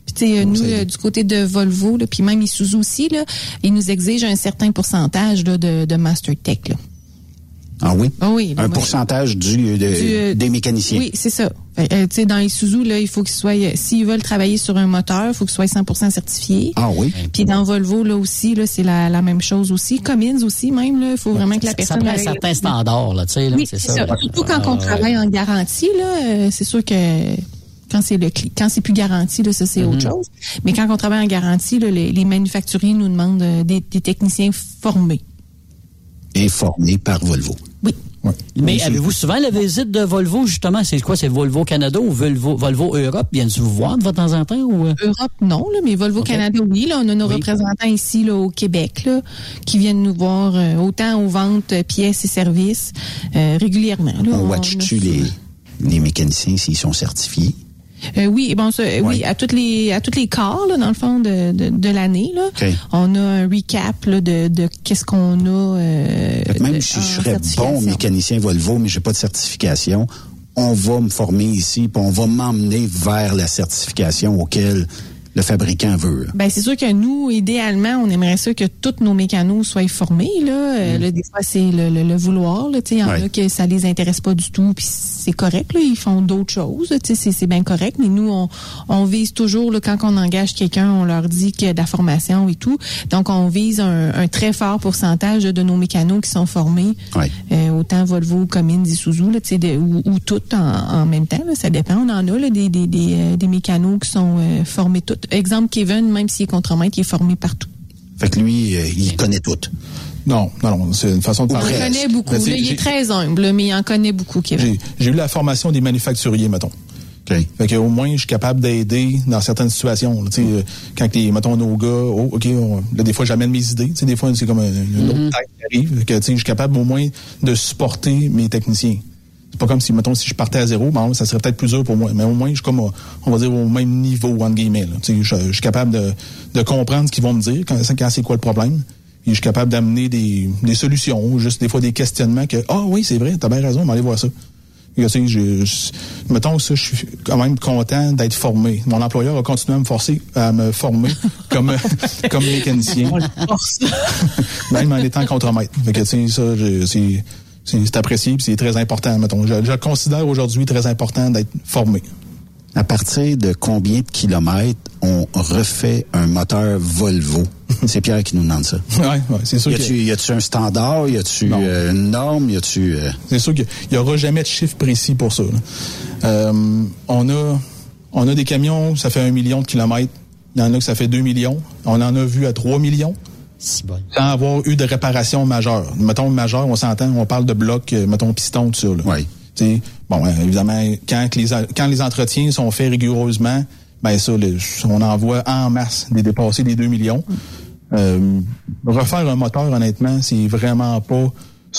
Puis tu sais, nous, du côté de Volvo, là, puis même Isuzu aussi, là, ils nous exigent un certain pourcentage là, de Master Tech. Là. Ah oui? Ah oui. Un pourcentage des mécaniciens. Oui, c'est ça. Tu sais, dans Isuzu, là, il faut qu'ils soient, s'ils veulent travailler sur un moteur, il faut qu'ils soient 100% certifiés. Ah oui. Puis dans Volvo, là aussi, là, c'est la même chose aussi. Cummins aussi, même, là, il faut vraiment que la personne... Ça prend un certain standard, là, tu sais. Oui, c'est ça. Surtout quand on travaille en garantie, là, c'est sûr que quand c'est plus garanti, là, ça, c'est autre chose. Mais quand on travaille en garantie, là, les manufacturiers nous demandent des techniciens formés. Et formés par Volvo. Oui. Mais avez-vous souvent la visite de Volvo, justement? C'est quoi? C'est Volvo Canada ou Volvo Europe? Viennent-ils vous voir de temps en temps? Ou... Europe, non, là, mais Volvo Canada, oui. Là, on a nos représentants ici là, au Québec là, qui viennent nous voir autant aux ventes, pièces et services régulièrement. Là, on watch-tu les mécaniciens s'ils sont certifiés? Oui, bon, ça, oui, à toutes les quarts, là, dans le fond de l'année, là, on a un recap là, de qu'est-ce qu'on a. Même si je serais bon mécanicien Volvo, mais j'ai pas de certification, on va me former ici, puis on va m'emmener vers la certification auquel le fabricant veut. Ben c'est sûr que nous, idéalement, on aimerait ça que tous nos mécanos soient formés. Là, là des fois, c'est le vouloir. Il y en a que ça les intéresse pas du tout, puis c'est correct. Là, ils font d'autres choses. C'est bien correct. Mais nous, on vise toujours, là, quand on engage quelqu'un, on leur dit qu'il y a de la formation et tout. Donc, on vise un très fort pourcentage de nos mécanos qui sont formés. Autant Volvo, Cummins, Isuzu, là, ou toutes en même temps. Là, ça dépend. On en a là, des mécanos qui sont formés toutes. Exemple, Kevin, même s'il est contremaître, il est formé partout. Fait que lui, il connaît tout. Non, c'est une façon de parler. Il en connaît beaucoup. Là, il est très humble, mais il en connaît beaucoup, Kevin. J'ai eu la formation des manufacturiers, mettons. Fait que au moins, je suis capable d'aider dans certaines situations. Là, quand mettons, nos gars, là, des fois, j'amène mes idées. Des fois, c'est comme une autre tête qui arrive. Que, je suis capable au moins de supporter mes techniciens. C'est pas comme si, mettons, si je partais à zéro, bon, ça serait peut-être plus dur pour moi. Mais au moins, je suis comme, on va dire, au même niveau, entre guillemets. Je suis capable de comprendre ce qu'ils vont me dire, quand c'est quoi le problème. Et je suis capable d'amener des solutions, ou juste des fois des questionnements que, oui, c'est vrai, t'as bien raison, on va aller voir ça. Et, mettons ça, je suis quand même content d'être formé. Mon employeur va continuer à me forcer à me former comme mécanicien. Même en étant contremaître. Fait que, ça, c'est apprécié et c'est très important, mettons. Je le considère aujourd'hui très important d'être formé. À partir de combien de kilomètres on refait un moteur Volvo? C'est Pierre qui nous demande ça. Oui, c'est sûr. Y a-tu un standard? Y a-tu une norme? C'est sûr qu'il n'y aura jamais de chiffre précis pour ça. On a des camions, ça fait 1 million de kilomètres. Il y en a que ça fait 2 millions. On en a vu à 3 millions. C'est bon. Sans avoir eu de réparation majeure. Mettons majeure, on s'entend, on parle de blocs, mettons piston, tout ça. Là. Oui. Bon, évidemment, quand les entretiens sont faits rigoureusement, ben ça, on en voit en masse dépasser les 2 millions. Refaire un moteur, honnêtement, c'est vraiment pas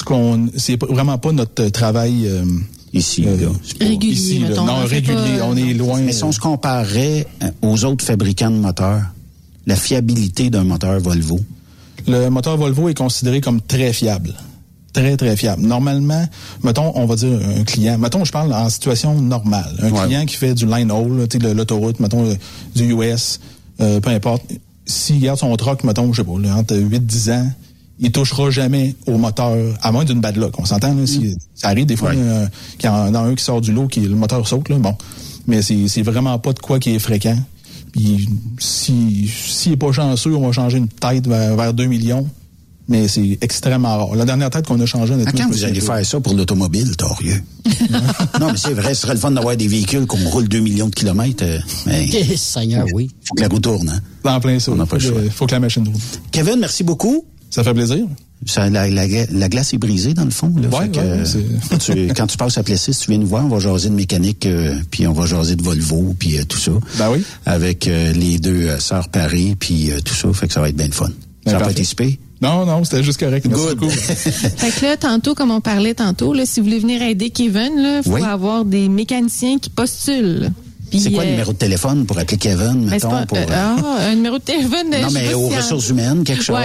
notre travail ici. Régulier, ici, mettons. Non, régulier, on est loin. Mais si on se comparait aux autres fabricants de moteurs, la fiabilité d'un moteur Volvo. Le moteur Volvo est considéré comme très fiable. Très, très fiable. Normalement, mettons, on va dire un client, mettons, je parle en situation normale. Un client qui fait du line haul, l'autoroute, mettons, du US, peu importe. S'il garde son truck, mettons, je sais pas, entre 8-10 ans, il touchera jamais au moteur, à moins d'une bad luck. On s'entend, là, si ça arrive des fois, qu'il y en a un qui sort du lot, le moteur saute, là, bon. Mais c'est vraiment pas de quoi qui est fréquent. Puis, s'il est pas chanceux, on va changer une tête vers 2 millions. Mais c'est extrêmement rare. La dernière tête qu'on a changée, honnêtement... Quand vous allez faire ça pour l'automobile, torieux? Non, mais c'est vrai, ce serait le fun d'avoir des véhicules qu'on roule 2 millions de kilomètres. Mais Seigneur, oui. Faut que la roue tourne, hein? En plein ça. Faut que la machine roule. Kevin, merci beaucoup. Ça fait plaisir. La glace est brisée, dans le fond. Là, quand tu passes à Plessis, tu viens nous voir, on va jaser de mécanique, puis on va jaser de Volvo, puis tout ça. Ben oui. Avec les deux sœurs Paris, puis tout ça. Fait que ça va être bien le fun. Ça va pas être éspé? Non, c'était juste correct. Good. Fait que là, tantôt, comme on parlait tantôt, là, si vous voulez venir aider Kevin, il faut avoir des mécaniciens qui postulent. Puis, c'est quoi le numéro de téléphone pour appeler Kevin, mettons? Un numéro de téléphone. Non, mais aux ressources humaines, quelque chose.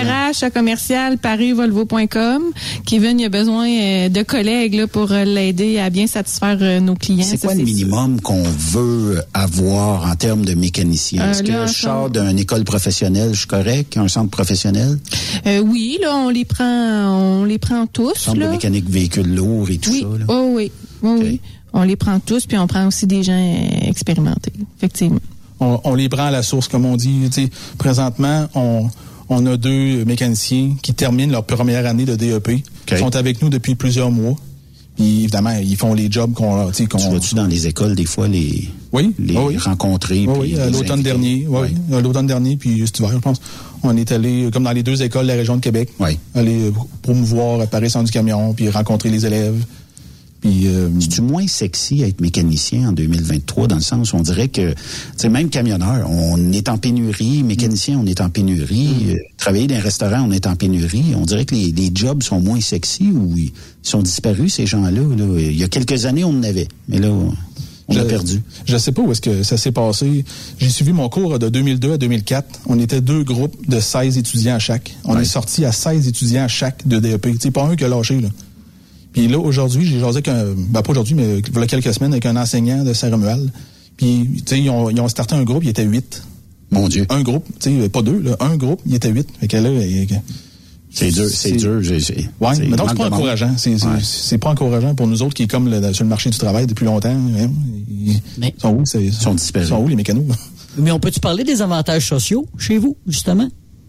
RH@parisvolvo.com. Kevin, il a besoin de collègues là, pour l'aider à bien satisfaire nos clients. C'est quoi le minimum qu'on veut avoir en termes de mécanicien? Est-ce que je sors d'une école professionnelle, je suis correct? Un centre professionnel? Oui, là, on les prend tous. Centre de mécanique véhicules lourds et tout ça. Là. Oh, oui. Oui. On les prend tous, puis on prend aussi des gens expérimentés, effectivement. On les prend à la source, comme on dit. Présentement, on a 2 mécaniciens qui terminent leur première année de DEP. Ils sont avec nous depuis plusieurs mois. Puis, évidemment, ils font les jobs qu'on... Tu vas-tu dans les écoles, des fois, les rencontrer? Oui, l'automne dernier. Oui, l'automne dernier, puis cet hiver, je pense. On est allé, comme dans les 2 écoles de la région de Québec, aller promouvoir Paris Centre du camion, puis rencontrer les élèves. C'est-tu moins sexy à être mécanicien en 2023, dans le sens où on dirait que, tu sais, même camionneur, on est en pénurie, mécanicien, on est en pénurie, travailler dans un restaurant, on est en pénurie. On dirait que les jobs sont moins sexy ou ils sont disparus, ces gens-là. Là. Il y a quelques années, on en avait, mais là, on a perdu. Je sais pas où est-ce que ça s'est passé. J'ai suivi mon cours de 2002 à 2004. On était 2 groupes de 16 étudiants à chaque. On est sortis à 16 étudiants à chaque de DEP. Tu sais, pas un qui a lâché, là. Puis là, aujourd'hui, j'ai jasé pas aujourd'hui, mais il y a quelques semaines, avec un enseignant de Saint-Romuald. Puis, tu sais, ils ont starté un groupe, il était 8. Mon Dieu. Un groupe, tu sais, pas 2, là, un groupe, il était 8. Fait que là, c'est dur. Ouais, mais donc c'est pas encourageant. C'est pas encourageant pour nous autres qui est comme sur le marché du travail depuis longtemps. Ils sont où? Ils sont disparus. Ils sont où, les mécanos? Mais on peut-tu parler des avantages sociaux chez vous, justement?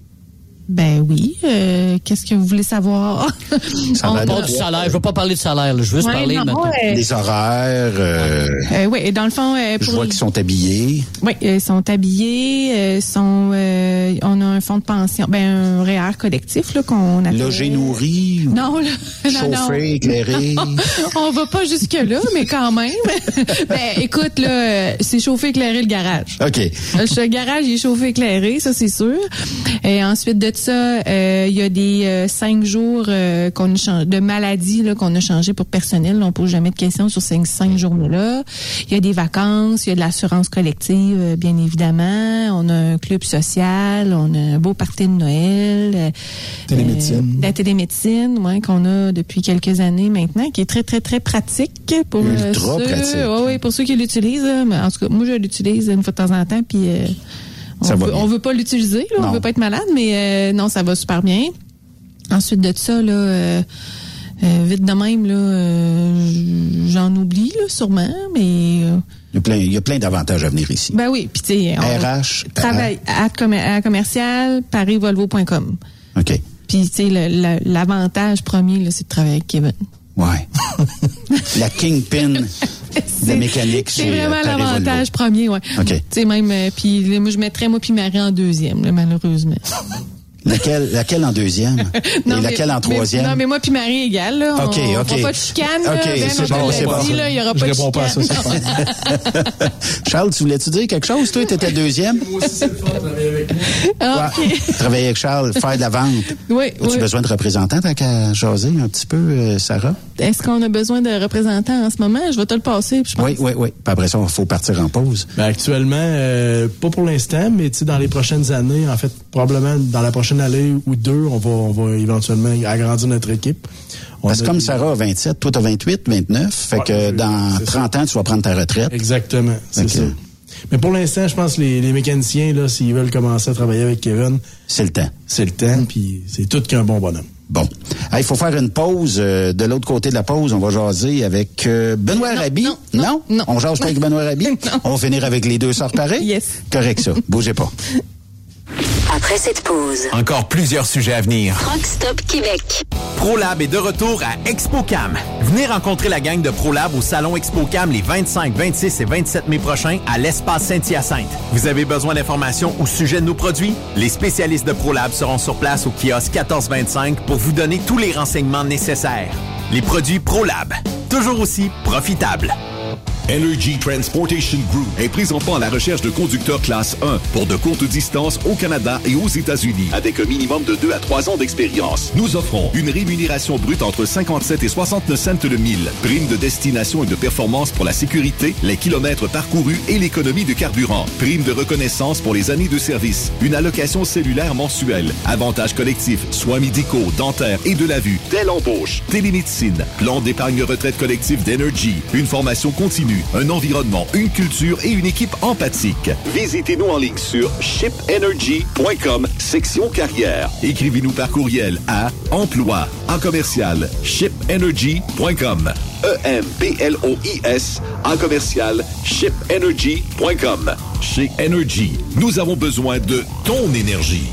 Ben oui. Qu'est-ce que vous voulez savoir? On parle du salaire. Je ne veux pas parler de salaire. Là. Je veux juste parler maintenant. Des horaires. Oui, dans le fond... je vois qu'ils sont habillés. Oui, ils sont habillés. On a un fonds de pension, un REER collectif là, qu'on appelle... Logé, nourri? Non. Chauffé, éclairé? On va pas jusque-là, mais quand même. Écoute, là, c'est chauffé, éclairé le garage. OK. Le garage, il est chauffé, éclairé, ça c'est sûr. Et ensuite de ça, il y a des 5 jours qu'on a changé, de maladie là, qu'on a changé pour personnel. Là, on pose jamais de questions sur ces 5 journées-là. Il y a des vacances, il y a de l'assurance collective, bien évidemment. On a un club social, on a un beau party de Noël. Télémédecine. La télémédecine, qu'on a depuis quelques années maintenant, qui est très, très, très pratique pour pratique. Oui, pour ceux qui l'utilisent. Mais en tout cas, moi, je l'utilise une fois de temps en temps, puis... On veut pas l'utiliser, là, on veut pas être malade, mais non, ça va super bien. Ensuite de ça, là, vite de même, là, j'en oublie, là, sûrement, mais... Il y a plein d'avantages à venir ici. Ben oui, puis tu sais... RH... Travail à commercial, parisvolvo.com. OK. Puis tu sais, l'avantage premier, là, c'est de travailler avec Kevin. Ouais. La kingpin de mécanique. C'est vraiment l'avantage premier, ouais. OK. Tu sais, même, puis moi, je mettrais moi puis Marie en 2e, là, malheureusement. Laquelle en 2e? Non, et laquelle en 3e? Non, mais moi puis Marie égale, là. OK. On fera pas de chicane, OK, là. c'est bon. Là, il y aura pas de chicane. Je réponds pas à ça, c'est pas. Charles, tu voulais-tu dire quelque chose? Toi, t'étais 2e? Moi aussi, c'est le fun de travailler avec moi. OK. Travailler avec Charles, faire de la vente. Oui, As-tu besoin de représentants, t'as qu'à jaser un petit peu, Sarah? Est-ce qu'on a besoin de représentants en ce moment? Je vais te le passer, je pense. Oui. Puis après ça, il faut partir en pause. Actuellement, pas pour l'instant, mais tu sais, dans les prochaines années, en fait, probablement dans la prochaine année ou 2, on va éventuellement agrandir notre équipe. Parce que comme Sarah a 27, toi t'as 28, 29, fait que dans 30 ans, tu vas prendre ta retraite. Exactement, c'est ça. Mais pour l'instant, je pense que les mécaniciens, là, s'ils veulent commencer à travailler avec Kevin... C'est le temps. C'est le temps, puis c'est tout qu'un bon bonhomme. Bon. Il faut faire une pause. De l'autre côté de la pause, on va jaser avec Benoît Raby. Non. On jase pas avec Benoît Raby? On va finir avec les 2 sœurs pareilles? Yes. Correct, ça. Bougez pas. Après cette pause, encore plusieurs sujets à venir. Rockstop Québec. ProLab est de retour à ExpoCam. Venez rencontrer la gang de ProLab au salon ExpoCam les 25, 26 et 27 mai prochains à l'espace Saint-Hyacinthe. Vous avez besoin d'informations au sujet de nos produits? Les spécialistes de ProLab seront sur place au kiosque 1425 pour vous donner tous les renseignements nécessaires. Les produits ProLab, toujours aussi profitables. Energy Transportation Group est présentement à la recherche de conducteurs classe 1 pour de courtes distances au Canada et aux États-Unis avec un minimum de 2 à 3 ans d'expérience. Nous offrons une rémunération brute entre 57 et 69 cents le mille, prime de destination et de performance pour la sécurité, les kilomètres parcourus et l'économie de carburant, prime de reconnaissance pour les années de service, une allocation cellulaire mensuelle, avantages collectifs, soins médicaux, dentaires et de la vue, dès l'embauche, télémédecine, plan d'épargne retraite collectif d'Energy, une formation continue, un environnement, une culture et une équipe empathique. Visitez-nous en ligne sur shipenergy.com, section carrière. Écrivez-nous par courriel à emploi en commercial shipenergy.com. EMPLOIS en commercial shipenergy.com. Chez Energy, nous avons besoin de ton énergie.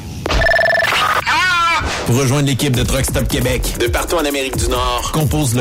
Pour rejoindre l'équipe de Truck Stop Québec, de partout en Amérique du Nord, compose le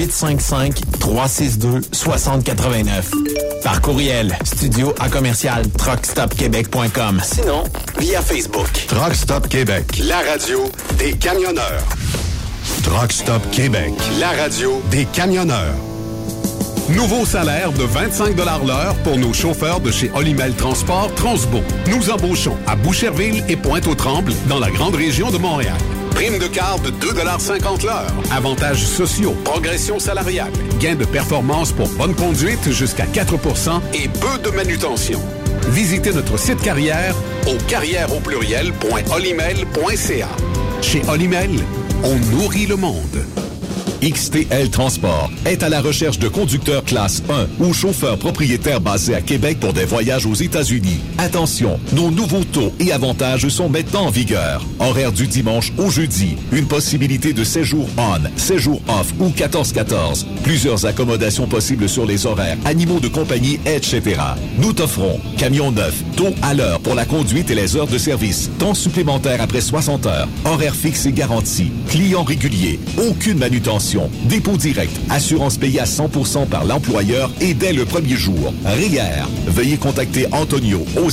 1-855-362-6089. Par courriel, studio@truckstopquebec.com. Sinon, via Facebook. Truck Stop Québec, la radio des camionneurs. Truck Stop Québec, la radio des camionneurs. Nouveau salaire de 25 $ l'heure pour nos chauffeurs de chez Olimel Transport Transbo. Nous embauchons à Boucherville et Pointe-aux-Trembles dans la grande région de Montréal. Prime de quart de 2,50 $ l'heure. Avantages sociaux, progression salariale, gains de performance pour bonne conduite jusqu'à 4 % et peu de manutention. Visitez notre site carrière au carrièreaupluriel.olimel.ca. Chez Olimel, on nourrit le monde. XTL Transport est à la recherche de conducteurs classe 1 ou chauffeurs propriétaires basés à Québec pour des voyages aux États-Unis. Attention, nos nouveaux taux et avantages sont maintenant en vigueur. Horaire du dimanche au jeudi. Une possibilité de séjour on, séjour off ou 14-14. Plusieurs accommodations possibles sur les horaires, animaux de compagnie, etc. Nous t'offrons camion neuf, taux à l'heure pour la conduite et les heures de service, temps supplémentaire après 60 heures, horaire fixe et garanti, client régulier, aucune manutention, dépôt direct, assurance payée à 100% par l'employeur et dès le premier jour. REER. Veuillez contacter Antonio au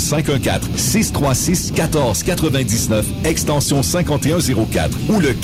514-636-1499, extension 5104 ou le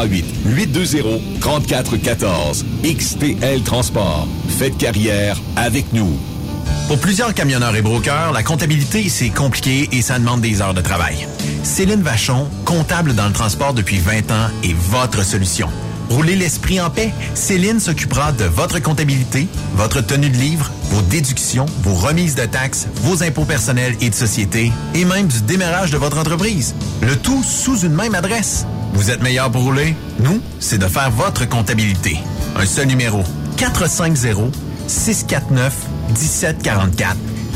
438-820-3414. XTL Transport. Faites carrière avec nous. Pour plusieurs camionneurs et brokers, la comptabilité, c'est compliqué et ça demande des heures de travail. Céline Vachon, comptable dans le transport depuis 20 ans, est votre solution. Roulez l'esprit en paix. Céline s'occupera de votre comptabilité, votre tenue de livre, vos déductions, vos remises de taxes, vos impôts personnels et de société, et même du démarrage de votre entreprise. Le tout sous une même adresse. Vous êtes meilleur pour rouler? Nous, c'est de faire votre comptabilité. Un seul numéro. 450-649-1744.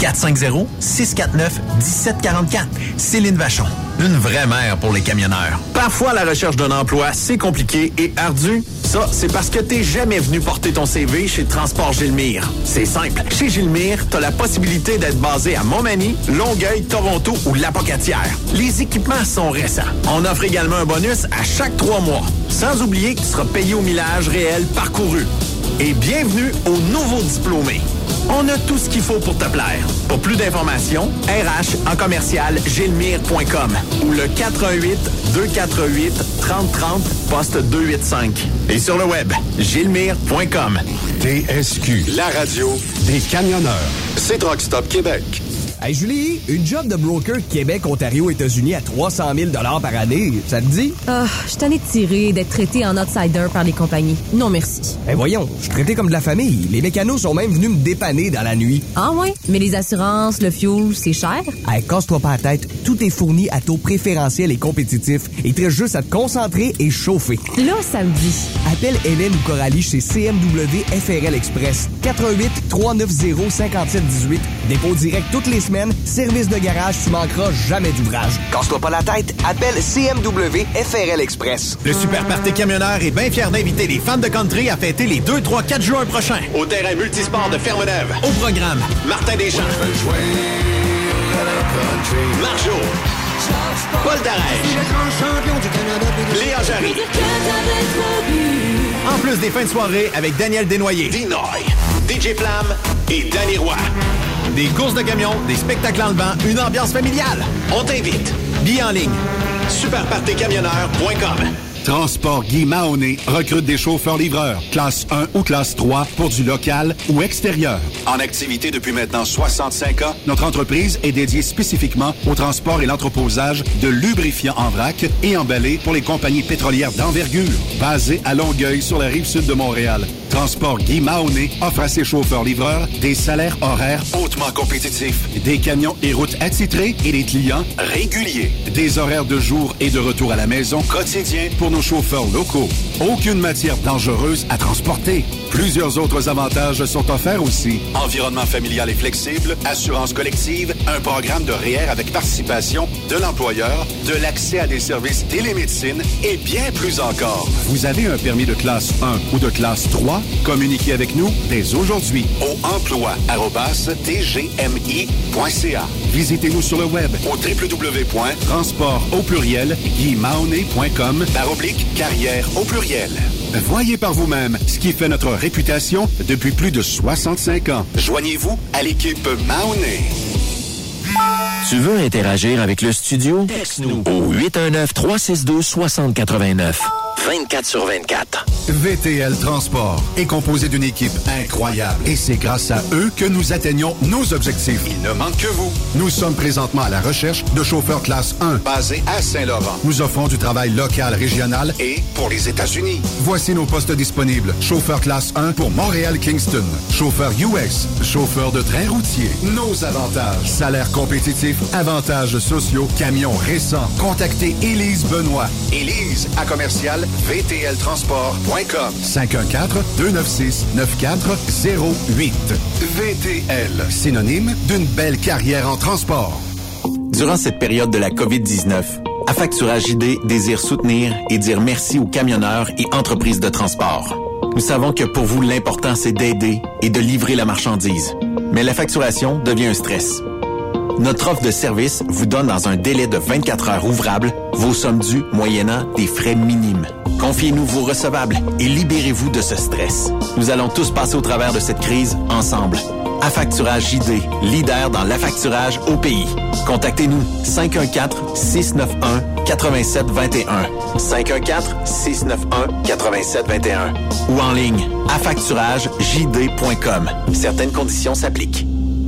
450-649-1744. Céline Vachon, une vraie mère pour les camionneurs. Parfois, la recherche d'un emploi, c'est compliqué et ardu. Ça, c'est parce que t'es jamais venu porter ton CV chez Transport Gilmire. C'est simple. Chez Gilmire, t'as la possibilité d'être basé à Montmagny, Longueuil, Toronto ou Lapocatière. Les équipements sont récents. On offre également un bonus à chaque 3 mois. Sans oublier que tu seras payé au millage réel parcouru. Et bienvenue aux nouveaux diplômés. On a tout ce qu'il faut pour te plaire. Pour plus d'informations, RH en commercial gilmire.com ou le 418-248-3030 poste 285. Et sur le web, gilmire.com. TSQ, la radio des camionneurs. C'est Truck Stop Québec. Hey Julie, une job de broker Québec, Ontario, États-Unis à 300 000 $ par année, ça te dit? Ah, je suis tannée de tirer, d'être traité en outsider par les compagnies. Non, merci. Ben voyons, je suis traité comme de la famille. Les mécanos sont même venus me dépanner dans la nuit. Ah ouais? Mais les assurances, le fuel, c'est cher? Hey, casse-toi pas la tête. Tout est fourni à taux préférentiel et compétitif. Il te reste juste à te concentrer et chauffer. Là, ça me dit. Appelle Hélène ou Coralie chez CMW FRL Express. 418-390-5718. Dépôt direct toutes les semaines. Service de garage, tu manqueras jamais d'ouvrage. Casse-toi pas la tête. Appelle CMW FRL Express. Le Super Party Camionneur est bien fier d'inviter les fans de country à fêter les 2, 3, 4 juin prochains au terrain multisport de Ferme-Neuve. Au programme, Martin Deschamps, Marjo, Paul Darèche, Léa Jarry. En plus des fins de soirée avec Daniel Desnoyers, Dinoy, DJ Plam et Danny Roy. Des courses de camions, des spectacles en levant, une ambiance familiale. On t'invite. Billets en ligne. Superpartycamionneur.com. Transport Guy Mahoney recrute des chauffeurs-livreurs, classe 1 ou classe 3 pour du local ou extérieur. En activité depuis maintenant 65 ans, notre entreprise est dédiée spécifiquement au transport et l'entreposage de lubrifiants en vrac et emballés pour les compagnies pétrolières d'envergure. Basée à Longueuil sur la rive sud de Montréal, Transport Guy Mahoney offre à ses chauffeurs-livreurs des salaires horaires hautement compétitifs, des camions et routes attitrés et des clients réguliers, des horaires de jour et de retour à la maison quotidiens pour nos chauffeurs locaux. Aucune matière dangereuse à transporter. Plusieurs autres avantages sont offerts aussi. Environnement familial et flexible, assurance collective, un programme de REER avec participation de l'employeur, de l'accès à des services télémédecine et bien plus encore. Vous avez un permis de classe 1 ou de classe 3? Communiquez avec nous dès aujourd'hui au emploi@tgmi.ca. Visitez-nous sur le web au www.transport-au-pluriel-guimahoney.com/carrière-au-pluriel. Voyez par vous-même ce qui fait notre réputation depuis plus de 65 ans. Joignez-vous à l'équipe Mahoney. Tu veux interagir avec le studio? Texte-nous au 819-362-6089. 24/24. VTL Transport est composé d'une équipe incroyable et c'est grâce à eux que nous atteignons nos objectifs. Il ne manque que vous. Nous sommes présentement à la recherche de chauffeurs classe 1 basés à Saint-Laurent. Nous offrons du travail local, régional et pour les États-Unis. Voici nos postes disponibles. Chauffeur classe 1 pour Montréal-Kingston. Chauffeur US. Chauffeur de train routier. Nos avantages. Salaire compétitif. Avantages sociaux. Camions récents. Contactez Élise Benoît. Élise à commercial VTLtransport.com 514-296-9408. VTL, synonyme d'une belle carrière en transport. Durant cette période de la COVID-19, Affacturage ID désire soutenir et dire merci aux camionneurs et entreprises de transport. Nous savons que pour vous, l'important, c'est d'aider et de livrer la marchandise. Mais la facturation devient un stress. Notre offre de service vous donne dans un délai de 24 heures ouvrables vos sommes dues moyennant des frais minimes. Confiez-nous vos recevables et libérez-vous de ce stress. Nous allons tous passer au travers de cette crise ensemble. Affacturage JD, leader dans l'affacturage au pays. Contactez-nous 514-691-8721. 514-691-8721. Ou en ligne, affacturagejd.com. Certaines conditions s'appliquent.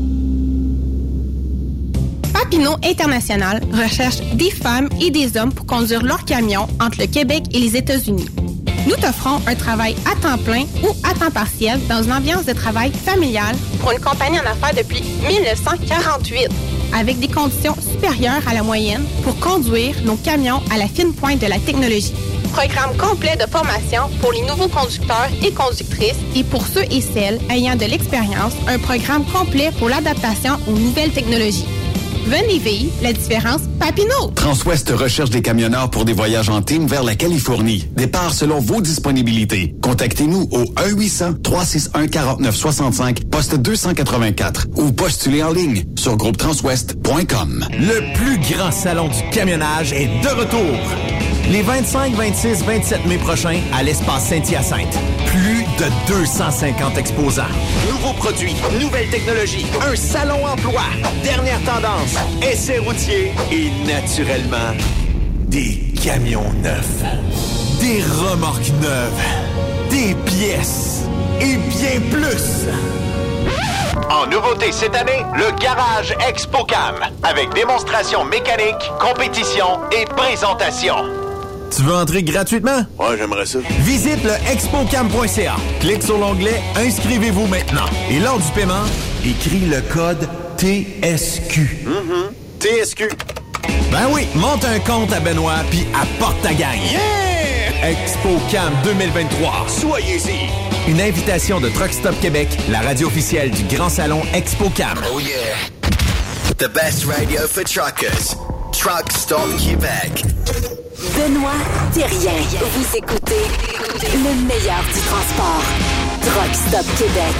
Papineau International recherche des femmes et des hommes pour conduire leurs camions entre le Québec et les États-Unis. Nous t'offrons un travail à temps plein ou à temps partiel dans une ambiance de travail familiale pour une compagnie en affaires depuis 1948, avec des conditions supérieures à la moyenne pour conduire nos camions à la fine pointe de la technologie. Programme complet de formation pour les nouveaux conducteurs et conductrices et pour ceux et celles ayant de l'expérience, un programme complet pour l'adaptation aux nouvelles technologies. Venez vivre la différence Papineau. Transwest recherche des camionneurs pour des voyages en team vers la Californie. Départ selon vos disponibilités. Contactez-nous au 1-800-361-4965, poste 284 ou postulez en ligne sur groupetranswest.com. Le plus grand salon du camionnage est de retour. Les 25, 26, 27 mai prochains à l'espace Saint-Hyacinthe. Plus de 250 exposants. Nouveaux produits, nouvelles technologies, un salon emploi, dernière tendance, essais routiers et naturellement, des camions neufs, des remorques neuves, des pièces et bien plus. En nouveauté cette année, le Garage ExpoCam avec démonstration mécanique, compétition et présentation. Tu veux entrer gratuitement? Ouais, j'aimerais ça. Visite le expocam.ca. Clique sur l'onglet « Inscrivez-vous maintenant » et lors du paiement, écris le code TSQ. TSQ. Ben oui, monte un compte à Benoît puis apporte ta gang. Yeah! ExpoCam 2023. Soyez-y. Une invitation de Truck Stop Québec, la radio officielle du Grand Salon ExpoCam. Oh yeah. The best radio for truckers. Truck Stop Québec. Benoît Thérien. Vous écoutez le meilleur du transport. Truck Stop Québec.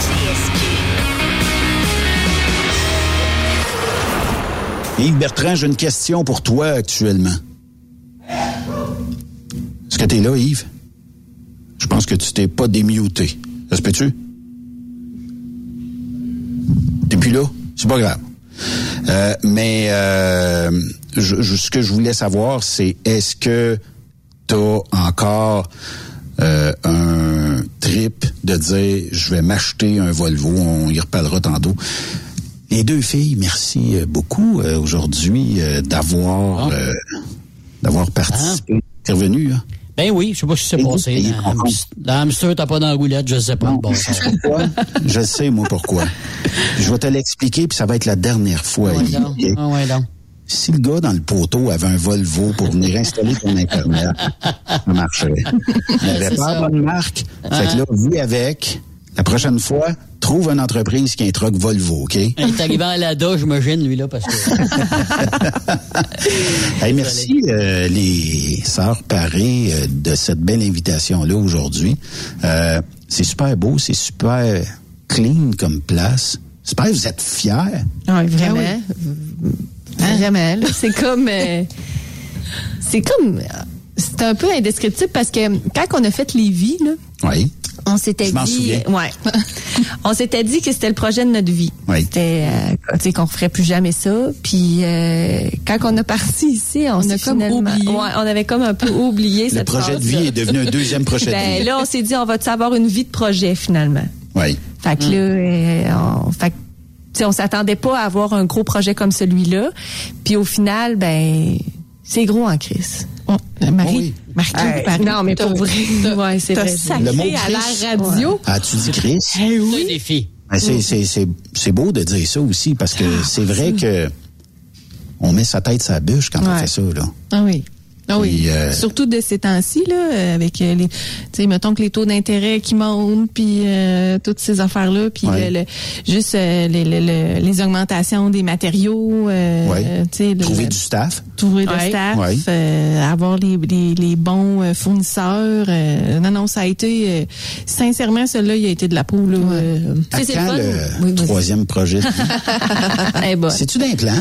Yves Bertrand, j'ai une question pour toi actuellement. Est-ce que t'es là, Yves? Je pense que tu t'es pas démuté. Ça se peut-tu? T'es plus là? C'est pas grave. Ce que je voulais savoir, c'est est-ce que t'as encore un trip de dire je vais m'acheter un Volvo, on y reparlera tantôt. Les deux filles, merci beaucoup aujourd'hui d'avoir participé. T'es revenu, hein? Ben oui, je sais pas ce qui s'est passé. La hamster, t'as pas dans la roulette, je sais pas. Non, bon, pourquoi? Je sais, moi, pourquoi. Je vais te l'expliquer, puis ça va être la dernière fois. Si le gars dans le poteau avait un Volvo pour venir installer ton Internet, ça marcherait. Il n'avait pas la bonne marque. Fait que là, vis avec. La prochaine fois, trouve une entreprise qui a un truck Volvo, OK? Il est arrivé à l'ADA, j'imagine, lui, là, parce que... Hey, merci, les sœurs Paré, de cette belle invitation-là aujourd'hui. C'est super beau, c'est super clean comme place. J'espère que vous êtes fiers. Oui, vraiment. Vraiment, là, c'est comme... c'est un peu indescriptible parce que quand on a fait Lévis, là... Oui. On s'était dit, on s'était dit que c'était le projet de notre vie. Oui. C'était, qu'on referait plus jamais ça. Puis quand on a parti ici, on a comme oublié. Ouais, on avait comme un peu oublié cette phase. Le projet de vie est devenu un deuxième projet de vie. Là, on s'est dit, on va avoir une vie de projet finalement. Oui. Fait que là, on s'attendait pas à avoir un gros projet comme celui-là. Puis au final, c'est gros en crise. Marie, non, mais pour vrai. Ouais, c'est vrai. Le mot à la radio. Ouais. As-tu dit Chris? Oui. C'est un défi. C'est beau de dire ça aussi, parce que c'est vrai que on met sa tête sur la bûche quand on fait ça, là. Ah oui. Ah oui. Et, surtout de ces temps-ci, là, avec les, tu sais, mettons que les taux d'intérêt qui montent, puis toutes ces affaires-là, puis juste les augmentations des matériaux. Trouver du staff. Trouver du staff. Avoir les bons fournisseurs. Non, ça a été, sincèrement, celui-là, il a été de la peau, là. À quand le troisième projet de vie? C'est-tu d'un plan?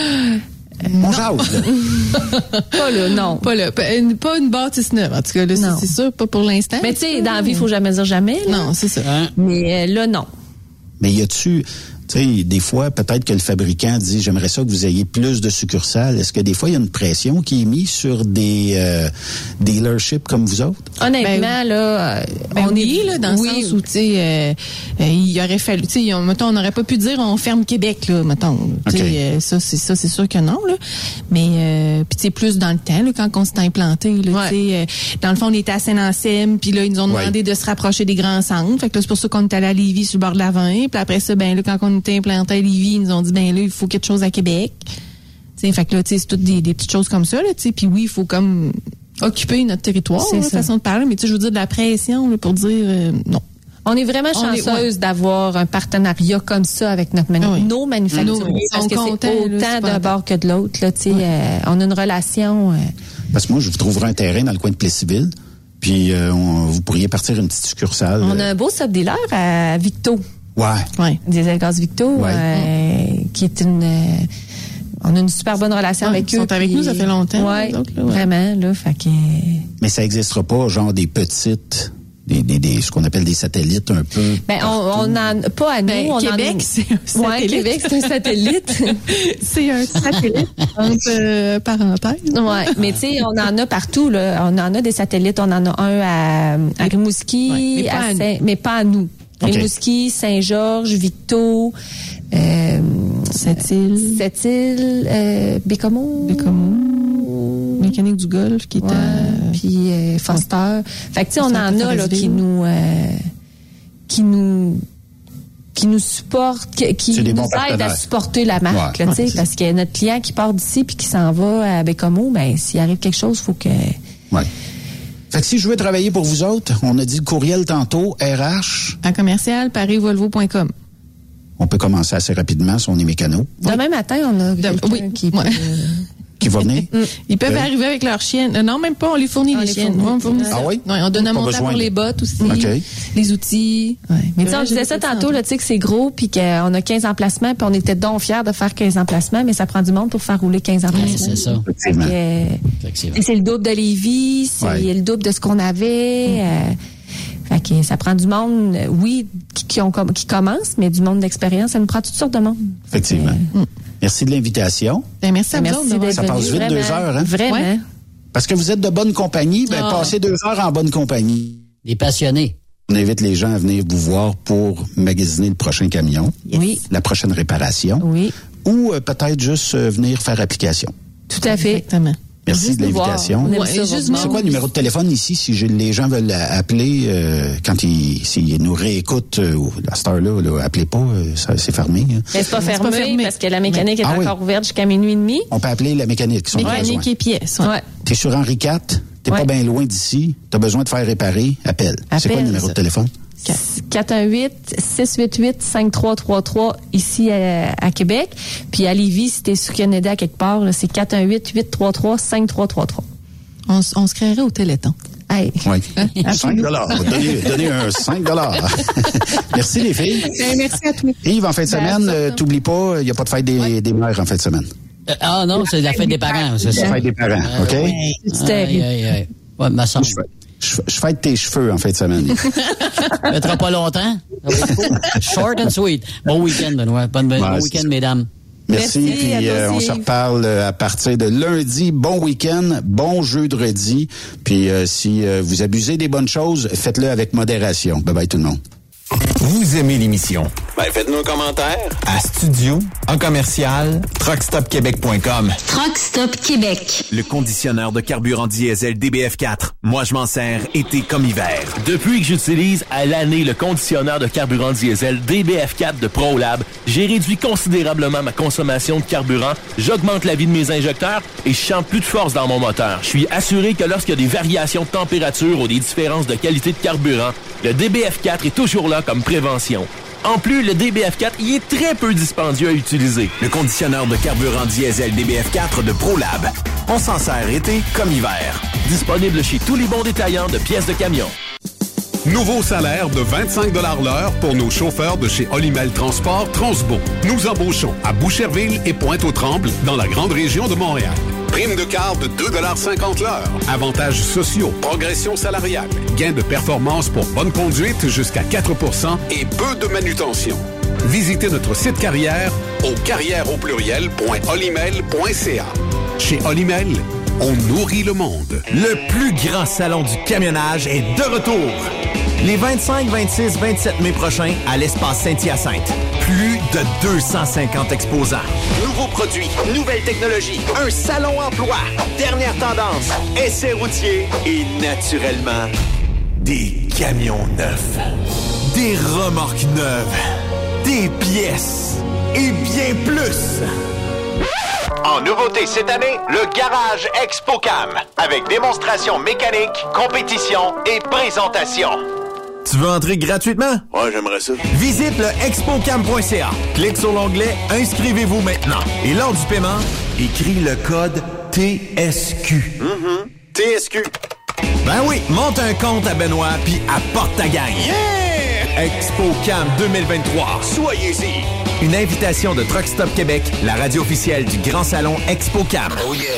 On jase, là. Pas là, non. Pas là. Pas une bâtisse neuve. En tout cas, là, c'est sûr, pas pour l'instant. Mais tu sais, dans la vie, il faut jamais dire jamais. Là. Non, c'est ça. Mais là, non. Mais y a-tu... Tu sais, des fois, peut-être que le fabricant dit « J'aimerais ça que vous ayez plus de succursales ». Est-ce que des fois, il y a une pression qui est mise sur des dealerships comme vous autres? Honnêtement, là... on est là, dans le sens où, tu sais, il aurait fallu... Tu sais, mettons, on n'aurait pas pu dire « On ferme Québec », là, mettons. Okay. Ça, c'est sûr que non, là. Mais, puis tu sais, plus dans le temps, là, quand on s'est implanté, là, tu sais, dans le fond, on était à Saint-Ancem, puis là, ils nous ont demandé de se rapprocher des grands centres. Fait que là, c'est pour ça qu'on est allé à Lévis, sur le bord de la 20. Puis après ça, là, quand on était implanté à Lévis, ils nous ont dit, là, il faut quelque chose à Québec. T'sais, fait que là, c'est toutes des petites choses comme ça, là, puis oui, il faut comme occuper notre territoire, c'est façon de parler, mais je veux dire de la pression, là, pour dire non. On est vraiment chanceuse d'avoir un partenariat comme ça avec nos manufacturiers, parce que c'est autant d'un bord que de l'autre, là, on a une relation. Parce que moi, je vous trouverai un terrain dans le coin de Plessisville, puis vous pourriez partir une petite succursale. On a un beau sub-dealer à Victo. Ouais. Diesel Gaz Victo, qui est on a une super bonne relation avec eux. Ils sont avec nous, ça fait longtemps. Oui, vraiment, là, fait que... Mais ça n'existera pas, genre des petites... ce qu'on appelle des satellites un peu. On en pas à nous. Québec, c'est un satellite. Québec, c'est un satellite. C'est un satellite, entre parenthèses. Ouais, mais tu sais, on en a partout, là. On en a des satellites. On en a un à Rimouski, mais pas à nous. Rimouski, Saint-Georges, Victo, Sept-Îles, Bécomo, Mécanique du Golfe qui est puis Foster. Fait que tu sais, on en a là qui nous supportent, qui nous aident à supporter la marque, tu sais, parce que notre client qui part d'ici puis qui s'en va à Bécomo, s'il arrive quelque chose, il faut que... Fait que si je veux travailler pour vous autres, on a dit le courriel tantôt, RH... À commercial, parisvolvo.com. On peut commencer assez rapidement si on est mécano. Demain matin, on a quelqu'un qui peut... Qui va venir? Ils peuvent arriver avec leurs chiennes. Non, même pas, on les fournit, les chiennes. Ah oui? On donne un montant pour les bottes aussi, les outils. Mais tu sais, on disait ça tantôt, tu sais que c'est gros, puis qu'on a 15 emplacements, puis on était donc fiers de faire 15 emplacements, mais ça prend du monde pour faire rouler 15 emplacements. C'est ça. C'est le double de Lévis, c'est le double de ce qu'on avait. Fait que ça prend du monde, qui commence, mais du monde d'expérience. Ça nous prend toutes sortes de monde. Effectivement. Merci de l'invitation. Merci à vous. Ça passe vite, 2 heures, hein? Vraiment. Parce que vous êtes de bonne compagnie, passez 2 heures en bonne compagnie. Des passionnés. On invite les gens à venir vous voir pour magasiner le prochain camion. Oui. La prochaine réparation. Oui. Ou peut-être juste venir faire application. Tout à fait. Exactement. Merci Juste de l'invitation. C'est quoi le numéro de téléphone ici si les gens veulent appeler quand s'ils nous réécoutent à cette heure-là, appelez pas, c'est fermé. Hein. Mais c'est pas fermé parce que la mécanique est encore ouverte jusqu'à minuit et demi. On peut appeler la mécanique. Mécanique et pièces. Ouais. T'es sur Henri IV, t'es pas bien loin d'ici, t'as besoin de faire réparer, appelle. C'est quoi le numéro de téléphone? 418-688-5333 ici à Québec. Puis à Lévis, si t'es sur Canada à quelque part, là, c'est 418-833-5333. On se créerait au Téléthon. Hey. Oui. 5 $. Donnez un 5 $. Merci les filles. Merci à tous. Yves, en fin de semaine, t'oublies pas, il n'y a pas de fête des mères en fin de semaine. Non, c'est la fête des parents, c'est ça. La fête des parents, OK? C'est terrible. Ouais, ma soeur. Je fête tes cheveux en fin de semaine. Ça mettra pas longtemps. Short and sweet. Bon week-end, Benoît. Bon week-end, mesdames. Merci. Puis on se reparle à partir de lundi. Bon week-end, bon jeudi. Puis si vous abusez des bonnes choses, faites-le avec modération. Bye bye tout le monde. Vous aimez l'émission? Ben, faites-nous un commentaire à studio, en commercial, truckstopquebec.com. Truck Stop Québec. Le conditionneur de carburant diesel DBF4. Moi, je m'en sers été comme hiver. Depuis que j'utilise à l'année le conditionneur de carburant diesel DBF4 de ProLab, j'ai réduit considérablement ma consommation de carburant, j'augmente la vie de mes injecteurs et je sens plus de force dans mon moteur. Je suis assuré que lorsqu'il y a des variations de température ou des différences de qualité de carburant, le DBF4 est toujours là comme prévention. En plus, le DBF4 y est très peu dispendieux à utiliser. Le conditionneur de carburant diesel DBF4 de ProLab. On s'en sert été comme hiver. Disponible chez tous les bons détaillants de pièces de camion. Nouveau salaire de 25 $ l'heure pour nos chauffeurs de chez Olimel Transport Transbo. Nous embauchons à Boucherville et Pointe-aux-Trembles dans la grande région de Montréal. Prime de quart de 2,50 $ l'heure. Avantages sociaux, progression salariale, gains de performance pour bonne conduite jusqu'à 4 % et peu de manutention. Visitez notre site carrière au carrièreaupluriel.olimel.ca. Chez Olimel, on nourrit le monde. Le plus grand salon du camionnage est de retour. Les 25, 26, 27 mai prochains à l'espace Saint-Hyacinthe. Plus de 250 exposants. Nouveaux produits, nouvelles technologies, un salon emploi, dernière tendance, essais routiers et naturellement, des camions neufs, des remorques neuves, des pièces et bien plus. En nouveauté cette année, le Garage ExpoCam, avec démonstration mécanique, compétition et présentation. Tu veux entrer gratuitement? Ouais, j'aimerais ça. Visite le expocam.ca. Clique sur l'onglet « Inscrivez-vous maintenant » et lors du paiement, écris le code TSQ. TSQ. Ben oui, monte un compte à Benoît puis apporte ta gang. Yeah! ExpoCam 2023. Soyez-y. Une invitation de Truck Stop Québec, la radio officielle du Grand Salon ExpoCam. Oh yeah!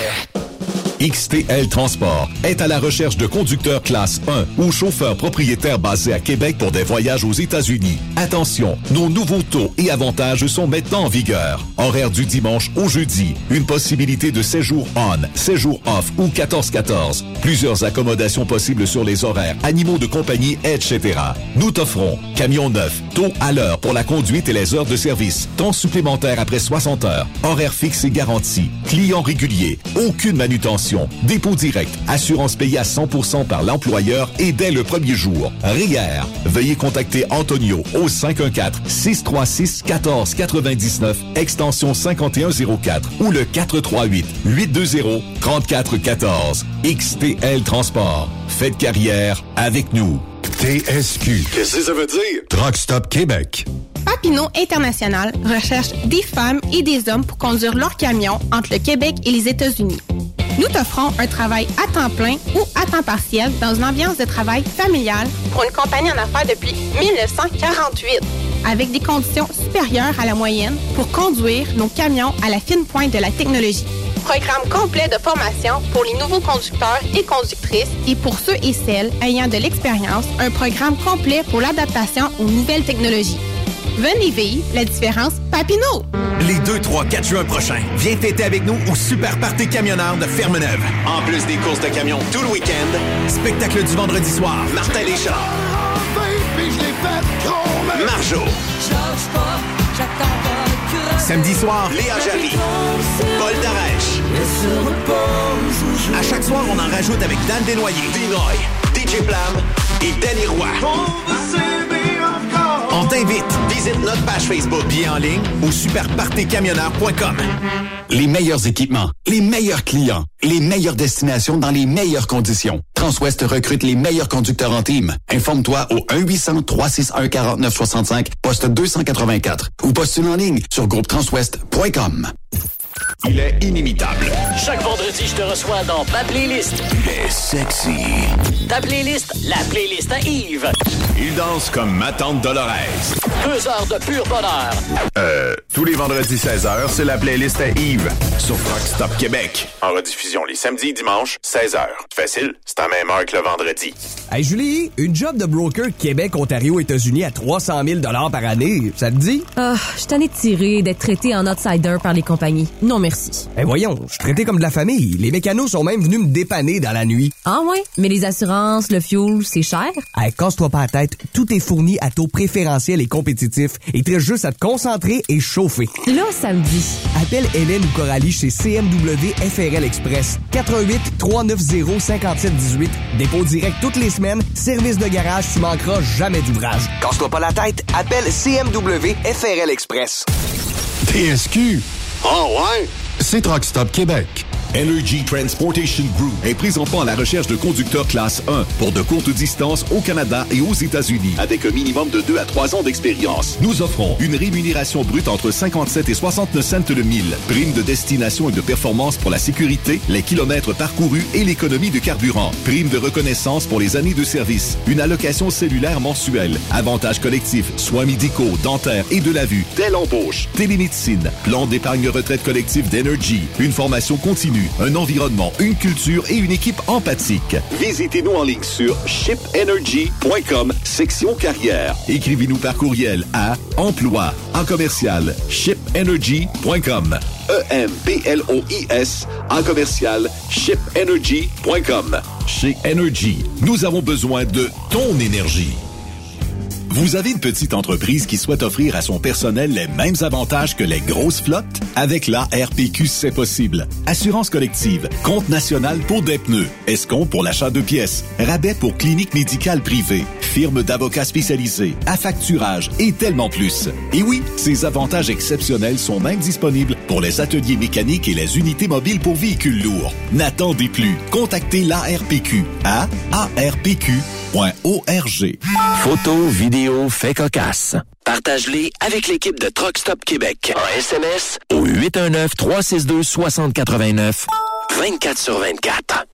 XTL Transport est à la recherche de conducteurs classe 1 ou chauffeurs propriétaires basés à Québec pour des voyages aux États-Unis. Attention, nos nouveaux taux et avantages sont maintenant en vigueur. Horaire du dimanche au jeudi. Une possibilité de séjour on, séjour off ou 14-14. Plusieurs accommodations possibles sur les horaires, animaux de compagnie, etc. Nous t'offrons camion neuf, taux à l'heure pour la conduite et les heures de service, temps supplémentaire après 60 heures, horaire fixe et garanti, client régulier, aucune manutention, dépôt direct, assurance payée à 100% par l'employeur et dès le premier jour. REER. Veuillez contacter Antonio au 514-636-1499, extension 5104 ou le 438-820-3414. XTL Transport. Faites carrière avec nous. TSQ. Qu'est-ce que ça veut dire? Truck Stop Québec. Papineau International recherche des femmes et des hommes pour conduire leurs camions entre le Québec et les États-Unis. Nous t'offrons un travail à temps plein ou à temps partiel dans une ambiance de travail familiale pour une compagnie en affaires depuis 1948, avec des conditions supérieures à la moyenne pour conduire nos camions à la fine pointe de la technologie. Programme complet de formation pour les nouveaux conducteurs et conductrices et pour ceux et celles ayant de l'expérience, un programme complet pour l'adaptation aux nouvelles technologies. Venez vivre la différence Papineau. Les 2, 3, 4 juin prochains, viens fêter avec nous au Super Party Camionneur de Fermeneuve. En plus des courses de camions tout le week-end, spectacle du vendredi soir, Martin Léchard, Marjo, samedi soir, Léa Jarry, Paul Darèche. À chaque soir, on en rajoute avec Dan Desnoyers, Dinoy, DJ Plam et Danny Roy. On t'invite. Visite notre page Facebook, bien en ligne ou superpartycamionneur.com. Les meilleurs équipements, les meilleurs clients, les meilleures destinations dans les meilleures conditions. Transwest recrute les meilleurs conducteurs en team. Informe-toi au 1-800-361-4965, poste 284 ou postule en ligne sur groupetranswest.com. Il est inimitable. Chaque vendredi, je te reçois dans ma playlist. Il est sexy. Ta playlist, la playlist à Yves. Il danse comme ma tante Dolores. 2 heures de pur bonheur. Tous les vendredis 16h, c'est la playlist à Yves sur Truck Stop Québec. En rediffusion les samedis et dimanches, 16h. Facile, c'est à la même heure que le vendredi. Hey Julie, une job de broker Québec, Ontario, États-Unis à 300 000 $ par année, ça te dit? Ah, je suis tanné de tirer, d'être traité en outsider par les compagnies. Non, merci. Ben voyons, je suis traité comme de la famille. Les mécanos sont même venus me dépanner dans la nuit. Ah ouais? Mais les assurances, le fuel, c'est cher? Hey, casse-toi pas la tête, tout est fourni à taux préférentiel et compétitif. Il te reste juste à te concentrer et chauffer. Là, ça me dit. Appelle Hélène ou Coralie chez CMW FRL Express. 88 390 5718. Dépôt direct toutes les semaines. Service de garage, tu manqueras jamais d'ouvrage. Casse-toi pas la tête, appelle CMW FRL Express. TSQ. Oh ouais? C'est Truck Stop Québec. Energy Transportation Group est présentement à la recherche de conducteurs classe 1 pour de courtes distances au Canada et aux États-Unis avec un minimum de 2 à 3 ans d'expérience. Nous offrons une rémunération brute entre 57 et 69 cents le mille, prime de destination et de performance pour la sécurité, les kilomètres parcourus et l'économie de carburant, prime de reconnaissance pour les années de service, une allocation cellulaire mensuelle, avantages collectifs, soins médicaux, dentaires et de la vue, telle embauche, télémédecine, plan d'épargne retraite collectif d'Energy, une formation continue, un environnement, une culture et une équipe empathique. Visitez-nous en ligne sur shipenergy.com, section carrière. Écrivez-nous par courriel à emploi en commercial shipenergy.com. EMPLOIS en commercial shipenergy.com. Chez Energy, nous avons besoin de ton énergie. Vous avez une petite entreprise qui souhaite offrir à son personnel les mêmes avantages que les grosses flottes? Avec la RPQ, c'est possible. Assurance collective, compte national pour des pneus, escompte pour l'achat de pièces, rabais pour clinique médicale privée, firme d'avocats spécialisés, affacturage et tellement plus. Et oui, ces avantages exceptionnels sont même disponibles pour les ateliers mécaniques et les unités mobiles pour véhicules lourds. N'attendez plus. Contactez l'ARPQ à arpq.org. Photos, vidéos, faits cocasses. Partage-les avec l'équipe de Truck Stop Québec. En SMS au 819-362-6089, 24/24.